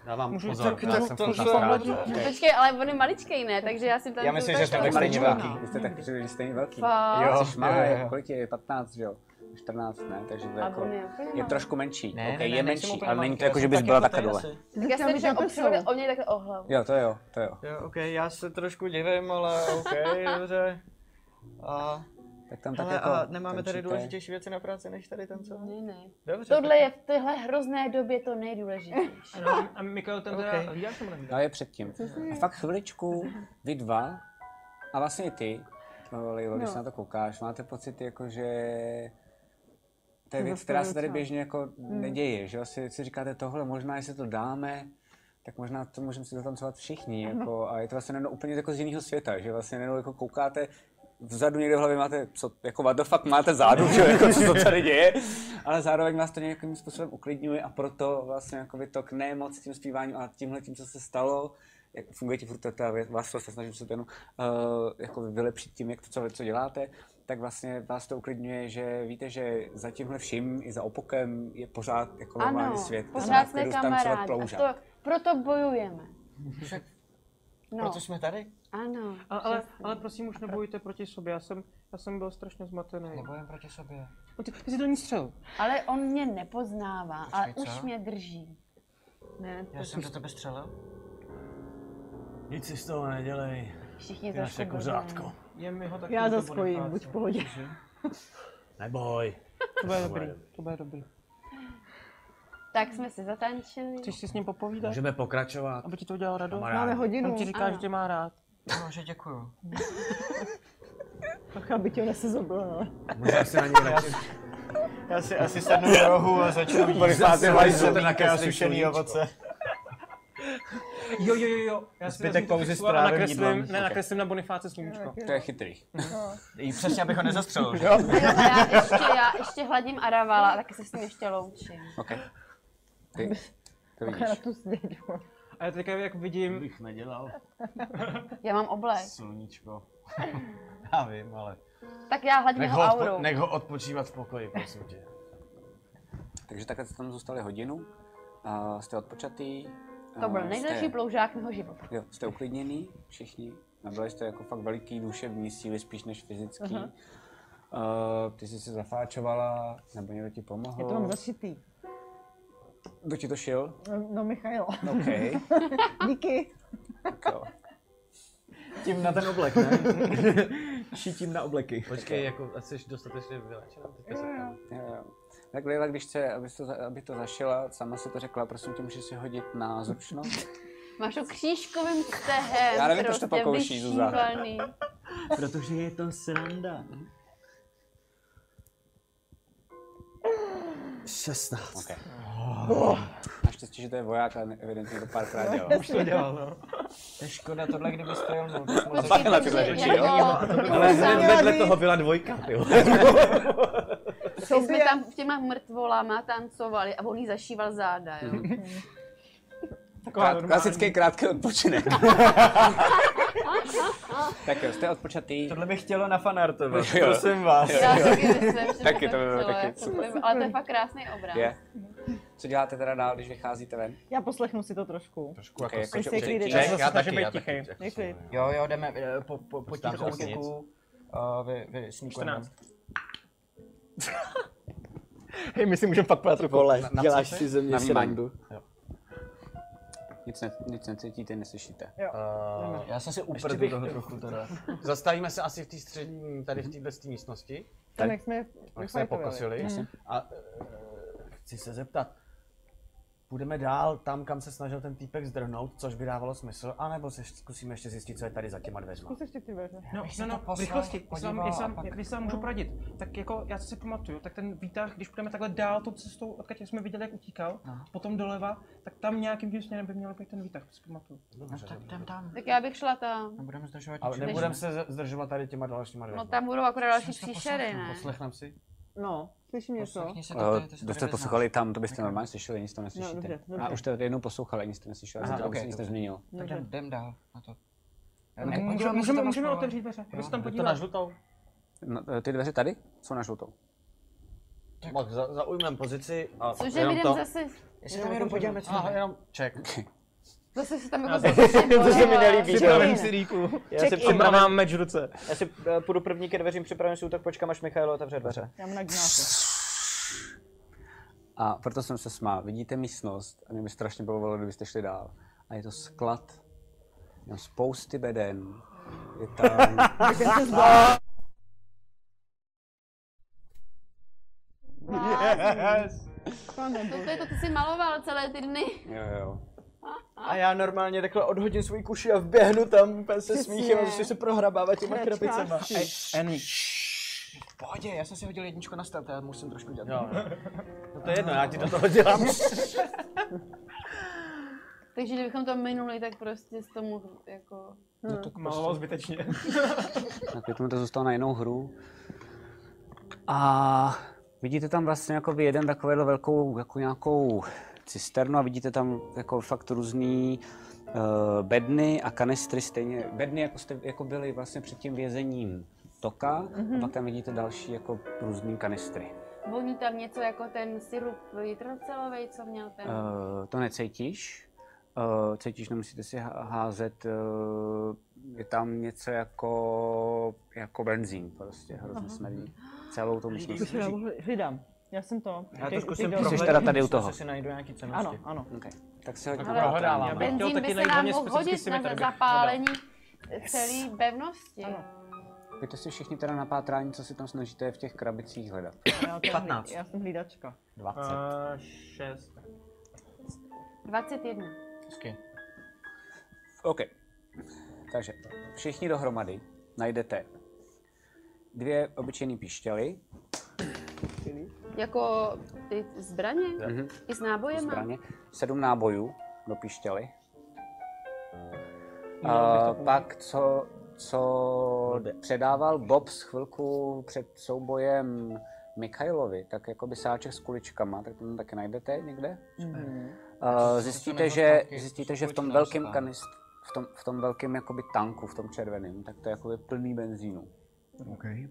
Já vám Můžu pozor, to- já to- jsem to- furt na to- zprávě. Počkej, ale on je maličkej, ne? Takže já si tam... Já myslím, že jsme stejně velký. Vy jste tak stejně velký. Fakt? Jo, Jsi malý, jo. kolik je? 15, že jo? 14, ne? Takže to je, A jako, on je úplně je malý. trošku menší. Ne, Ok, ne, je nejsem menší, úplně ale není malý, to já jako, jsem že bys tak byla jako takhle tady dole. asi. Tak já jsem třeba opřel o něj takhle o hlavu. Jo, to jo, to jo. Jo, ok, já se trošku divím, ale ok, dobře. A, Tak tam tak ale jako a nemáme tady tančíte. důležitější věci na práci, než tady tancování? Ne. Dobře. Tohle je v téhle hrozné době to nejdůležitější. Ano, a Mikael ten teda Okay. hlídáš nebo nehlídáš? Ale je předtím. A fakt chviličku, vy dva, a vlastně i ty, Lejlo, když se na to koukáš, máte pocit jako, že to je věc, která se tady běžně jako neděje, že si říkáte tohle, možná jestli to dáme, tak možná to můžeme si zatancovat všichni, jako, a je to vlastně úplně jako z jiného světa, že vlastně jako koukáte, vzadu někde v hlavě máte, co, jako what the fuck máte zádu, že jako, co to tady děje, ale zároveň vás to nějakým způsobem uklidňuje a proto vlastně jako vytok ne moc tím zpíváním, ale tímhle tím, co se stalo, jak funguje ti furt ta věc, vás to se snažím se ten jako vylepšit tím, jak to, co děláte, tak vlastně vás to uklidňuje, že víte, že za tímhle vším i za opokem je pořád jako normální svět. Pořád jsme kamarádi a to, proto bojujeme. Proto jsme tady? Ano. Ale prosím, už nebojujte proti sobě, já jsem byl strašně zmatený. Nebojím proti sobě. No, ty jsi do ní střel. Ale on mě nepoznává, ale Počkej, už co? mě drží. Ne, Já jsem do tebe střelil? Nic si z toho nedělej. Všichni Ty naše trošku kuřátko. Je mi ho taky Já do to spojím, Boniface. buď v pohodě. Neboj. To bude dobrý, to bude dobrý. Tak jsme si zatančili. Chceš si s ním popovídat? Můžeme pokračovat. Aby ti to udělalo radost? Máme hodinu. On ti říká, že tě má rád. No, že děkuju. Ach, aby tě nesezobil, ale. Můžeme si na něj radši. Já si asi sednu do rohu a začnu jíst semínka a sušený ovoce. Jo. Já si Zbytek vezmu tu pauzy fixu a strávím nakreslím, jídlem. ne, nakreslím na Bonifáce sluníčko. To je chytrý. I přesně, abych ho nezastřelil, že? A já ještě hladím Aravala a taky se s ním ještě loučím. OK. Ty to vidíš. Na tu svědu. A já teďka jak vidím... Bych nedělal. Já mám oblek. Sluníčko. Já vím, ale... Tak já hladím jeho auru. Nech ho odpočívat v pokoji, prosím tě. Takže takhle jste tam zůstali hodinu. A jste odpočatý. To byl nejdelší ploužák mého života. Jo, jste uklidněný všichni. Nabyli jste jako fakt veliký duševní síly, spíš než fyzický. Ty jsi se zafáčovala, nebo někdo ti pomohl? Já to mám zašitý. Kdo ti to šil? No, Michail. OK. Díky. Jo. Tím na ten oblek, ne? Šítím na obleky. Počkej, jako jsi dostatečně vylečená, teďka se ptám. Jo. Tak Lejla, když chce, aby to zašila, sama si to řekla, prosím tě, můžeš si hodit na zručnost? Máš to křížkovým stehem. Já nevím, proč to prostě pokouší, Zuzá. vyšívaný. Protože je to sranda. 16. Okay. Naštěstí, že to je voják, ale evidentně to párkrát dělal. Už to dělal, no. To je škoda, tohle kdyby stojil, no. Pak na tyhle řeči, jo? Ale vedle toho byla dvojka, jo. My jsme tam v těma mrtvolama tancovali a on jí zašíval záda, jo. Klasický krátký odpočinek. Tak jo, jste odpočatý. Tohle bych chtělo na fanartovat, prosím vás. Já taky myslím, že Taky to by bylo chtělo, taky jako, super. ale to je fakt krásný obraz. Je. Co děláte teda dál, když vycházíte ven? Já poslechnu si to trošku. Trošku Okay, jako jako Jestli je klid, já taky, být já tichej. taky. Děkuji. Jo, jdeme po Tam tichou asi nic. útěku. Vy sníkujeme. 14. Hej, my si můžeme pak pát kole. Na Děláš co si jsi? ze mě Na vnímání. srandu. Nic necítíte, neslyšíte. Já jsem si uprdl toho trochu teda. Zastavíme se asi v té střední, tady v této místnosti. Tam, jak jsme Jak jsme pokosili. A chci se zeptat, půjdeme dál tam, kam se snažil ten týpek zdrhnout, což by dávalo smysl, anebo se zkusíme ještě zjistit, co je tady za těma dveřma. Zkus ještě ty dveře. V rychlosti, když se vám můžu poradit, tak jako já si pamatuju, tak ten výtah, když půjdeme takhle dál tou cestou, odkud jsme viděli, jak utíkal, potom doleva, tak tam nějakým tím směrem by měl být ten výtah, si pamatuju. Dobře, tak jdem tam. Tak já bych šla tam. Nebudeme zdržovat Ale ničím. nebudeme se zdržovat tady těma dalšíma dveřma. No tam budou akorát další příšery, ne? Poslechneme si. No, slyším něco. Poslechni si to, ty Kdo jste poslouchali tam, to byste normálně slyšeli, nic to neslyšíte. dobře, dobře. A už jste jednou poslouchali, nic jste neslyšeli, Aha, takže okay, nic nezměnilo. Tak jdem dál na to. Můžeme otevřít dveře, já se tam Je to na podívám. žlutou? No, ty dveře tady jsou na žlutou. Tak zaujmeme pozici a cože jenom zase... Jestli tam jenom podíváme, co tam jenom check. Zase se tam jako to se mi nelíbí. Připravím si Ríku. Já si připravám meč v ruce. Já si půjdu první ke dveřím, připravím si útok, počkám, až Michailo otevře dveře. Já mám na gnátu. A proto jsem se smál. Vidíte místnost a mě by strašně bavilo, kdybyste šli dál. A je to sklad. Mám spousty beden. Je tam... Yes! To je to, ty jsi maloval celé ty dny. Jo. A já normálně takhle odhodím svůj kuši a vběhnu tam úplně se smíchem a zase se prohrabávat těma krapicema. V pohodě, já jsem si hodil jedničku na start, já musím trošku dělat. Jo. No to je jedno, já ti do toho dělám. Takže kdybychom to minuli, tak prostě z tomu jako... No to maloval zbytečně. Tak tomu to zůstalo na jinou hru. A vidíte tam vlastně jako jeden takovýhle velkou jako nějakou cisternu a vidíte tam jako fakt různý bedny a kanistry stejně. Bedny jako byly vlastně před tím vězením Toka a pak tam vidíte další jako různý kanistry. Voní tam něco jako ten sirup jitrocelovej, co měl ten... To necítíš. Cítíš, nemusíte si házet. Je tam něco jako benzín prostě, hrozně smrdí. Celou tou místností. Hlídám. Já jsem to. Já to zkusím Jsi teda tady u toho. Jestli si najdu nějaký cennosti. Ano. Okay. Tak se hodně prohledáváme. Benzín by se nám mohl hodit na zapálení celé pevnosti. Pojďte si všichni teda na pátrání, co si tam snažíte v těch krabicích hledat. 15. Já jsem hlídačka. 20. 6. 21. Hezky. OK. Takže všichni dohromady najdete 2 obyčejné píšťaly. Jako ty zbraně? I s nábojema? Zbraně. 7 nábojů do píšťaly. Pak co předával Bob z chvilku před soubojem Mikhailovi, tak jakoby sáček s kuličkama, tak to taky najdete někde. Zjistíte, že v tom velkém v tom velkém jakoby tanku, v tom červeném, tak to je jakoby plný benzínu. Okay.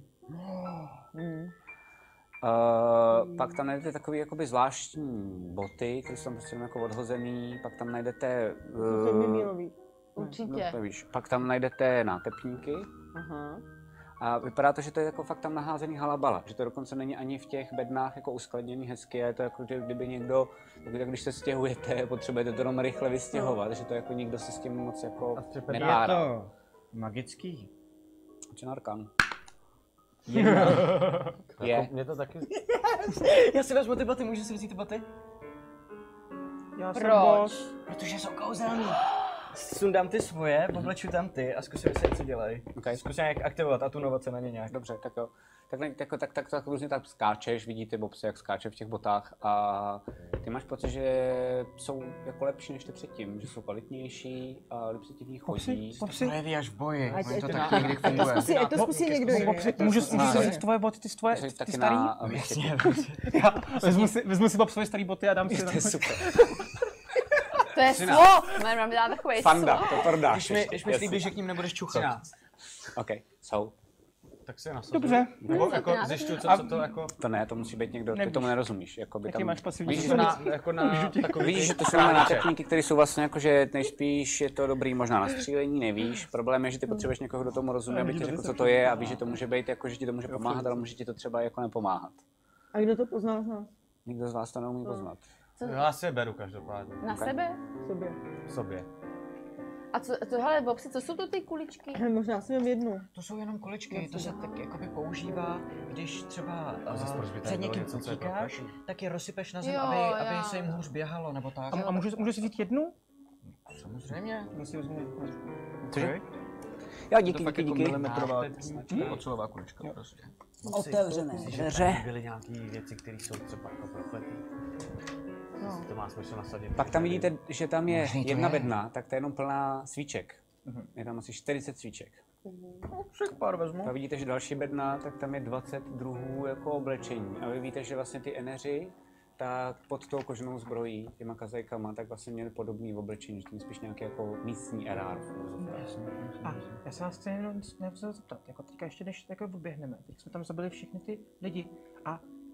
Pak tam najdete takový jakoby zvláštní boty, které jsou tam prostě jako odhozený, pak tam najdete... Určitě. Nevíš, pak tam najdete nátepníky. A vypadá to, že to je jako fakt tam naházený halabala, že to dokonce není ani v těch bednách jako uskladněný hezky, a je to jako, že kdyby někdo, tak když se stěhujete, potřebujete to jenom rychle vystěhovat, že to jako nikdo se s tím moc jako nepárá. Je to magický? Určitě Arkan. Je. Mě to taky... Já si vezmu ty boty, můžu si vzít ty boty? Já jsem boss. Protože jsou kouzelný. Sundám ty svoje, obleču tam ty a zkusím si, co dělají. Okay. Zkusím jak aktivovat a tunovat se na ně nějak. Dobře, tak jo. Tak různě tak skáčeš, vidíte Bobse, jak skáče v těch botách a ty máš pocit, že jsou jako lepší než ty předtím, že jsou kvalitnější a líp se ti v nich chodí. To projeví až v boji, to tak někdy funguje. Ať to zkusí někdo jiný. Můžu si vzít tvoje boty, ty starý? Vezmu si Bobsovi starý boty a dám si to je super. To je slov, mám dát takový Fanda, to prodáš. Když mi slíbíš, že k ním nebudeš čuchat. OK, jsou. Tak si je nasadím. Dobře. Nebo jako zjišťuju, co to jako... To ne, to musí být někdo, ty tomu nerozumíš. Jakoby Jaký máš pasivní? Víš, takový že to jsou nátepníky, které jsou vlastně jako, že nejspíš je to dobrý možná na střílení, nevíš. Problém je, že ty potřebuješ někoho, kdo tomu rozumí, aby ti řekl, co to je a víš, že to může být jako, že ti to může pomáhat, ale může ti to třeba jako nepomáhat. A kdo to poznal z nás? Nikdo z vás to neumí poznat. Já si je beru každopádně. Na sebe? Sobě. A hele, Bobsi, co jsou to ty kuličky? Možná si mám jednu. To jsou jenom kuličky, to se tak jakoby používá, když třeba před někým utíkáš, tak je rozsypeš na zem, aby se jim hůř běhalo, nebo tak. A můžu si vzít jednu? Samozřejmě. Cože? Jo, díky. Milimetrová ocelová kulička prostě. Otevřené dveře. Byly nějaký věci, které jsou třeba jako prokletý. To má smysl nasadit. Pak tam vidíte, že tam je jedna bedna, tak to je jenom plná svíček. Je tam asi 40 svíček. Však pár vezmu. Pak vidíte, že další bedna, tak tam je 20 druhů jako oblečení. A vy víte, že vlastně ty eneři, tak pod tou koženou zbrojí, těma kazajkama, tak vlastně měli podobný oblečení, že to je spíš nějaký jako místní erár. A já se vás chci jenom něco zeptat, jako teďka ještě než takhle oběhneme, teď jsme tam zabili všechny ty lidi a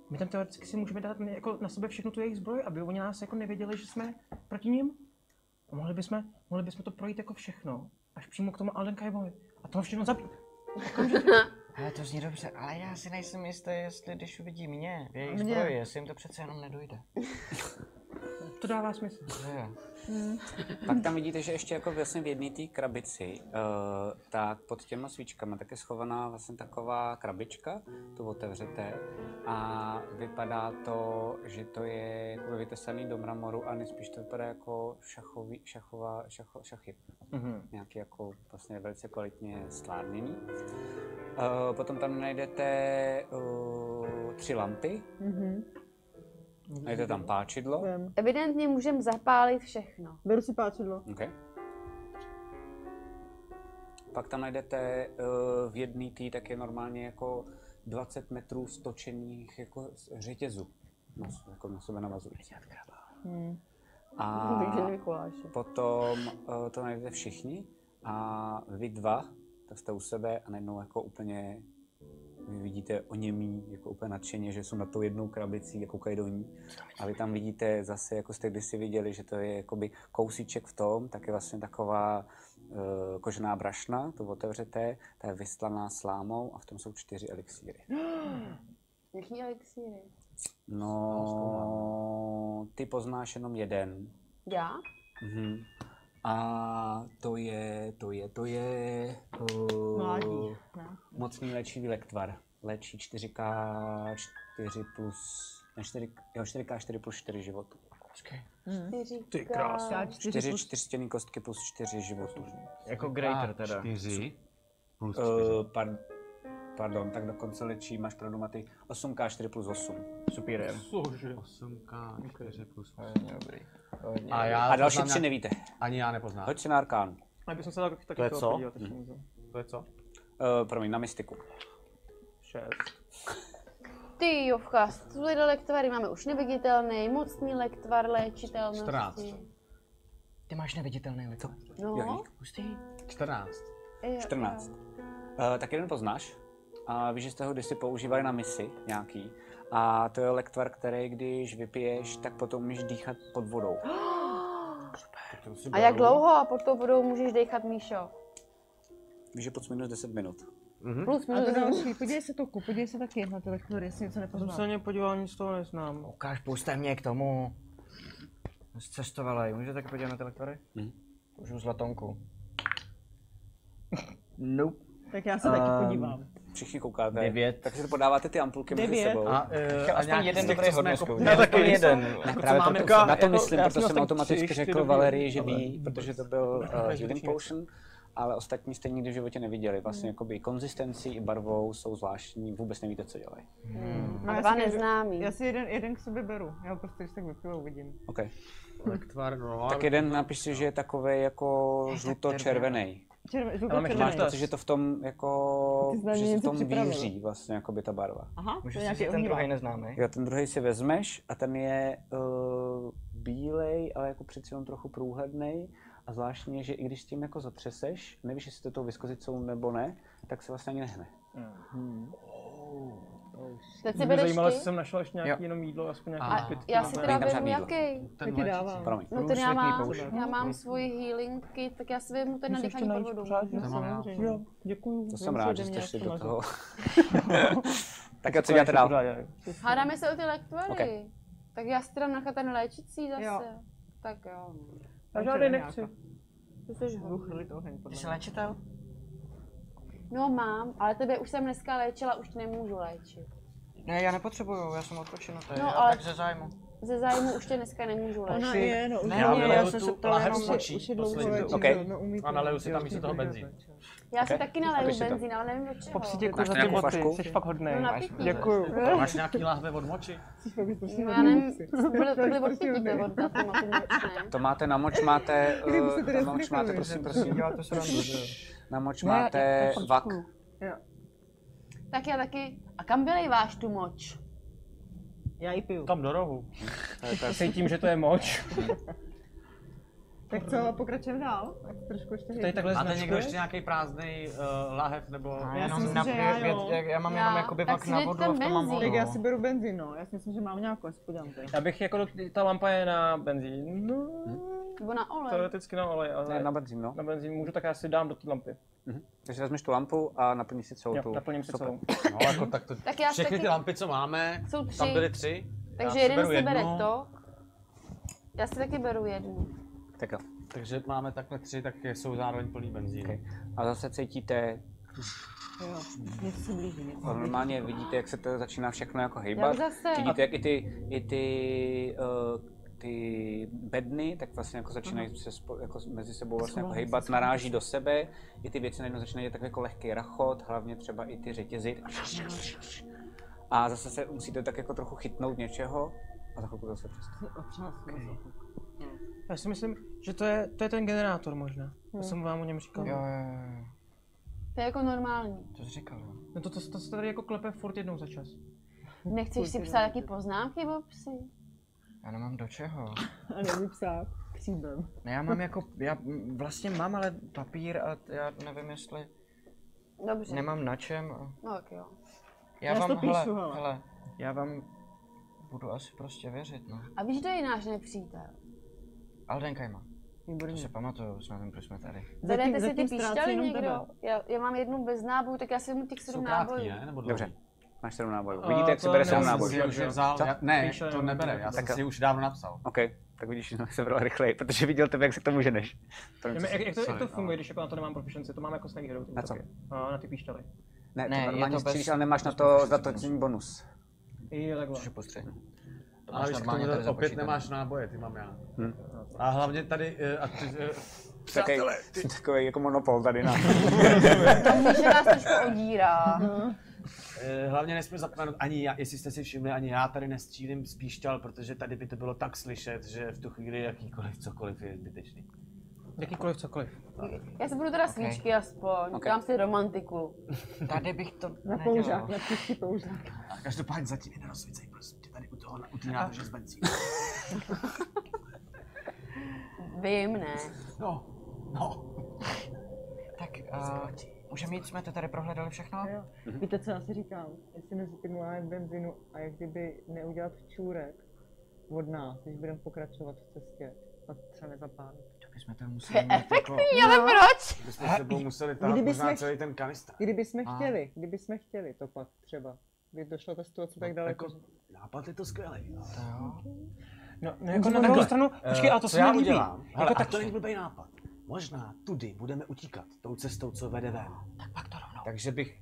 my tam teoreticky si můžeme dát jako na sebe všechno tu jejich zbroj, aby oni nás jako nevěděli, že jsme proti nim. A mohli bychom to projít jako všechno, až přímo k tomu Aldenkaibovi. A to všechno zabít. Ale to zní dobře, ale já si nejsem jistý, jestli když uvidí mě v jejich zbroji, jestli jim to přece jenom nedojde. To dává smysl. Pak tam vidíte, že ještě jako vlastně v jedné té krabici, tak pod těma svíčkama tak je schovaná vlastně taková krabička, tu otevřete a vypadá to, že to je jako vytesaný do mramoru a nejspíš to vypadá jako šachy. Nějaký jako vlastně velice kvalitně stvárněný. Potom tam najdete 3 lampy. Najdete tam páčidlo. Evidentně můžeme zapálit všechno. Beru si páčidlo. Okay. Pak tam najdete v jedné tý tak je normálně jako 20 metrů stočených jako řetězů. Jako na sebe navazující. A potom to najdete všichni a vy dva, tak jste u sebe a najednou jako úplně vy vidíte oněmí, jako úplně nadšeně, že jsou na tou jednou krabicí a koukají do ní. A vy tam vidíte zase, jako jste kdysi viděli, že to je jakoby kousíček v tom, tak je vlastně taková kožená brašna, to otevřete, ta je vystlaná slámou a v tom jsou 4 elixíry. Jaký elixíry? No, ty poznáš jenom jeden. Já? A to je mocný léčivý lektvar. Léčí 4x4 plus 4 životů. Ty krásný. 4 čtyřstěný kostky plus 4 životů. Jako greater teda. 4 plus 4. Pardon, tak dokonce léčí, máš pravdu Maty, 8x4 plus 8. Superior. 8x4 plus 8. Dobrý. A další 3 nevíte. Ani já nepoznám. Hoď si na arkán. To je co? To je co? Promiň, na mystiku. 6. Ty jovka, tyhle lektvary máme už neviditelný, mocný lektvar, léčitelnosti. 14. Ty máš neviditelný lektvar. No. Hustý. 14. 14. Tak jeden poznáš. A víš, že jste ho kdysi používali na misi nějaký. A to je lektvar, který když vypiješ, tak potom můžeš dýchat pod vodou. A jak dlouho pod tou vodou můžeš dýchat, Míšo? Víš, že plus minus 10 minut. Plus minus 10 minut. Podívej se Toku, podívej se taky na ty lektory, jestli něco nepoznám. Jsem se na ně podíval, nic z toho neznám. Ukáž, puste mě k tomu. Cestovalej, můžete taky podívat na ty lektory? Můžu zlatonku. Nope. Tak já se taky podívám. Všichni koukáte. 9. Tak si podáváte ty ampulky mezi sebou. A nějaký jeden dobrý hodnoskoup. Já taky jeden. Na to myslím, já proto jsem tak automaticky 3, řekl Valerii, že ví, protože to byl healing potion. Ale ostatní jste nikdy v životě neviděli. Vlastně jakoby konzistencí i barvou jsou zvláštní, vůbec nevíte, co dělají. A dva neznámý. Já si jeden k sobě beru. Já ho prostě, když tak vypiju, uvidím. OK. Lektvar, Tak jeden napiš si, že je takový jako žluto-červený. Protože to v tom jako, že se v tom víří vlastně jakoby ta barva. Aha, můžu si ten druhý neznámý. Jo, ten druhý si vezmeš a ten je bílej, ale jako přeci jenom trochu průhlednej. A zvláštně, že i když s tím jako zatřeseš, nevíš, jestli to tou viskozicou nebo ne, tak se vlastně ani nehne. Teď si bereš zajímalo, ty? jestli jsem našel ještě nějaký jenom jídlo, aspoň nějaký zbytky. Já si teda beru jaký? Taky dávám. Promiň. No ten já mám svůj healing kit, tak já si vezmu ten na dýchání pod vodou. Jo, děkuju. To jsem rád, že jste šli do toho. Tak a co děláte dál? Hádáme se o ty lektvary. Tak já si teda nechám ten léčící zase. Tak jo. Já žádný nechci. Ty jsi léčitel? No mám, ale tebe už jsem dneska léčila, už tě nemůžu léčit. Ne, já nepotřebuju, já jsem odpočinutý, no, ale tak ze zájmu. Ze zájmu už tě dneska nemůžu léčit. Ona je, no, já jsem se ptala jenom už je dlouho léčit, a naleju si tam místo toho benzín. Já si taky naleju benzín, ale nevím do čeho. Popsi, děkuji za ty boty, jsi fakt hodnej. No na pití. Děkuju. Máš nějaký lahve od moči? No já nevím, to byly od pití, to je od na ty moč, ne? To máte na moč, máte, prosím. Na moč máte vak. Tak já taky. A kam vylejváš tu moč? Já ji piju. Tam do rohu. Cítím, že to je moč. Tak co, pokračujeme dál? Tak trošku ještě máte někdo ještě nějaký prázdný láhev nebo... Já mám jenom jakoby vak na vodu a v tom mám vodu. Tak já si beru benzín, no. Já si myslím, že mám nějakou aspoň. Já bych jako, ta lampa je na benzín. Nebo na olej. Teoreticky na olej, ale... Ne, na benzín, no. Na benzín můžu, tak já si dám do té lampy. Takže vezmeš tu lampu a naplníš si celou tu... naplním si celou. No jako tak to... Tak já všechny taky... ty lampy, co máme, jsou 3. tam byly 3. Takže jeden si bere to. Já si taky beru jednu. Tak jo. Takže máme takhle 3, tak jsou zároveň plný benzín. Okay. A zase cítíte... Jo, něco se blíží. Normálně vidíte, jak se to začíná všechno jako hejbat. Vidíte, jak ty bedny, tak vlastně jako začínají se jako mezi sebou vlastně jako hejbat, naráží do sebe. I ty věci najednou začínají tak jako lehký rachot, hlavně třeba i ty řetězy. A zase se musíte tak jako trochu chytnout něčeho a za chvilku zase přestane. Já si myslím, že to je ten generátor možná. Já jsem vám o něm říkal. Jo. To je jako normální. To jsi říkal, jo. No to se tady jako klepe furt jednou za čas. Nechceš si psát taky poznámky, Bobsi? Já nemám do čeho. A nebudu psát příbem. Ne, já mám jako, já vlastně mám ale papír a já nevím jestli... Dobře. Nemám na čem. No tak jo. Já vám, to píšu, hele. Já vám budu asi prostě věřit, no. A víš, kdo je náš nepřítel? Aldenkajma. To se pamatuju, jsme tam, proč jsme tady. Berete si ty píšťaly někdo? Já mám jednu bez nábojů, tak já si mu těch 7 nábojů. Dobře. Máš 7 nábojů. Vidíte, jak se bere 7 nábojů? Ne, to nebere, já jsem si už dávno napsal. OK, tak vidíš, že se bral rychleji, protože viděl tebe, jak se k tomu ženeš. Jak to funguje, když jako na to nemám proficiency? To mám jako s nevýhodou. Na co? Na ty píšťaly. Ne, to normálně střílíš, ale nemáš na to zatočení bonus. Jo, takhle. Což je postřeh. Ale víš, to opět nemáš náboje, ty mám já. A hlavně tady... Takový jako monopol tady na... To může nás trošku odírá. Hlavně nesmím zapomenout, ani já, jestli jste si všimli, ani já tady nestřílím z píšťal, protože tady by to bylo tak slyšet, že v tu chvíli jakýkoliv cokoliv je zbytečný. Jakýkoliv cokoliv. Já si budu teda svíčky aspoň, dám si romantiku. Tady bych to na použák, na příští použák. A každopádně zatím je nerozsvícej, prosím tě, tady u té nádrže z benzínu. Vím, ne. No. Tak, můžeme jít, jsme to tady prohledali všechno? Jo. Víte, co já si říkám? Jestli mezi tím láhem benzínu a jak kdyby neudělat čůrek od nás, když budeme pokračovat v cestě a třeba nezapálit. To bychom to museli mít efektní, ale proč? Bychom s sebou museli tahat možná celý ten kanistr. Kdybychom chtěli to pak třeba. Když došlo ta situace tak daleko. Jako, nápad je to skvělý. No jako na druhou stranu, počkej, ale to se mi líbí. Hele, jako to není blbý nápad. Možná tudy budeme utíkat, tou cestou, co vede ven. Tak pak to rovnou. Takže bych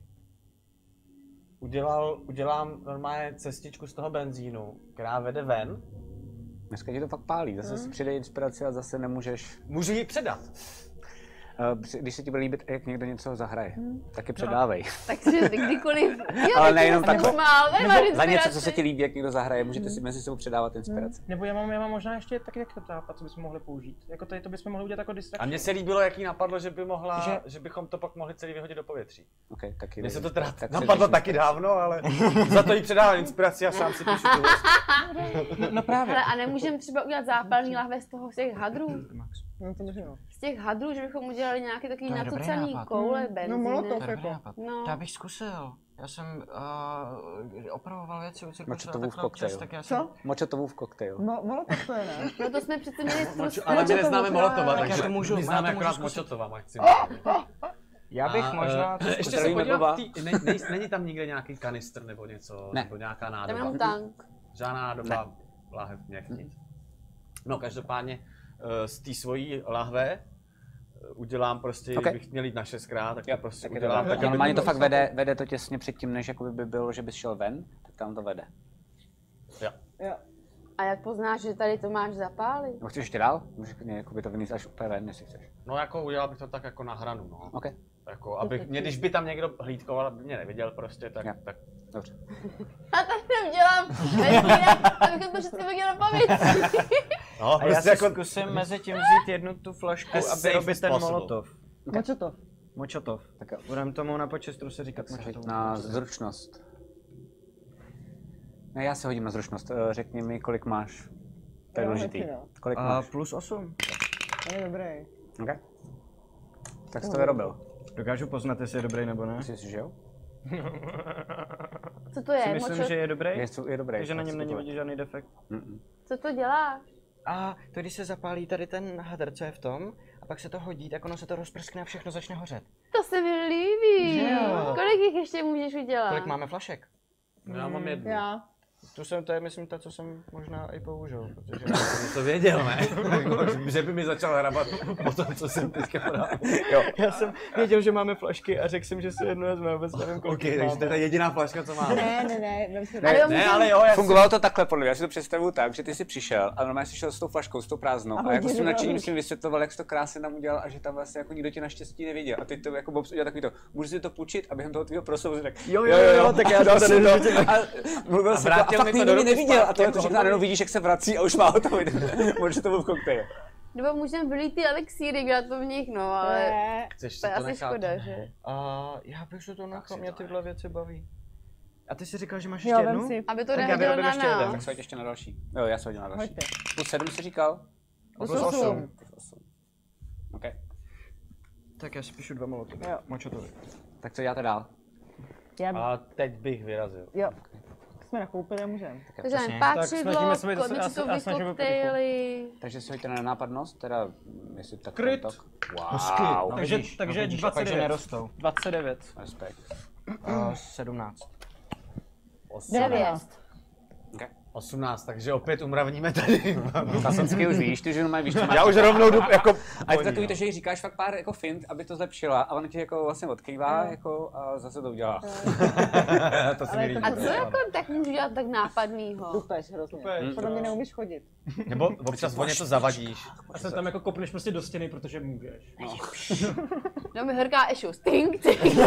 udělám normálně cestičku z toho benzínu, která vede ven. Dneska ti to fakt pálí, zase si přidej inspiraci a zase nemůžeš... Můžu ji předat. Když se ti bude líbit, jak někdo něco zahraje, tak je předávej. Takže kdykoliv, ale nejenom takhle. Za něco, co se ti líbí, jak někdo zahraje, můžete si mezi sebou předávat inspiraci. Nebo já mám možná ještě taky nápad, co bychom mohli použít. Jako to bychom mohli udělat jako distrakci. A mně se líbilo, jak jí napadlo, že bychom to pak mohli celý vyhodit do povětří. Okay, taky mně se to teda napadlo taky dávno, ale za to jí předávám inspiraci a sám si píšu tu No právě. A nemůžeme třeba udělat zápalný lahve z těch hadrů? No to možná. Z těch hadrů, že bychom udělali nějaký takový natucený koule, benzíny. No molotov jako. No. To já bych zkusil. Já jsem opravoval věci u cirkusu. Močotovův koktejl. Co? Močotovův koktejl. Molotov to je, ne? No to jsme přece měli ale my neznáme Molotova, takže to můžu, my známe akorát Močotova. Já bych možná... Ještě se podívat, není tam nikde nějaký kanistr nebo něco, nebo nějaká nádoba? Tam jenom tank. Žádná nádoba láhev nechtít. No každopádně z té svojí lahve udělám prostě, kdybych měl jít na 6krát, tak to prostě udělám. Tak normálně to fakt vede to těsně předtím, než by bylo, že bys šel ven, tak tam to vede. Jo. A jak poznáš, že tady to máš zapálit? No chceš ještě dál? Můžeš to vynést až úplně ven, jestli chceš. No jako udělal bych to tak jako na hranu, no. Okay. Jako, když by tam někdo hlídkoval, aby mě neviděl prostě, tak... Dobře. Já tak dělám abych to všechno viděl na paměti. No, a já si jako zkusím mezi tím vzít jednu tu flašku a vyrobit ten molotov. Močotov. Tak budeme tomu na počestru se říkat močotov. Na zručnost. Ne, já si hodím na zručnost. Řekni mi, kolik máš. To je důležitý. Kolik máš? Plus 8. Je dobrý. Okay. Tak jsi to vyrobil. Dokážu poznat, jestli je dobrý nebo ne? Myslíš, že jo? Co to je? Myslím, že je dobrý. Je dobrý. Takže na něm není vidět žádný defekt. Co to děláš? A to když se zapálí tady ten hadr, co je v tom, a pak se to hodí, tak ono se to rozprskne a všechno začne hořet. To se mi líbí. Jo. Kolik jich ještě můžeš udělat? Kolik máme flašek? Já mám jednu. Já. To je, myslím, ta, co jsem možná i použil, protože... Já jsem to věděl, ne? Že by mi začal hrabat po tom, co jsem teďka podal. Jo, já jsem věděl, že máme flašky a řekl jsem, že si jednu vezme, vůbec nevím, kolik Okay, takže to je ta jediná flaška, co máme. Ne. Ale jo, fungovalo to takhle podle mě, já si to představuju tak, že ty jsi přišel a normálně jsi šel s tou flaškou, s tou prázdnou a jako s tím nadšením s tím vysvětloval, jak jsi to krásně tam udělal a že tam vlastně jako nikdo tě naštěstí neviděl. A teď to jako Bobs udělal takový to, můžu si to půjčit a během toho tvýho proslovu řekl, jo, tak já to tady mluvil jsem to a fakt nikdo mě neviděl a to všechno najednou vidíš, jak se vrací a už má hotový. Možná to byl v koktejl. Nebo můžeme vylít ty elixíry, dělat to v nich, no, ale Chceš to si je to asi nechat? škoda, že? Já bych se to nechal, mě tyhle věci baví. A ty jsi říkal, že máš Jo, ještě vem jednu? si. Aby to Tak já nehodil vyrobím na ještě jeden. Tak nás. se hoď ještě na další. Jo, já se hodím na další. Hoďte. Plus 7 jsi říkal? Plus 8. OK. Tak já si píšu 2 molotovy. Jo. Močotovy. Tak co děláte dál? A teď bych vyrazil. Jo. Jsme nakoupili a můžeme. Takže Tak páčidlo, snažíme se být zase- konečtový já snažím být koktejly. Takže si hoďte na nápadnost, teda jestli tak. Kryt. Tak. Hezky. Wow. Takže vidíš, 29. takže nerostou. 29. Respekt. 17. 9. Okay. 18, takže opět umravníme tady. Klasicky už víš, ty že mají víš, co máš. Já už rovnou jdu jako... A je to takový to, že jí říkáš fakt pár jako fint, aby to zlepšila a ona ti jako vlastně odkývá jako a zase to udělá. To se mi líbí. A co jako tak můžu dělat tak nápadnýho? Tupeš hrozně. Podle mě neumíš chodit. Nebo občas o něco zavadíš. A se tam jako kopneš prostě do stěny, protože můžeš. No mi hrká ešou. Stink, stink.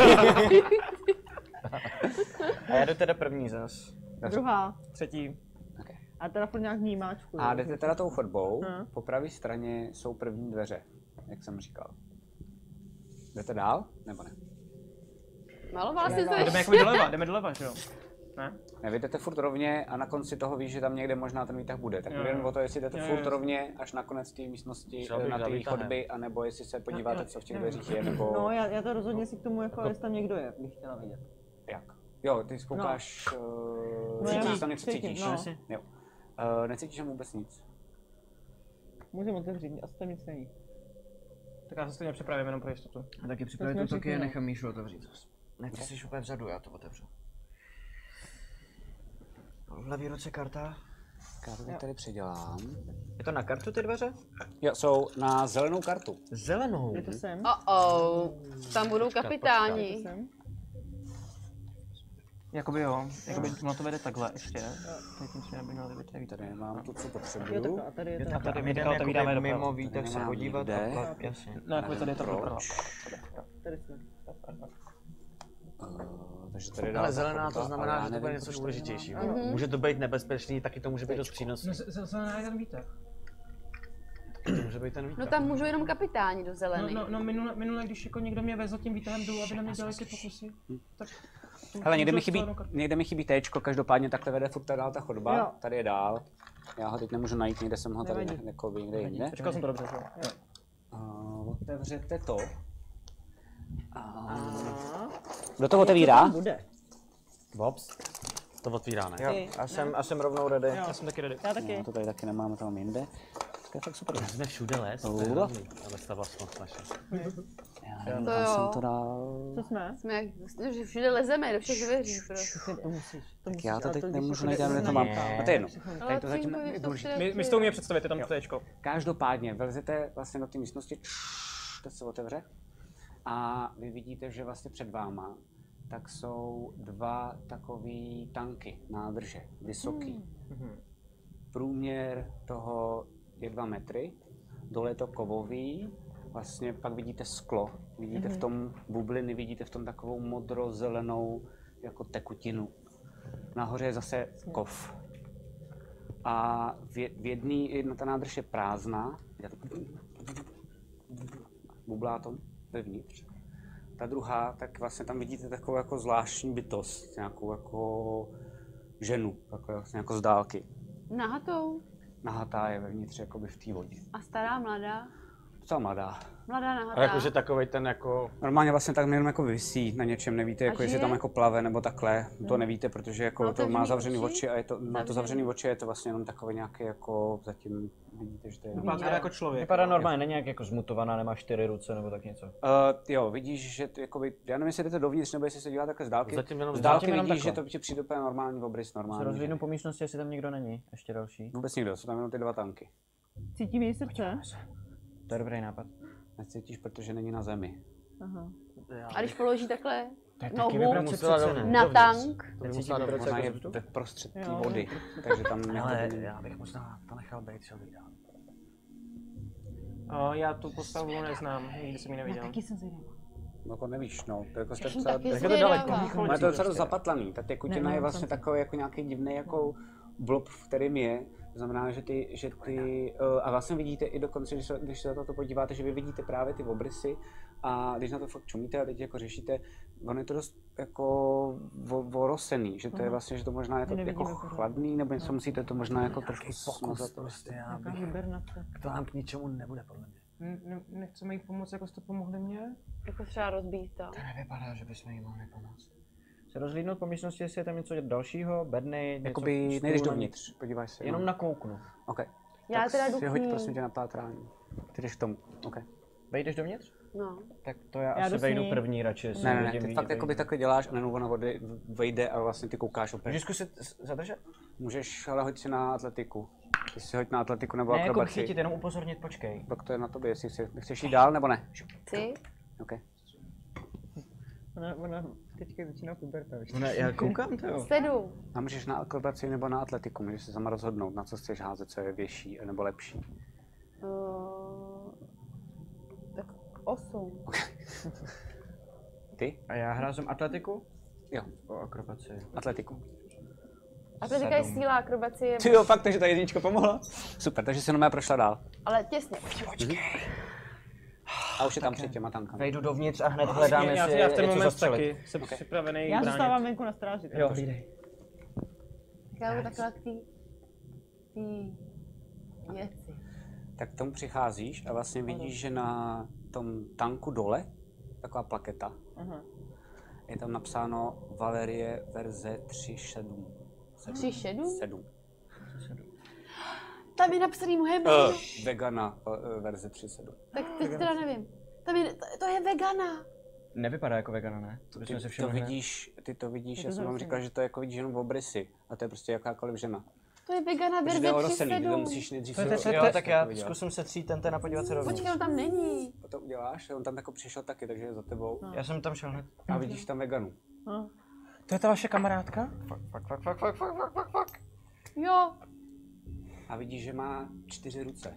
A já jdu teda první zas. Druhá. Třetí. A teda furt nějak vnímáčku. A jdete teda tou chodbou, po pravé straně jsou první dveře, jak jsem říkal. Jdete dál, nebo ne? Malovala jsi to Jdeme ještě? jako doleva, že jo? Ne? Ne, vy jdete furt rovně a na konci toho víš, že tam někde možná ten výtah bude. Tak jen o to, jestli jdete furt rovně až na konec té místnosti, na té chodby, anebo jestli se podíváte, co v těch dveřích je, nebo... No, já to rozhodně si k tomu, jako jestli tam někdo je, bych chtěla vidět. Jak? Jo, ty zkoukáš, cítíš tam něco, cítíš? Jo. Necítíš tam vůbec nic. Můžeme otevřít, asi tam nic není. Tak já se stejně připravím jenom pro jistotu. A taky připravit útoky a nechám Míšu otevřít. Ne, ty jsi úplně vzadu, já to otevřu. V levý ruce karta. Já to tady předělám. Je to na kartu ty dveře? Jo, jsou na zelenou kartu. Zelenou? Je to sem? Tam budou kapitáni. Jakoby jo, jakoby ono to vede takhle ještě. Tady tím směrem by mělo být. Tady mám to, co Jo, potřebuju. takhle, a tady je to. A tady mi Jdeme otevíráme jakoby doprava. mimo výtah se Nemám podívat. nikde. Takhle, jasně. No, jakoby tady je to doprava. Tady jsme. Takže tady Ale zelená to znamená, že to bude něco důležitějšího. Může to být nebezpečný, taky to může být dost přínosný. Zelená je ten výtah. To může být ten výtah. No tam můžou jenom kapitáni do zelený. No minule, když jako někdo mě vezl tím výtahem dolů, aby na mě dělali ty pokusy, tak... Hele, někde mi chybí téčko, každopádně takhle vede furt dál ta chodba, Jo. tady je dál. Já ho teď nemůžu najít, někde jsem ho tady jako někde jinde. Říkal jsem to dobře, jo. Otevřete to. Kdo to otevírá? Bude. Bobs? To otvírá, ne? Jo, a jsem rovnou ready. Jo. Já jsem taky ready. Já taky. No, to tady taky nemáme, to mám jinde. To je fakt super. Jsme všude les, to je hrozný. Ale ta vlastnost naše. Já To jo. jsem to dal. Co jsme? Jsme jak, že všude lezeme, do všech dveří prostě. To musíš. Tak já to teď nemůžu najít, kde to mám. A to je jedno. Tady to zatím je důležité. My si to umíme představit, je tam téčko. Každopádně vlezete vlastně do té místnosti, to se otevře a vy vidíte, že vlastně před váma tak jsou dva takový tanky, nádrže, vysoký. Průměr toho je 2 metry, dole je to kovový, vlastně pak vidíte sklo, vidíte v tom bubliny, vidíte v tom takovou modro-zelenou jako tekutinu. Nahoře je zase kov. A jedna ta nádrž je prázdná, bublá to vevnitř. Ta druhá, tak vlastně tam vidíte takovou jako zvláštní bytost, nějakou jako ženu, takové vlastně jako z dálky. Nahatou Nahatá je vevnitř jakoby v té vodě. a stará mladá. docela mladá. Mladá nahatá. Ale jakože takovej ten jako... Normálně vlastně tak jenom jako visí na něčem, nevíte, jako jestli tam jako plave nebo takhle, to nevíte, protože jako to má zavřený oči a je to, má to zavřený oči a je to vlastně jenom takový nějaký jako, zatím vidíte, že to je... Vypadá jako člověk. Vypadá normálně, není jako zmutovaná, nemá 4 ruce nebo tak něco. Jo, vidíš, že to, jakoby, já nevím, jestli jdete dovnitř nebo jestli se díváte takhle z dálky. Z dálky vidíš, že to přijde úplně normální obrys, normální. Se rozhlídnu po místnosti, jestli tam nikdo není, ještě další. Vůbec nikdo, jsou tam jenom ty 2 tanky. Cítím její srdce? To je dobrý nápad. Necítíš, protože není na zemi. Aha. A když položí takhle nohu na tank? Ona je ve prostřed té vody, takže tam... Ale já bych možná to nechal být, šel bych dál. Já tu postavu neznám, nikdy jsem ji neviděl. Taky jsem zvědavá. No to nevíš, no. To je jako taky to daleko. Má to docela zapatlaný. Ta tekutina je vlastně takový jako nějaký divný jako blob, v kterým je. To znamená, že ty a vlastně vidíte i dokonce, když se na to podíváte, že vy vidíte právě ty obrysy a když na to fakt čumíte a teď jako řešíte, ono je to dost jako vorosený, že to je vlastně, že to možná je to jako chladný, nebo něco musíte to možná jako trošku pokus, prostě já bych, to nám k ničemu nebude podle mě. Nechceme jí pomoct, jako jste pomohli mě? Jako třeba rozbít to. To nevypadá, že bychom jí mohli pomoct. Se rozhlídnout po místnosti, jestli je tam něco dalšího, bedny, jakoby nejdeš dovnitř, podívaj se. Jenom nakouknu. OK. Já tak teda jdu si hoď prosím tě na pátrání. Ty jdeš k tomu, OK. Vejdeš dovnitř? No. Tak to já asi vejdu první radši. Ne, ty fakt jakoby takhle děláš a nejenom ona vejde a vlastně ty koukáš opět. Můžeš zkusit zadržet? Můžeš, ale hoď si na atletiku. Ty si hoď na atletiku nebo akrobaci. Ne, jako chytit, jenom upozornit, počkej. Tak to je na tobě, jestli chceš jít dál nebo ne. Chci. OK. Ona teďka začíná puberta, víš? Já koukám to jo. 7. A můžeš na akrobaci nebo na atletiku, můžeš se sama rozhodnout, na co chceš házet, co je větší nebo lepší. Tak 8. Okay. Ty? A já hrázím atletiku? Jo. O akrobaci. Atletiku. Atletika je síla, akrobacie. Ty jo, fakt, takže ta jednička pomohla. Super, takže se jenom prošla dál. Ale těsně. A už je tam před těma tankami. Vejdu dovnitř a hned hledám, jestli já v ten je co moment zastřelit. taky jsem připravený Já zůstávám venku na stráži. Jo, jdej. Já jdu takhle k té věci. Tak k tomu přicházíš a vlastně vidíš, že na tom tanku dole, taková plaketa, je tam napsáno Valerie verze 3.7. 3.7? Tam je napsaný moje Vegana verze 3.7. Tak teď teda nevím. To je vegana. Nevypadá jako vegana, ne? Ty to vidíš, já jsem vám říkal, že to jako vidíš jenom v obrysy. A to je prostě jakákoliv žena. To je vegana verze 3.7. Ty to musíš nejdřív jo, tak já zkusím se třít ten a podívat se rovnou. Počkej, on tam není. To uděláš, on tam jako přišel taky, takže je za tebou. Já jsem tam šel hned. A vidíš tam veganu. To je ta vaše kamarádka? Fakt. Jo. A vidíš, že má 4 ruce.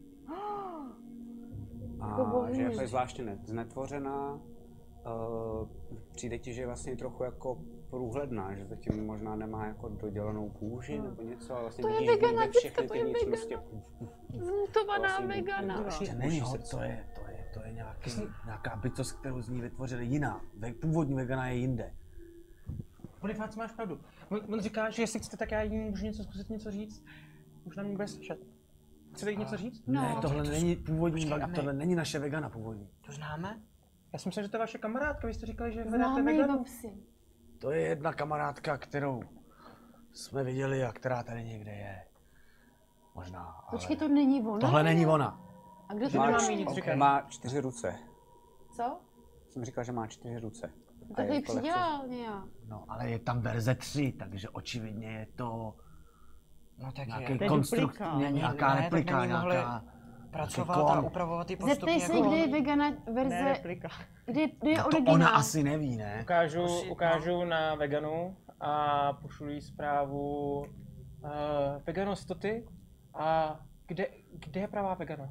A že je zvláště znetvořená. Přijde ti, že je vlastně trochu jako průhledná, že zatím možná nemá jako dodělanou kůži nebo něco, ale vlastně vidíš vegana, všechny ty vnitřnosti. Zmutovaná vegana. To není hod, to je nějaká bytost, kterou z ní vytvořili jiná. Původní vegana je jinde. Bonifác, máš pravdu. On říká, že jestli chcete, tak já jí můžu něco říct. Možná mě bude slyšet. Chcete jí něco říct? Ne, tohle není původní vegana, tohle není naše vegana původní. To známe? Já si myslím, že to je vaše kamarádka, vy jste říkali, že hledáte veganu. To je jedna kamarádka, kterou jsme viděli a která tady někde je. Možná, ale... Počkej, to není ona? Tohle není ona. A kdo to má mít? Má 4 ruce. Co? Jsem říkal, že má 4 ruce. Tak ji přidělal nějak. No, ale je tam verze 3, takže očividně je to... No tak nějaký konstrukt, nějaká replika, nějaká... Pracovat a upravovat ty postupně. Zeptej se, kde je vegana verze... Kde je originál? To ona asi neví, ne? Ukážu na veganu a pošlu jí zprávu. Vegano, jsi to ty? A kde je pravá vegana?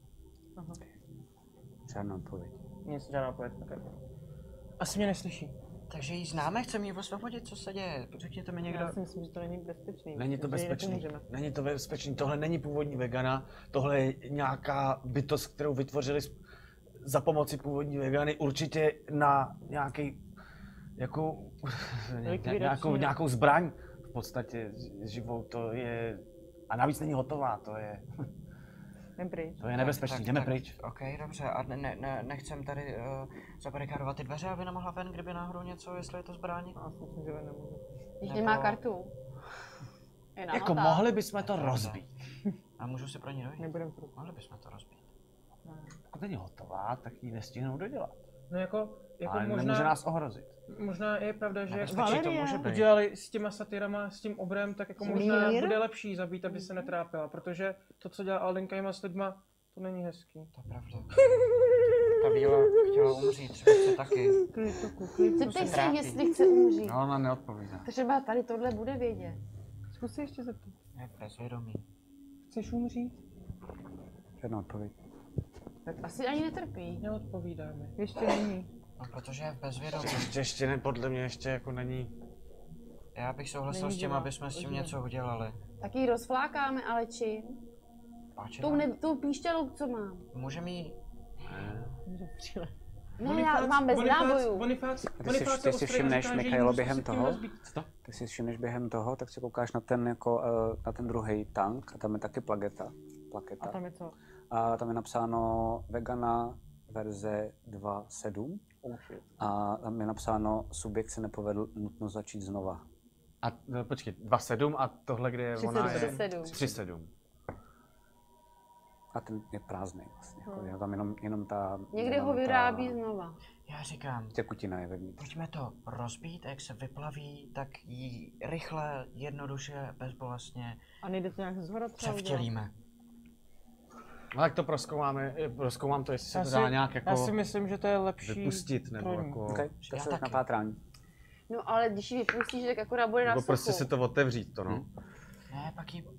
Žádná odpověď. Nic, žádná odpověď. Okay. Asi mě neslyší. Takže ji známe, chceme ji osvobodit, co se děje? Řekněte mi někdo. Já si myslím, že to není bezpečný. Není to bezpečný. Není to bezpečný. Tohle není původní vegana. Tohle je nějaká bytost, kterou vytvořili za pomoci původní vegany. Určitě na nějakou zbraň. V podstatě živou to je... A navíc není hotová, to je... Jdem pryč. To je nebezpečný, jdeme pryč. OK, dobře, a nechcem tady zabarikádovat ty dveře, aby nemohla ven, kdyby náhodou něco, jestli je to zbrání? Já si myslím, že ven nemůžu. Když nemá kartu. Jako mohli bychom to rozbít. A můžu si pro ní dojít? Nebudem to. Mohli bychom to rozbít. Pokud není hotová, tak ji nestihnou dodělat. No jako ale možná, nemůže nás ohrozit. Možná je pravda, že jak to může být. udělali s těma satyrama, s tím obrem, tak jako možná bude lepší zabít, aby se netrápila, protože to, co dělá Aldenka jima s lidma, to není hezký. To je pravda. Ta víla chtěla umřít, třeba chce taky. Zeptej se, jestli chce umřít. No, ona neodpovídá. Třeba tady tohle bude vědět. Zkus se ještě zeptat. Je bezvědomí. Chceš umřít? Žádná odpověď. Tak asi ani netrpí. Neodpovídáme. Ještě není. No, protože je v bezvědomí. Ještě ne, podle mě ještě jako není. Já bych souhlasil s tím, aby jsme s tím něco udělali. Tak ji rozflákáme, ale čím? Tou píšťalou, co mám. Můžeme jí... Ne, já mám bez nábojů. Ty si všimneš, Michailo, během toho, tak si koukáš na ten, jako, na ten druhý tank a tam je taky plaketa. A tam je co? A tam je napsáno Vegana verze 2.7 a tam je napsáno subjekt se nepovedl, nutno začít znova. A počkej, 2.7 a tohle, kde je ona je 3.7. A ten je prázdný vlastně, jako je tam jenom ta... Někde ho vyrábí znova. Já říkám, tekutina je vevnitř. Pojďme to rozbít a jak se vyplaví, tak ji rychle, jednoduše, bezbolestně a nejde to nějak zhora třeba převtělíme. No tak to prozkoumám to, jestli se to dá nějak jako... Já si myslím, že to je lepší vypustit, nebo jako... Okay, tak se na pátrání. No ale když ji vypustíš, tak akorát bude na nebo suchu. prostě si to otevřít, to no. Ne, pak jí...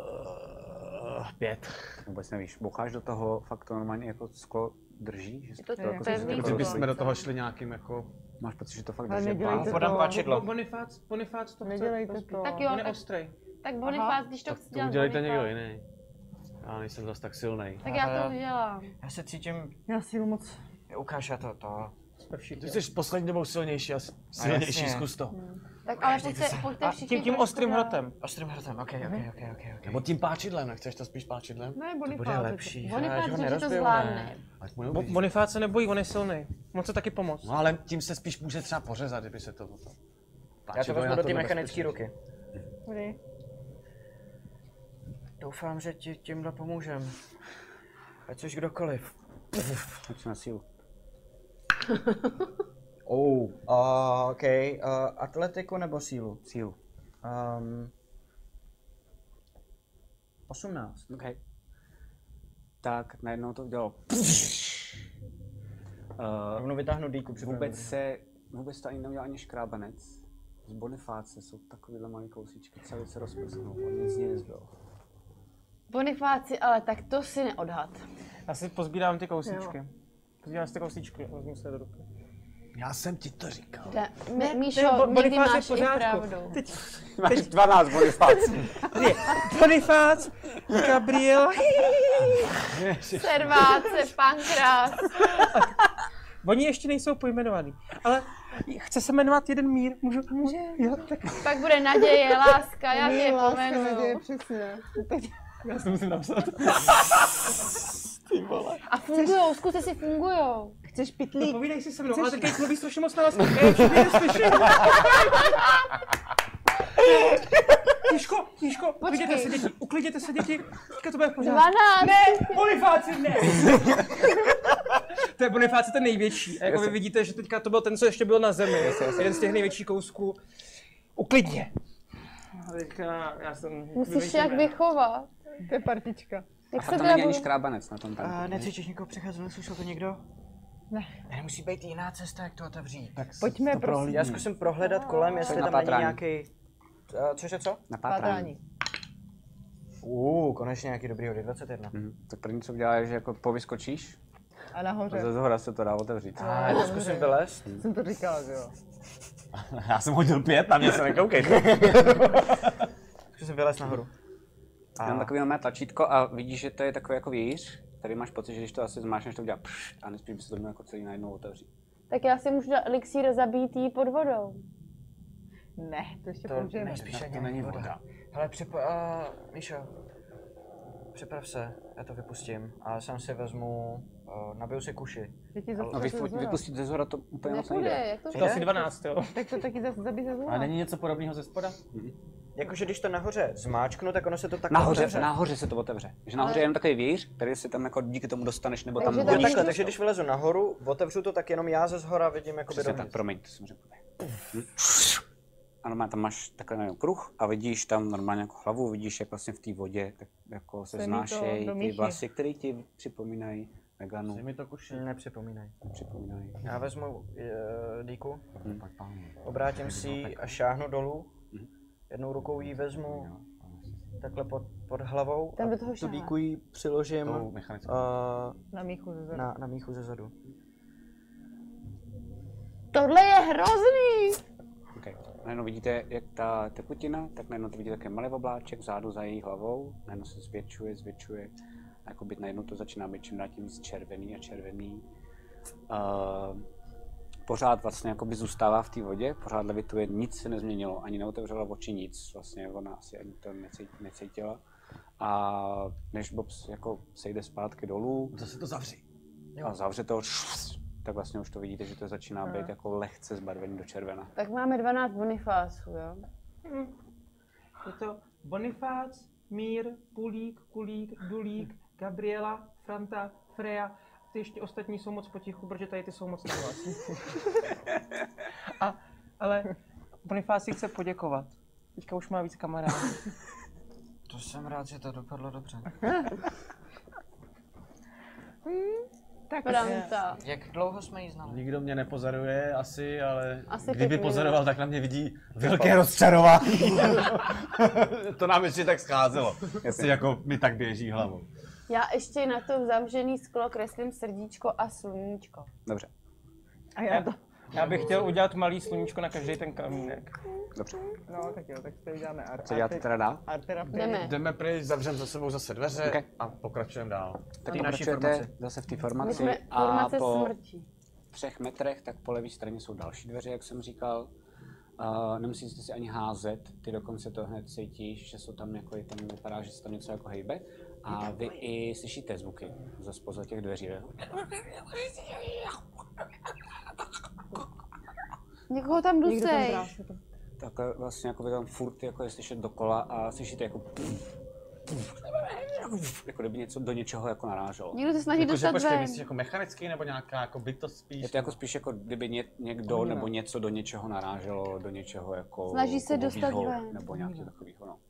5. Vůbec nevíš, boucháš do toho, fakt to normálně jako sklo drží? Že to jako kdybychom do toho šli nějakým jako... Máš pocit, že to fakt drží? Podám páčidlo. Bonifác to nedělejte to. Tak jo, on je ostrý. Tak Bonifác, když to chce dělat udělejte někdo jiný. Já nejsem zas tak silnej. Tak já to udělám. Já se cítím... Já sílu moc. Ukáž to. Ty jsi poslední dobou silnější a silnější, zkus to. Tak ale pojďte všichni. Tím ostrým hrotem. Ostrým hrotem, ok. Nebo tím páčidlem, nechceš to spíš páčidlem? Ne, to bude lepší. Bonifác, že to zvládne. Bonifác se nebojí, on je silný. Moc se taky pomoct. No ale tím se spíš může třeba pořezat, kdyby se to... Já to vezmu do té mechanické ruky. Kdy? Doufám, že ti tímhle pomůžem. Ať jsi kdokoliv. Hoď na sílu. OK. Atletiku nebo sílu? Sílu. 18. OK. Tak najednou to udělalo. Rovnou vytáhnu dýku. Vůbec to ani neudělal ani škrábanec. Z Bonifáce jsou takovýhle malý kousíčky, celý se rozprsknou, on nic z něj nezbylo. Bonifáci, ale tak to si neodhad. Já si pozbírám ty kousíčky. Vezmu se do ruky. Já jsem ti to říkal. Míšo, někdy máš i pravdu. Máš 12 Bonifác. Bonifác, Gabriel. Serváce, Pankrás. Oni ještě nejsou pojmenovaný, ale chce se jmenovat jeden mír, můžu? Jo, tak. Pak bude naděje, láska, já je pomenuju. Naděje, přesně. Já si musím napsat. Ty vole. A fungujou, zkus, jestli fungujou. Chceš pitlík? No, povídej si se mnou, ale teď mluví strašně moc na vás. Slyším. Tíško, uklidněte se děti, teďka to bude v pořádku. 12. Ne, Bonifáci, ne. To je Bonifáci ten největší. A jako vy vidíte, že teďka to byl ten, co ještě byl na zemi. Jeden z těch největších kousků. Uklidně. Musíš jak vychovat. To je partička. A tam není ani škrábanec na tom tanku. Necítíš někoho přecházet, slyšel to někdo? Ne. Nemusí být jiná cesta, jak to otevřít. Tak pojďme, prosím. Já zkusím prohledat kolem, jestli tam není nějaký... Cože co? Na pátrání. Konečně nějaký dobrý hody, 21. Tak první, co uděláš, je, že jako povyskočíš. A nahoře. A ze zhora se to dá otevřít. Zkusím vylézt. Jsem to říkal, že jo. Já jsem hodil 5, na mě se nekoukejte. Zkusím vylézt nahoru. Mám takový nové tlačítko a vidíš, že to je takový jako vějíř. Tady máš pocit, že když to asi zmášneš, to udělá pšš, a nespíš by se to mělo jako celý najednou otevřít. Tak já si můžu dát elixír zabítý pod vodou. Ne, to ještě použijeme. To není voda. Hele, Míšo, připrav se, já to vypustím a sám si vezmu, nabiju si kuši. Vypustit ze zhora to úplně moc nejde. To asi 12, jo. Tak to taky zase zabít ze zhora. A není něco podobného ze spoda? Jakože když to nahoře zmáčknu, tak ono se to tak otevře. Nahoře se to otevře. Že nahoře je jenom takový vějíř, který si tam jako díky tomu dostaneš, nebo tam honíš. Takže když vylezu nahoru, otevřu to, tak jenom já ze zhora vidím jako dovnitř. Tak, promiň, to jsem řekl. A normálně tam máš takový kruh a vidíš tam normálně jako hlavu, vidíš, jak vlastně v té vodě tak jako se znášejí ty vlasy, které ti připomínají veganu. Mi to kuši nepřipomínají. Já vezmu dýku, obrátím si ji a šáhnu dolů. Jednou rukou ji vezmu takhle pod hlavou a tu dýku ji přiložím na míchu ze zadu. Tohle je hrozný! Okay. Najednou vidíte, jak ta tekutina, tak najednou to vidíte takový malý obláček vzadu za její hlavou, najednou se zvětšuje a jako být najednou to začíná být čím dál tím víc červený a červený. Pořád vlastně jakoby zůstává v té vodě, pořád levituje, nic se nezměnilo, ani neotevřela oči, nic, vlastně ona asi ani to necítila. A než Bob jako sejde zpátky dolů, zase to zavří. A zavře to, tak vlastně už to vidíte, že to začíná být jako lehce zbarvený do červena. Tak máme 12 Bonifáců, jo? Je to Bonifác, Mír, Pulík, Kulík, Dulík, Gabriela, Franta, Freja. Ty ještě ostatní jsou moc potichu, protože tady ty jsou moc nehlasní. Ale Bonifác si chce poděkovat. Teďka už má víc kamarádů. To jsem rád, že to dopadlo dobře. Tak Franta. Jak dlouho jsme jí znali? Nikdo mě nepozoruje asi, ale asi kdyby pozoroval, tak na mě vidí velké rozčarování. To nám ještě tak scházelo. Jestli jako mi tak běží hlavou. Já ještě na to zavřený sklo kreslím srdíčko a sluníčko. Dobře. A já bych chtěl udělat malý sluníčko na každý ten kamínek. Dobře. No tak jo, tak to uděláme art. Co děláte teda dál? Jdeme pryč, zavřeme za sebou zase dveře a pokračujeme dál. Tak pokračujete zase v té formaci a po 3 metrech, tak po levé straně jsou další dveře, jak jsem říkal. Nemusíte si ani házet, ty dokonce to hned cítíš, že jsou tam jako, tam vypadá, že se tam něco jako hejbe. A vy i slyšíte zvuky zpoza těch dveří. Někoho tam dusej. Tak vlastně jako vy tam furt jako je slyšet dokola a slyšíte jako jako kdyby něco do něčeho jako naráželo. Někdo se snaží dostat ven. Myslíš jako mechanický nebo nějaká jako bytost spíš? Je to jako spíš jako kdyby někdo nebo něco do něčeho naráželo, do něčeho jako snaží se dostat ven. Nebo nějaký takovýho, no.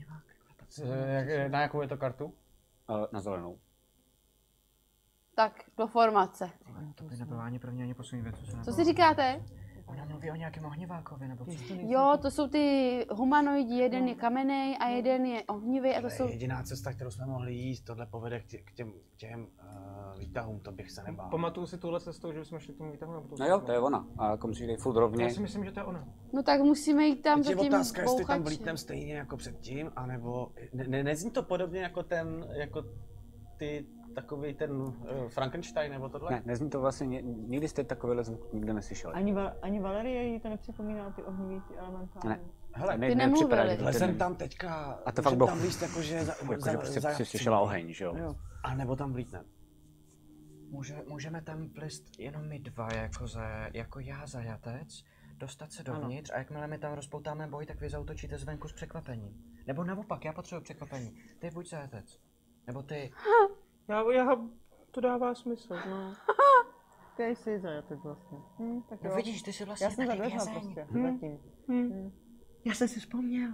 Na jakou je to kartu? Na zelenou. Tak, do formace. To by nebylo ani první, ani poslední věc. Co si říkáte? Ona mluví o nějakém ohnivákovi, nebo co? Jo, to jsou ty humanoidi, jeden je kamenný a jeden je ohnivý a to jsou... Jediná cesta, kterou jsme mohli jíst, tohle povede k těm výtahům, to bych se nebál. Pamatuju si tuhle cestou, že jsme šli k tomu výtahu? No jo, to je ona. A jako musíš jít furt rovně. Já si myslím, že to je ona. No tak musíme jít tam za tím bouchačem. Je otázka, jestli tam vlítnem stejně jako předtím, anebo... Nezní to podobně jako takový ten Frankenstein nebo tohle? Ne, nezní to vlastně, nikdy jste takovýhle zvuk nikdy neslyšeli. Ani Valerie jí to nepřipomíná ty ohnivý, ty elementály. Ne. Hele, ty nemluvili. Lezem tam teďka, a to fakt bylo, tam vlíst jakože si slyšela oheň, že jo? A nebo tam vlítnem. Můžeme tam vlíst jenom my dva, jako já zajatec, dostat se dovnitř a jakmile my tam rozpoutáme boj, tak vy zautočíte zvenku s překvapením. Nebo naopak, já potřebuji překvapení. Ty buď zajatec. Nebo ty. To dává smysl, no. Ty jsi zajatec vlastně. Tak no vidíš, ty jsi vlastně já jsem zadržela prostě, zatím. Já jsem si vzpomněl.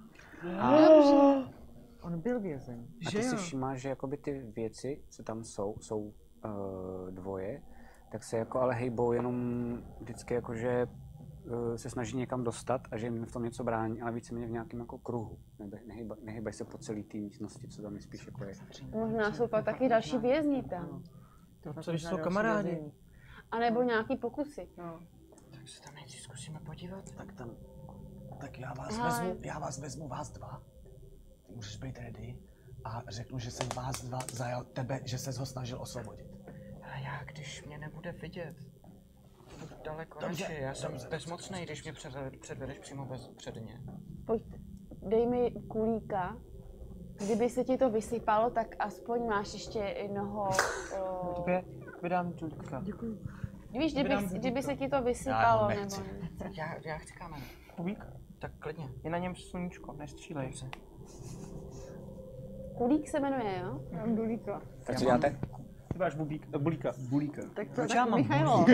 On byl vězeň. A ty si všimáš, že jakoby ty věci, co tam jsou dvoje, tak se jako ale hejbou jenom vždycky jakože se snaží někam dostat a že jim v tom něco brání, ale víceméně v nějakém jako kruhu. Nehejbají se po celé té místnosti, co tam spíš jako je. Možná jsou pak taky další vězni tam. Co když jsou kamarádi? A nebo nějaký pokusy. Tak se tam nejdřív zkusíme podívat. Tak já vás vezmu, vás dva. Ty můžeš být ready a řeknu, že jsem vás dva zajal tebe, že ses ho snažil osvobodit. A já, když mě nebude vidět, daleko radši, já jsem bezmocnej, když mě předvedeš přímo předně. Pojď, dej mi kulíka Kdyby se ti to vysypalo, tak aspoň máš ještě jednoho... Tobě vydám Julika. Děkuji. Víš, kdyby se ti to vysypalo, nebo... Já chci kámen. Kubík? Tak klidně. Je na něm sluníčko, nestřílej. Kulík se jmenuje, jo? Mám Dulíka. Tak co děláte? Ty máš bulíka. Tak to Proč já mám Michailo.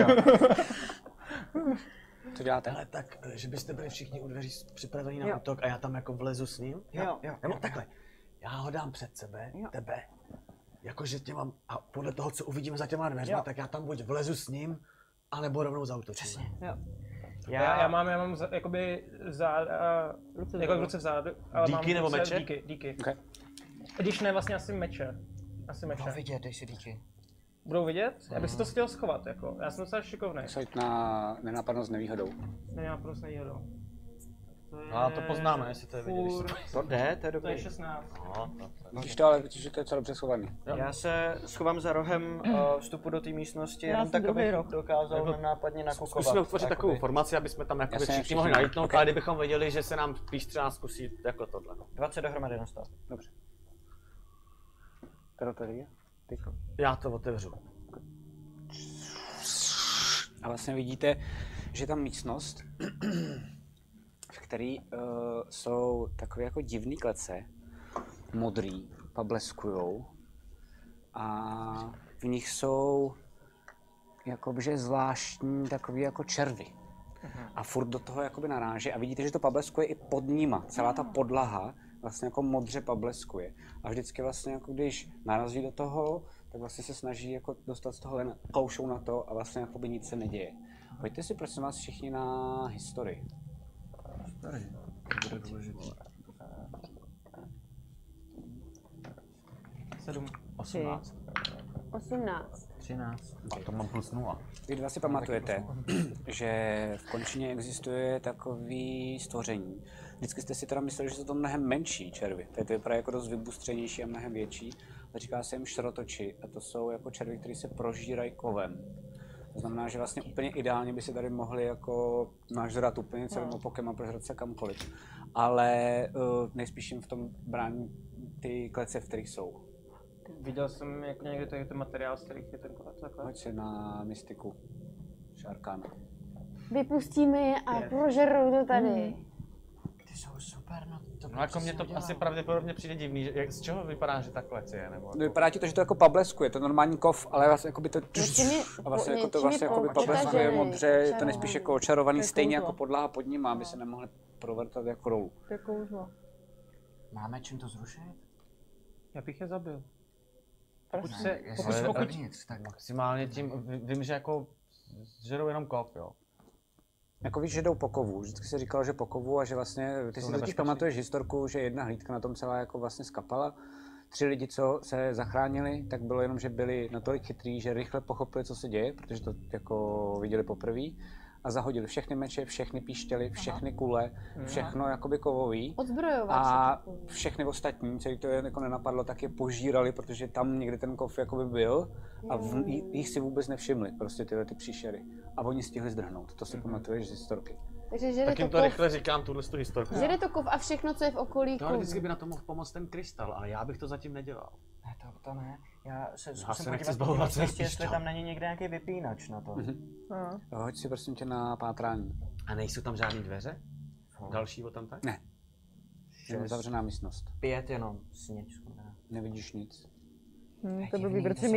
Co děláte? Ale tak, že byste byli všichni u dveří připravení na útok a já tam jako vlezu s ním? Jo. Nebo takhle, já ho dám před sebe, tebe, jakože tě mám, a podle toho, co uvidíme za těma dveřma, tak já tam buď vlezu s ním, anebo rovnou zautočím. Přesně. Jo. Já mám jakoby jako v ruce vzadu, ale díky nebo meče? Díky. Okay. Když ne, vlastně asi meče. Budou vidět, dej si díky. Budou vidět? Já bych si to chtěl schovat, jako. Já jsem docela šikovnej. Pojď na nenápadnost s nevýhodou. Nenápadnost s nevýhodou. A to poznáme, jestli to je vidět. To jde, to je To dobrý. je 16. Vidíš to, ale vidíš, že to je celé dobře schovaný. Já se schovám za rohem vstupu do té místnosti, Já jenom jsem tak, druhý abych roh. dokázal nenápadně nakukovat. Zkusíme utvořit takovou formaci, aby jsme tam Jasně, všichni všichni mohli nalítnout, okay. ale kdybychom věděli, že se nám spíš třeba zkusí jako tohle. 20 dohromady na stav. Dobře. Kdo to je? Já to otevřu. A vlastně vidíte, že tam místnost, v které jsou takové jako divné klece, modrý, pobleskujou a v nich jsou jakože zvláštní takové jako červy. A furt do toho jakoby naráží a vidíte, že to pobleskuje i pod nima. Celá ta podlaha vlastně jako modře pobleskuje. A vždycky vlastně jako když narazí do toho, tak vlastně se snaží jako dostat z toho ven, koušou na to a vlastně jako by nic se neděje. Pojďte si prosím vás všichni na historii. Historii? To bude důležitý. 7. 18. 18. 13. A to mám plus 0. Vy dva si pamatujete, že v končině existuje takový stvoření. Vždycky jste si teda mysleli, že jsou to mnohem menší červy. Tady to vypadá jako dost vybustřenější a mnohem větší. A říká se jim šrotoči a to jsou jako červy, které se prožírají kovem. To znamená, že vlastně úplně ideálně by se tady mohli jako nažrat úplně celým opokem a prožrat se kamkoliv. Ale nejspíš jim v tom brání ty klece, v kterých jsou. Viděl jsem jako někde ten materiál, z kterých je ten klec. Hoď si na mystiku. Šarkán. Vypustíme je a prožerou to tady. Ty jsou super, no to No jako mě to asi pravděpodobně přijde divný, že z čeho vypadá, že ta klec je, nebo? Vypadá ti to, že to jako pobleskuje, je to normální kov, ale vlastně jako by to a vlastně jako to vlastně jako by pobleskuje modře, to nejspíš jako očarovaný, stejně jako podlaha pod ním, aby se nemohli provrtat jako rolu. To je kouzlo. Máme čím to zrušit? Já bych je zabil. Pokud tak maximálně tím, vím, že jako žerou jenom kov, jo. Jako víš, že jdou po kovu, vždycky se říkalo, že po kovu a že vlastně, ty si totiž pamatuješ historku, že jedna hlídka na tom celá jako vlastně skapala. 3 lidi, co se zachránili, tak bylo jenom, že byli natolik chytrý, že rychle pochopili, co se děje, protože to jako viděli poprvé. A zahodili všechny meče, všechny píštěly, všechny kule, všechno jakoby kovový. A všechny ostatní, celý to jako nenapadlo, tak je požírali, protože tam někde ten kov jakoby byl a jich si vůbec nevšimli, prostě tyhle ty příšery. A oni stihli zdrhnout, to si pamatuješ z historky. Takže žere tak jim to rychle říkám, tuhle historku. Žere to kov a všechno, co je v okolí. No, vždycky by na to mohl pomoct ten krystal, ale já bych to zatím nedělal. Ne, to ne. Já se zkusím podívat, jestli tam není někde nějaký vypínač na to. Hoď si prosím tě na pátrání. A nejsou tam žádný dveře? Další o tam tak? Ne. Je zavřená místnost. 5 jenom sněčku. Nevidíš nic. To byl blbý, protože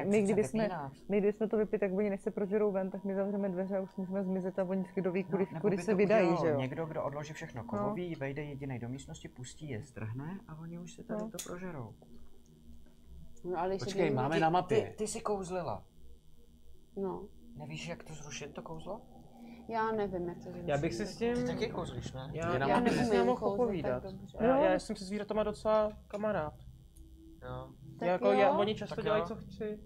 my kdybychom to vypili, tak oni než se prožerou ven, tak my zavřeme dveře a už můžeme zmizet a oni kdo ví, kudy se vydají, že jo? Někdo, kdo odloží všechno kovový, vejde jedinej do místnosti, pustí je, strhne a oni už se tady to prožerou. No, ale počkej, máme na mapě. Ty jsi kouzlila. No. Nevíš, jak to zrušit, to kouzlo? Já nevím, jak to zrušit. Já bych si s tím... Ty taky kouzlíš, ne? Já bych si s ním mohl povídat. Já jsem se zvířatama docela kamarád. Jo. Oni často dělají, co chci.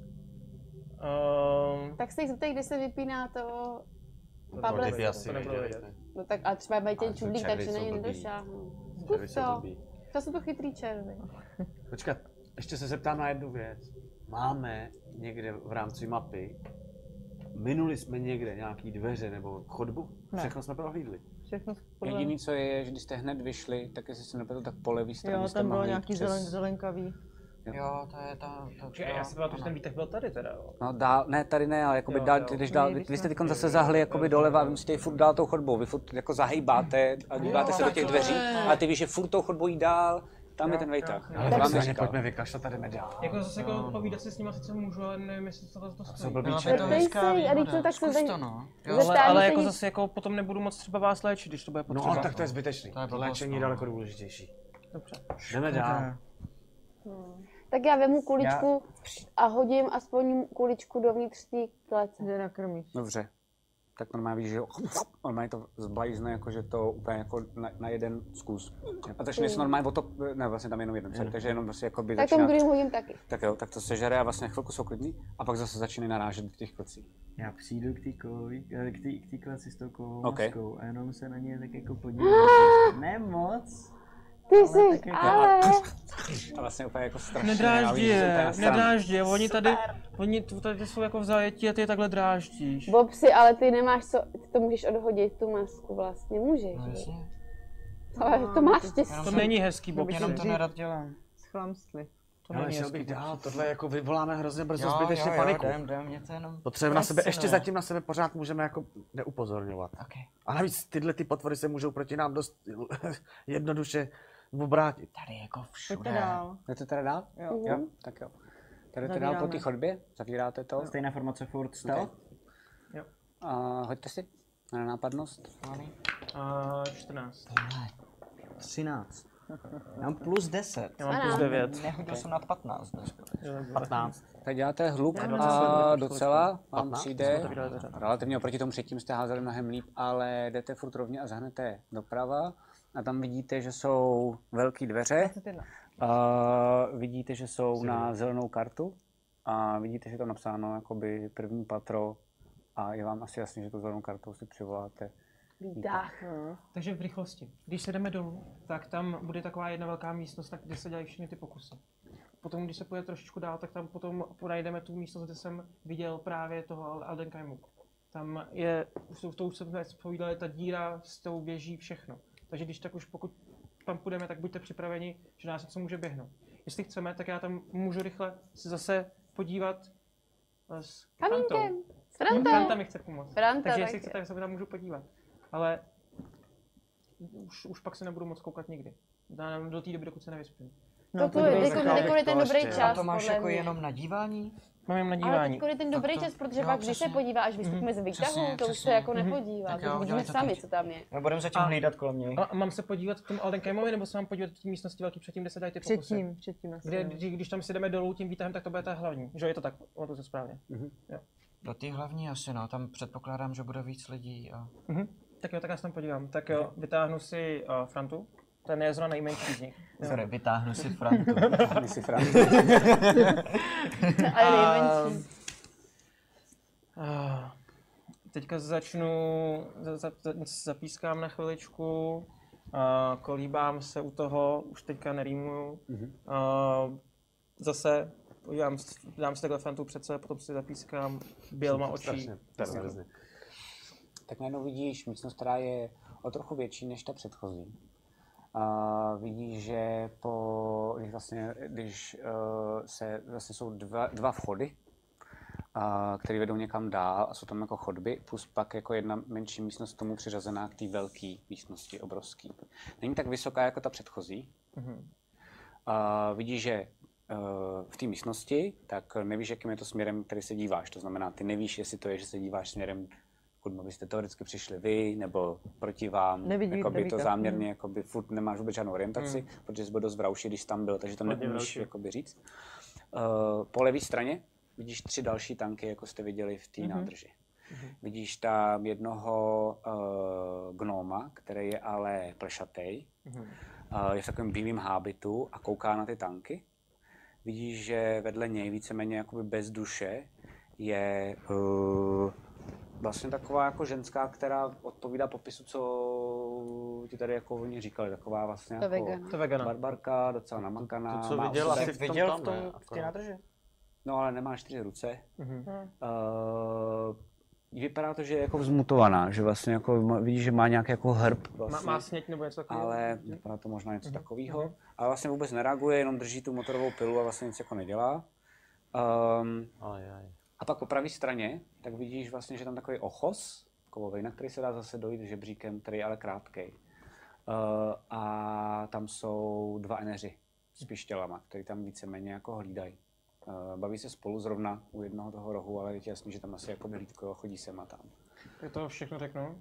Tak se jich zeptej, kde se vypíná to... To nebudu vědět. No tak a třeba mají ten čudlík, takže na ně nedošáhnu. Zkus to. To jsou to chytrý červy. Počkat, ještě se zeptám na jednu věc. Máme někde v rámci mapy, minuli jsme někde nějaký dveře nebo chodbu? Všechno jsme prohlídli. Jediný, co je, že když jste hned vyšli, tak jestli se nepletu, tak po levý straně jste tam bylo mohli nějaký přes... zelenkavý. Jo, to je ta... Já si pamatuju, že ten výtah byl tady teda, jo. No dál, ne, tady ne, ale jakoby dál, když dál, vy jste teď zase zahli jakoby doleva a vy musíte jít furt dál tou chodbou, vy furt jako zahejbáte a díváte se do těch dveří, ale ty víš, že furt tou chodbou jít dál, tam je ten výtah. Ale tak se ani pojďme vykašlat, tady jdeme dál. Jako zase jako povídat si s nima sice můžu, ale nevím, jestli to stojí. Ale jako zase jako potom nebudu moc třeba vás léčit, když to bude potřeba. No tak to je zbytečný. To léčení je daleko důležitější. Dobře. Jdeme dál. Tak já vemu kuličku a hodím aspoň kuličku dovnitř té klece. Kde nakrmíš. Dobře. Tak normálně víš, že normálně to zblajzne, jako že to úplně jako na jeden zkus. A začne se normálně o to, ne, vlastně tam jenom jeden celý, takže jenom vlastně jako by tak začíná... Tak tomu druhým hodím taky. Tak jo, tak to sežere a vlastně chvilku jsou klidný a pak zase začínají narážet do těch klecí. Já přijdu k té kleci s tou maskou a jenom se na ně tak jako podívám. Ne moc. Ty jsi, ale... A vlastně úplně jako strašně nedráždě, oni tady jsou jako v zajetí a ty je takhle dráždíš. Bobsi, ale ty nemáš co, ty to můžeš odhodit, tu masku vlastně, můžeš, no, jasně. Ale to máš štěstí. To není hezký, Bobsi. Jenom to nerad dělám. Schlamstli. Ale šel bych dál, tohle jako vyvoláme hrozně brzo zbytečně paniku. Jdem, něco jenom... Potřebujeme na sebe, ještě zatím na sebe pořád můžeme jako neupozorňovat. Okay. A navíc tyhle ty potvory se můžou proti nám dost jednoduše obrátit. Tady jako všude. Pojďte dál. Jdete teda dál? Jo. Tak jo. Tady jdete dál po té chodbě, zavíráte to. Stejná formace furt stealth? Jo. Hoďte si na nápadnost. 14. 13. Já mám plus 10. Já mám plus 9. Nehodil jsem na 15 dneska. 15. Tak děláte hluk a docela vám přijde, relativně oproti tomu předtím jste házeli mnohem líp, ale jdete furt rovně a zahnete doprava a tam vidíte, že jsou velké dveře. Vidíte, že jsou na zelenou kartu a vidíte, že je tam napsáno jakoby první patro a je vám asi jasný, že tu zelenou kartou si přivoláte. Takže v rychlosti. Když se jdeme dolů, tak tam bude taková jedna velká místnost, kde se dělají všechny ty pokusy. Potom, když se půjde trošičku dál, tak tam potom najdeme tu místnost, kde jsem viděl právě toho Aldenkaimu. Tam je, to už jsme povídali, ta díra s tou věží všechno. Takže když tak už pokud tam půjdeme, tak buďte připraveni, že nás něco může běhnout. Jestli chceme, tak já tam můžu rychle si zase podívat s Kamínkem. Franta mi chce pomoct. Takže jestli tak chcete, tak se tam můžu podívat. Ale už pak se nebudu moc koukat nikdy. Do té doby, dokud se nevyspím. No to je ten dobrý čas. A to máš jako jenom na dívání? Mám jen na dívání. Ale teď je ten dobrý čas, protože pak, když se podíváš, vystupíme z výtahu, to už se jako nepodívá. To vidíme sami, co tam je. Já budeme zatím hlídat kolem něj. A mám se podívat k tomu Aldenkaimovi, nebo se mám podívat do té místnosti velký předtím, kde se dají ty pokusy? Předtím. Když tam si jdeme dolů tím výtahem, tak to bude ta hlavní. Že je to tak, ono to se správně. Jo. Do té hlavní asi, no, tam předpokládám, že bude víc lidí a... Tak jo, tak já se tam podívám. Tak jo, vytáhnu si Frantu. Ten je zrovna nejmenší z nich. Sorry, vytáhnu si Frantu. Vytáhni si Frantu. Ale nejmenší. Teďka zapískám na chviličku, kolíbám se u toho, už teďka nerýmuju. Zase dám si takhle Frantu před sebe, potom si zapískám bělma očí. Tak najednou vidíš místnost, která je o trochu větší než ta předchozí. Vidíš, že když jsou dva vchody, které vedou někam dál a jsou tam jako chodby, plus pak jako jedna menší místnost tomu přiřazená k té velké místnosti, obrovský. Není tak vysoká jako ta předchozí. Vidíš, že v té místnosti, tak nevíš, jakým je to směrem, který se díváš. To znamená, ty nevíš, jestli to je, že se díváš směrem, kudy byste teoreticky přišli vy, nebo proti vám. Jakoby to záměrně, jakoby furt nemáš vůbec žádnou orientaci, protože jsi byl dost v rauši, když jsi tam byl, takže to neumíš jakoby říct. Po levé straně vidíš 3 další tanky, jako jste viděli v té nádrži. Vidíš tam jednoho gnóma, který je ale plešatej. Je v takovém bílém hábitu a kouká na ty tanky. Vidíš, že vedle něj víceméně jakoby bez duše je vlastně taková jako ženská, která odpovídá popisu, co ti tady jako oni říkali, taková vlastně to jako barbarka, docela namakaná. To, co viděl asi v té nádrži? No ale nemá 4 ruce. vypadá to, že je jako vzmutovaná, že vlastně jako vidíš, že má nějaký jako hrb. Vlastně, má sněť nebo něco takového? Ale vypadá to možná něco takového. Ale vlastně vůbec nereaguje, jenom drží tu motorovou pilu a vlastně nic jako nedělá. A pak po pravé straně, tak vidíš vlastně, že tam takový ochos kovový, na který se dá zase dojít žebříkem, který je ale krátký. A tam jsou 2 eneři s pištělama, který tam víceméně jako hlídají. Baví se spolu zrovna u jednoho toho rohu, ale je jasný, že tam asi jako hlídko chodí sem a tam. Je to všechno řeknu?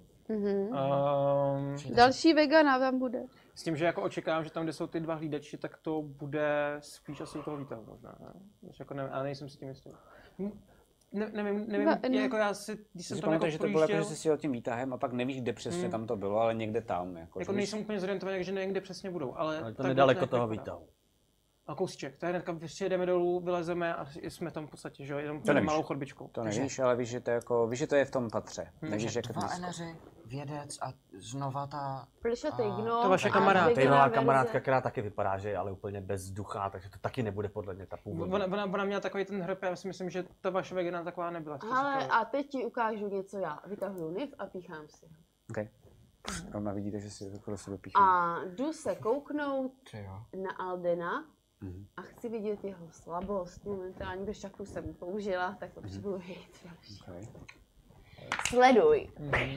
Další vegana tam bude. S tím, že jako očekávám, že tam, kde jsou ty 2 hlídači, tak to bude spíš asi u toho výtahu možná, ne? Jako nevím, ale nejsem si tím jistý. Nevím, jako já si, když jsem tam jako že to bylo jako, že jsi sjel tím výtahem a pak nevíš, kde přesně tam to bylo, ale někde tam. Jako nejsem úplně zorientovaný, takže nevím, kde přesně budou, ale to nedaleko toho výtahu. A kousíček, tady hnedka jdeme dolů, vylezeme a jsme tam v podstatě, že jo, jenom malou chodbičkou. To nevíš, ale víš, že to je jako, víš, že to je v tom patře. Takže 2 eneři, vědec a znova ta... Plišatý gnom. To vaše kamarádka. To je nová kamarádka, která taky vypadá, že je ale úplně bezduchá, takže to taky nebude podle mě ta původní. Ona měla takový ten hrb, já si myslím, že ta vaše vegana taková nebyla. Ale a teď ti ukážu něco já. Vytahuju nif a píchám si. Okay. Rovna vidíte, že si to do sebe píchám. A jdu se kouknout na Aldena. A chci vidět jeho slabost momentálně, když šakru jsem použila, tak potřebuji jít další. Okay. Sleduj.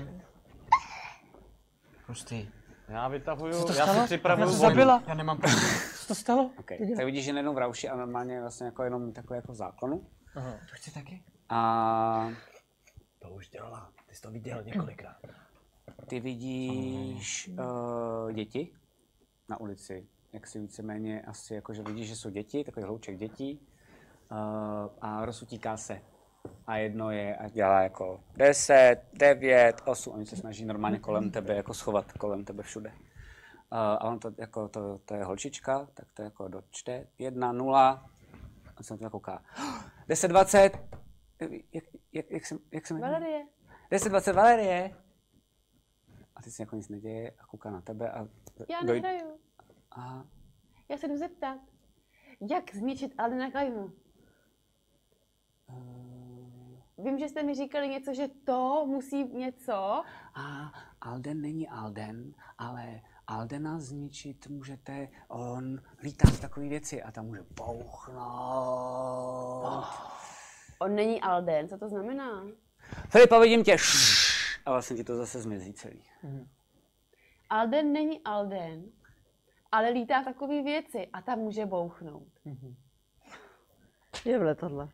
Pustý. Já vytahuju, já si připravuju vodu. Já nemám Co to stalo? Okay. Tak vidíš, že nejenom v rauši a normálně vlastně jako jenom takové jako v záklonu. Aha. To chci taky. A to už dělala, ty jsi to viděl několikrát. Ty vidíš děti na ulici. Jak si víceméně asi jako, že vidíš, že jsou děti, takový hlouček dětí a rozutíká se. A jedno je a dělá jako 10, 9, 8, oni se snaží normálně kolem tebe jako schovat kolem tebe všude. A on to jako, to je holčička, tak to jako dočte 1, 0 a se na to kouká. 10, 20, jak se jmenuje? Valerie. 10, 20, Valerie. A ty si jako nic neděje a kouká na tebe a... Já nehraju. Aha. Já se jdu zeptat, jak zničit Aldena Kajmu? Vím, že jste mi říkali něco, že to musí něco. Alden není Alden, ale Aldena zničit můžete, on lítá v takové věci a tam může bouchnout. On není Alden, co to znamená? Filipa, vidím tě. A vlastně ti to zase zmizí celý. Alden není Alden, ale lítá v takové věci a tam může bouchnout. Je v letadle.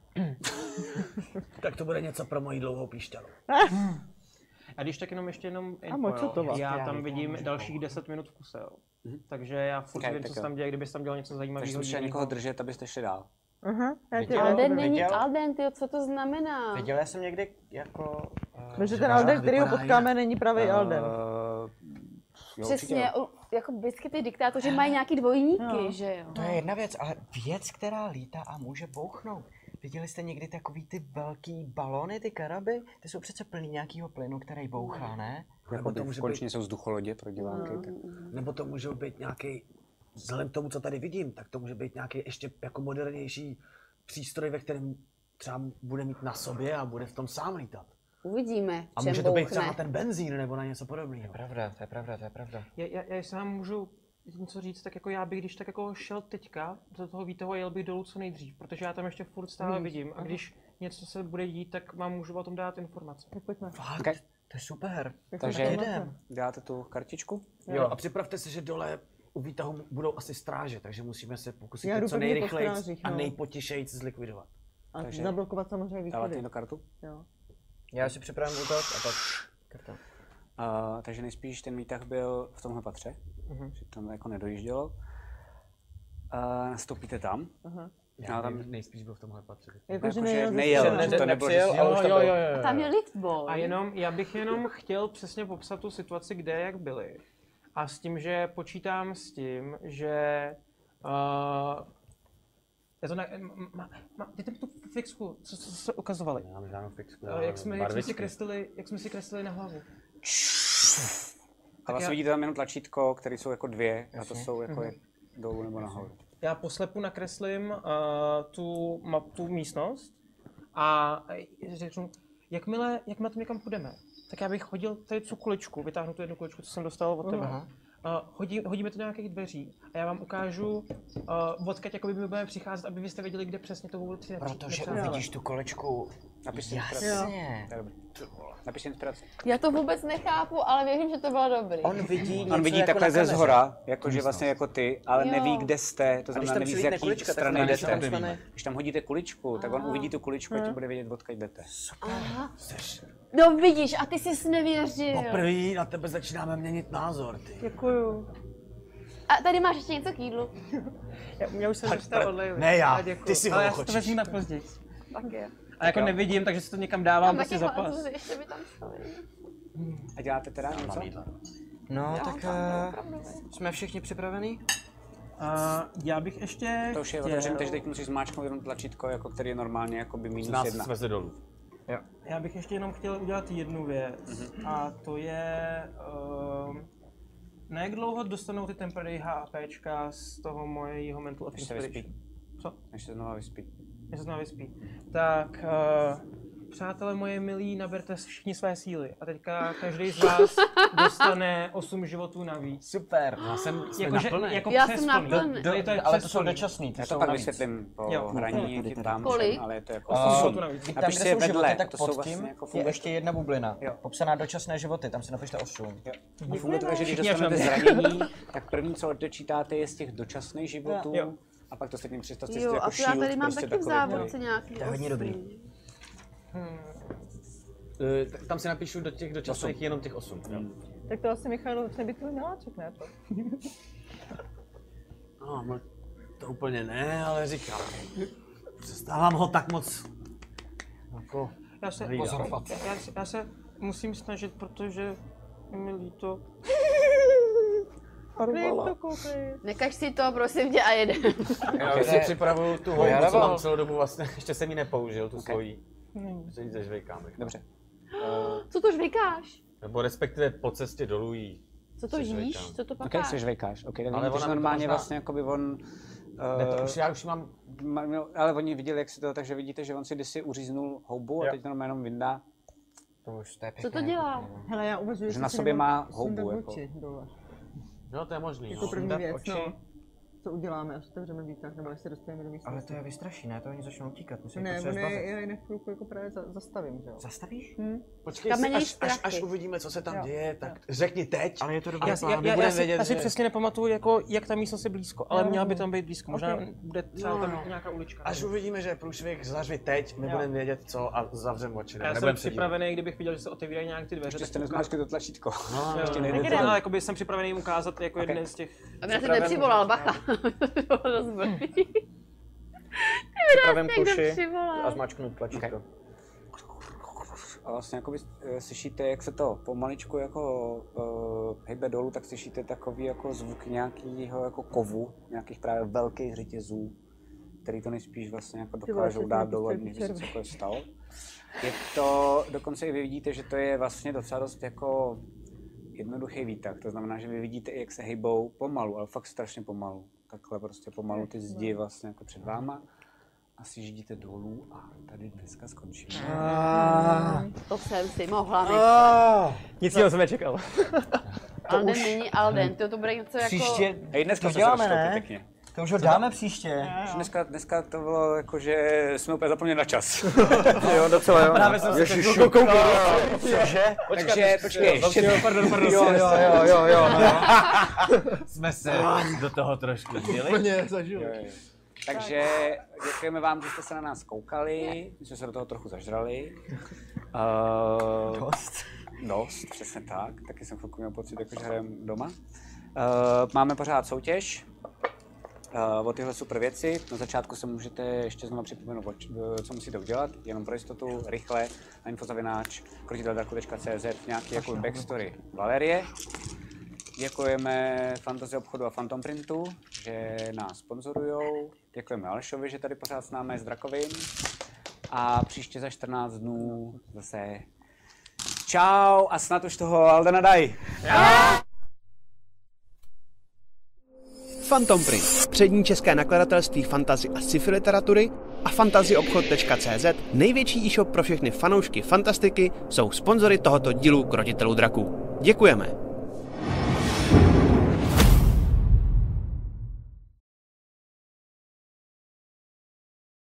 Tak to bude něco pro moji dlouhou píšťalu. A když tak ještě jenom já tam vidím dalších 10 minut v kuse, jo. Takže já furt vím, co se tam děje, kdybys tam dělal něco zajímavého. Takže musíš někoho držet, abyste šli dál. Alden není Alden, tyjo, co to znamená? Viděl jsem někdy jako... Protože ten Alden, který ho potkáme, není pravý Alden. Přesně, jako vždycky ty diktátoři mají nějaký dvojníky, že jo? To je jedna věc, ale věc, která lítá a může bouchnout. Viděli jste někdy takový ty velký balony, ty karaby? Ty jsou přece plný nějakého plynu, který bouchá, ne? Nebo to může konečně jsou vzducholodě pro diváky. Tak... Nebo to může být nějaký, vzhledem k tomu, co tady vidím, tak to může být nějaký ještě jako modernější přístroj, ve kterém třeba bude mít na sobě a bude v tom sám lítat. Uvidíme, a může to být třeba na ten benzín nebo na něco podobného. To je pravda. Já sám můžu něco říct, tak jako já bych když tak jako šel teďka do toho výtahu a jel bych dolů co nejdřív, protože já tam ještě furt stále vidím a když něco se bude dít, tak vám můžu o tom dát informace. Pojďme. Okay. To je super. Takže děláte tu kartičku? Jo, a připravte se, že dole u výtahu budou asi stráže, takže musíme se pokusit co nejrychleji a nejpotišeji zlikvidovat. A takže zablokovat samozřejmě východy. Dáváte jednu kartu? Jo. Já si připravím útok a pak karta. Takže nejspíš ten výtah byl v tomhle patře, že tam jako nedojíždělo. Nastoupíte tam. Já tam nejspíš byl v tomhle patře. Jakože nejel, že to nebylo, že tam je liftball. A já bych jenom chtěl přesně popsat tu situaci, kde jak byli. A s tím, že počítám s tím, že dejte mi tu fixku, co se ukazovali. Já mám žádnou fixku. Jak jsme si kreslili na hlavu. A vlastně vidíte tam jenom tlačítko, které jsou jako dvě, a to jsou jako dolů nebo nahoru. Já poslepu nakreslím tu místnost a řeknu, jakmile tam někam půjdeme, tak já bych hodil tady tu kuličku, vytáhnu tu jednu kuličku, co jsem dostal od tebe. Hodíme to do nějakých dveří a já vám ukážu, odkud jakoby my budeme přicházet, aby vy jste věděli, kde přesně to budou přijít. Protože uvidíš tu kolečku. Napiš inspiraci. Napiš inspiraci. Já to vůbec nechápu, ale věřím, že to bylo dobrý. On vidí jako takhle ze zhora, jakože vlastně jako ty, ale neví, kde jste, to znamená neví, z jaký strany jdete. Když tam hodíte kuličku, tak on uvidí tu kuličku a ti bude vědět, odkud jdete. No vidíš, a ty jsi nevěřil. Poprvé na tebe začínáme měnit názor, ty. Děkuju. A tady máš ještě něco k jídlu. Já už jsem dostal odlejli. Ne já, ty si ho ale chočíš. já si to vezmu na později. Tak je. A jako nevidím, takže si to někam dávám prostě za pas. Ještě by tam stali. A děláte teda něco? No, tak jsme všichni připravení? Já bych ještě to už je otevřené, takže teď musíš zmáčknout jenom tlačítko, jako který je normálně jakoby -1. Sveze dolů. Jo. Já bych ještě jenom chtěl udělat jednu věc, a to je, na jak dlouho dostanou ty temporary HPčka z toho mojeho mental atmospheric. Co? Než se znovu vyspí. Než se znovu vyspí. Tak, přátelé moje milí, naberte všichni své síly a teďka každý z vás dostane 8 životů navíc. Super, já jsem naplný. Jako já jsem naplný. Ale to jsou dočasný, já to pak vysvětlím po hraní, ti dám, ale je to jako 8 životů navíc. Tam, kde jsou životy, tak pod tím je ještě jedna bublina. Popsaná dočasné životy, tam si napište 8. A funguje to tak, že když dostanete zranění, tak první, co odečítáte, je z těch dočasných životů. A pak to ostatní představte si jako shield. Jo, a já tady mám taky v závodce nějaký. To je hodně dobrý. Tam si napíšu do těch dočasných jenom těch 8. Tak to asi Michal začne být tvůj miláček, ne? No, to úplně ne, ale říkám. Přestávám ho tak moc jako pozorovat. Já se musím snažit, protože je mi líto. Nekaž si to, prosím tě, a jedem. Já si připravuju tu houbu, co mám celou dobu vlastně, ještě jsem ji nepoužil, tu svoji. Že ji zežvejkám. Dobře. Co to žvejkáš? Nebo respektive po cestě dolů jí. Co to jíš? Co to pakáš? Ok, sežvejkáš. Ok, tak vidíte, že normálně vlastně jakoby on... já už mám... Ale oni viděli, jak si to, takže vidíte, že on si kdysi uříznul houbu a teď normálně jenom vyndá. Co to dělá? Hele, já uvažuji, že na sobě má houbu. Jako. No, to je možný. Jako první věc, no. Co uděláme, až otevřeme výtah, nebo až se dostaneme do místnosti. Ale to je vystraší, ne? To oni začnou utíkat. Ne, já je chvilku jako právě zastavím, že jo. Zastavíš? Počkej si, až uvidíme, co se tam děje, tak řekni teď. Ale je to dobrý plán, já si přesně nepamatuju, jako, jak ta místnost je blízko, ale měla by tam být blízko. Možná bude třeba tam nějaká ulička. Až uvidíme, že je průšvih, zařvi teď, my budeme vědět co a zavřeme oči. Já jsem připravený, kdybych viděl, že se otevírají nějak ty dveře. Ještě jste nezmáčkli to tlačítko. Ale jakoby jsem připravený jim ukázat jako jeden z těch... Aby nás nepřivolal, bacha. Připravím kuši a zmáčknu tlačítko. A vlastně jako slyšíte, jak se to pomaličku jako hejbe dolů, tak slyšíte takový jako zvuk nějakého jako kovu, nějakých právě velkých řetězů, který to nejspíš vlastně jako dokážou dát dolů, než by se cokoliv stalo. Je to, dokonce i vy vidíte, že to je vlastně docela dost jako jednoduchý výtah, to znamená, že vy vidíte i jak se hejbou pomalu, ale fakt strašně pomalu. Takhle prostě pomalu ty zdi vlastně jako před váma. Asi žídíte dolů a tady dneska skončíme. To jsem si mohla myslet. Nic jiného jsem nečekal. Alden není Alden, to bude něco jako... Příště dneska to děláme, ne? To už ho dáme příště. Dneska to bylo jako, že jsme úplně zapomněli na čas. Jo, docela jo. Právě jsem se chvilku koukal. Takže, počkej, ještě... Pardon. Jo. Jsme se do toho trošku zjeli. Úplně zažili. Takže děkujeme vám, že jste se na nás koukali, že jsme se do toho trochu zažrali. Dost, přesně tak. Taky jsem chvilku měl pocit, jako, že hrajeme doma. Máme pořád soutěž o tyhle super věci. Na začátku se můžete ještě znovu připomenout, co musíte udělat, jenom pro jistotu, rychle, na info@krotiteldraku.cz nějaký jako backstory Valerie. Děkujeme Fantasy obchodu a Phantom Printu, že nás sponzorujou. Děkujeme Alešovi, že tady pořád s námi s Drakovým. A příště za 14 dnů zase čau a snad už toho Aldena dají. Phantom Print, přední české nakladatelství fantasy a sci-fi literatury, a fantazyobchod.cz, největší e-shop pro všechny fanoušky fantastiky, jsou sponzory tohoto dílu Krotitelů draků. Děkujeme!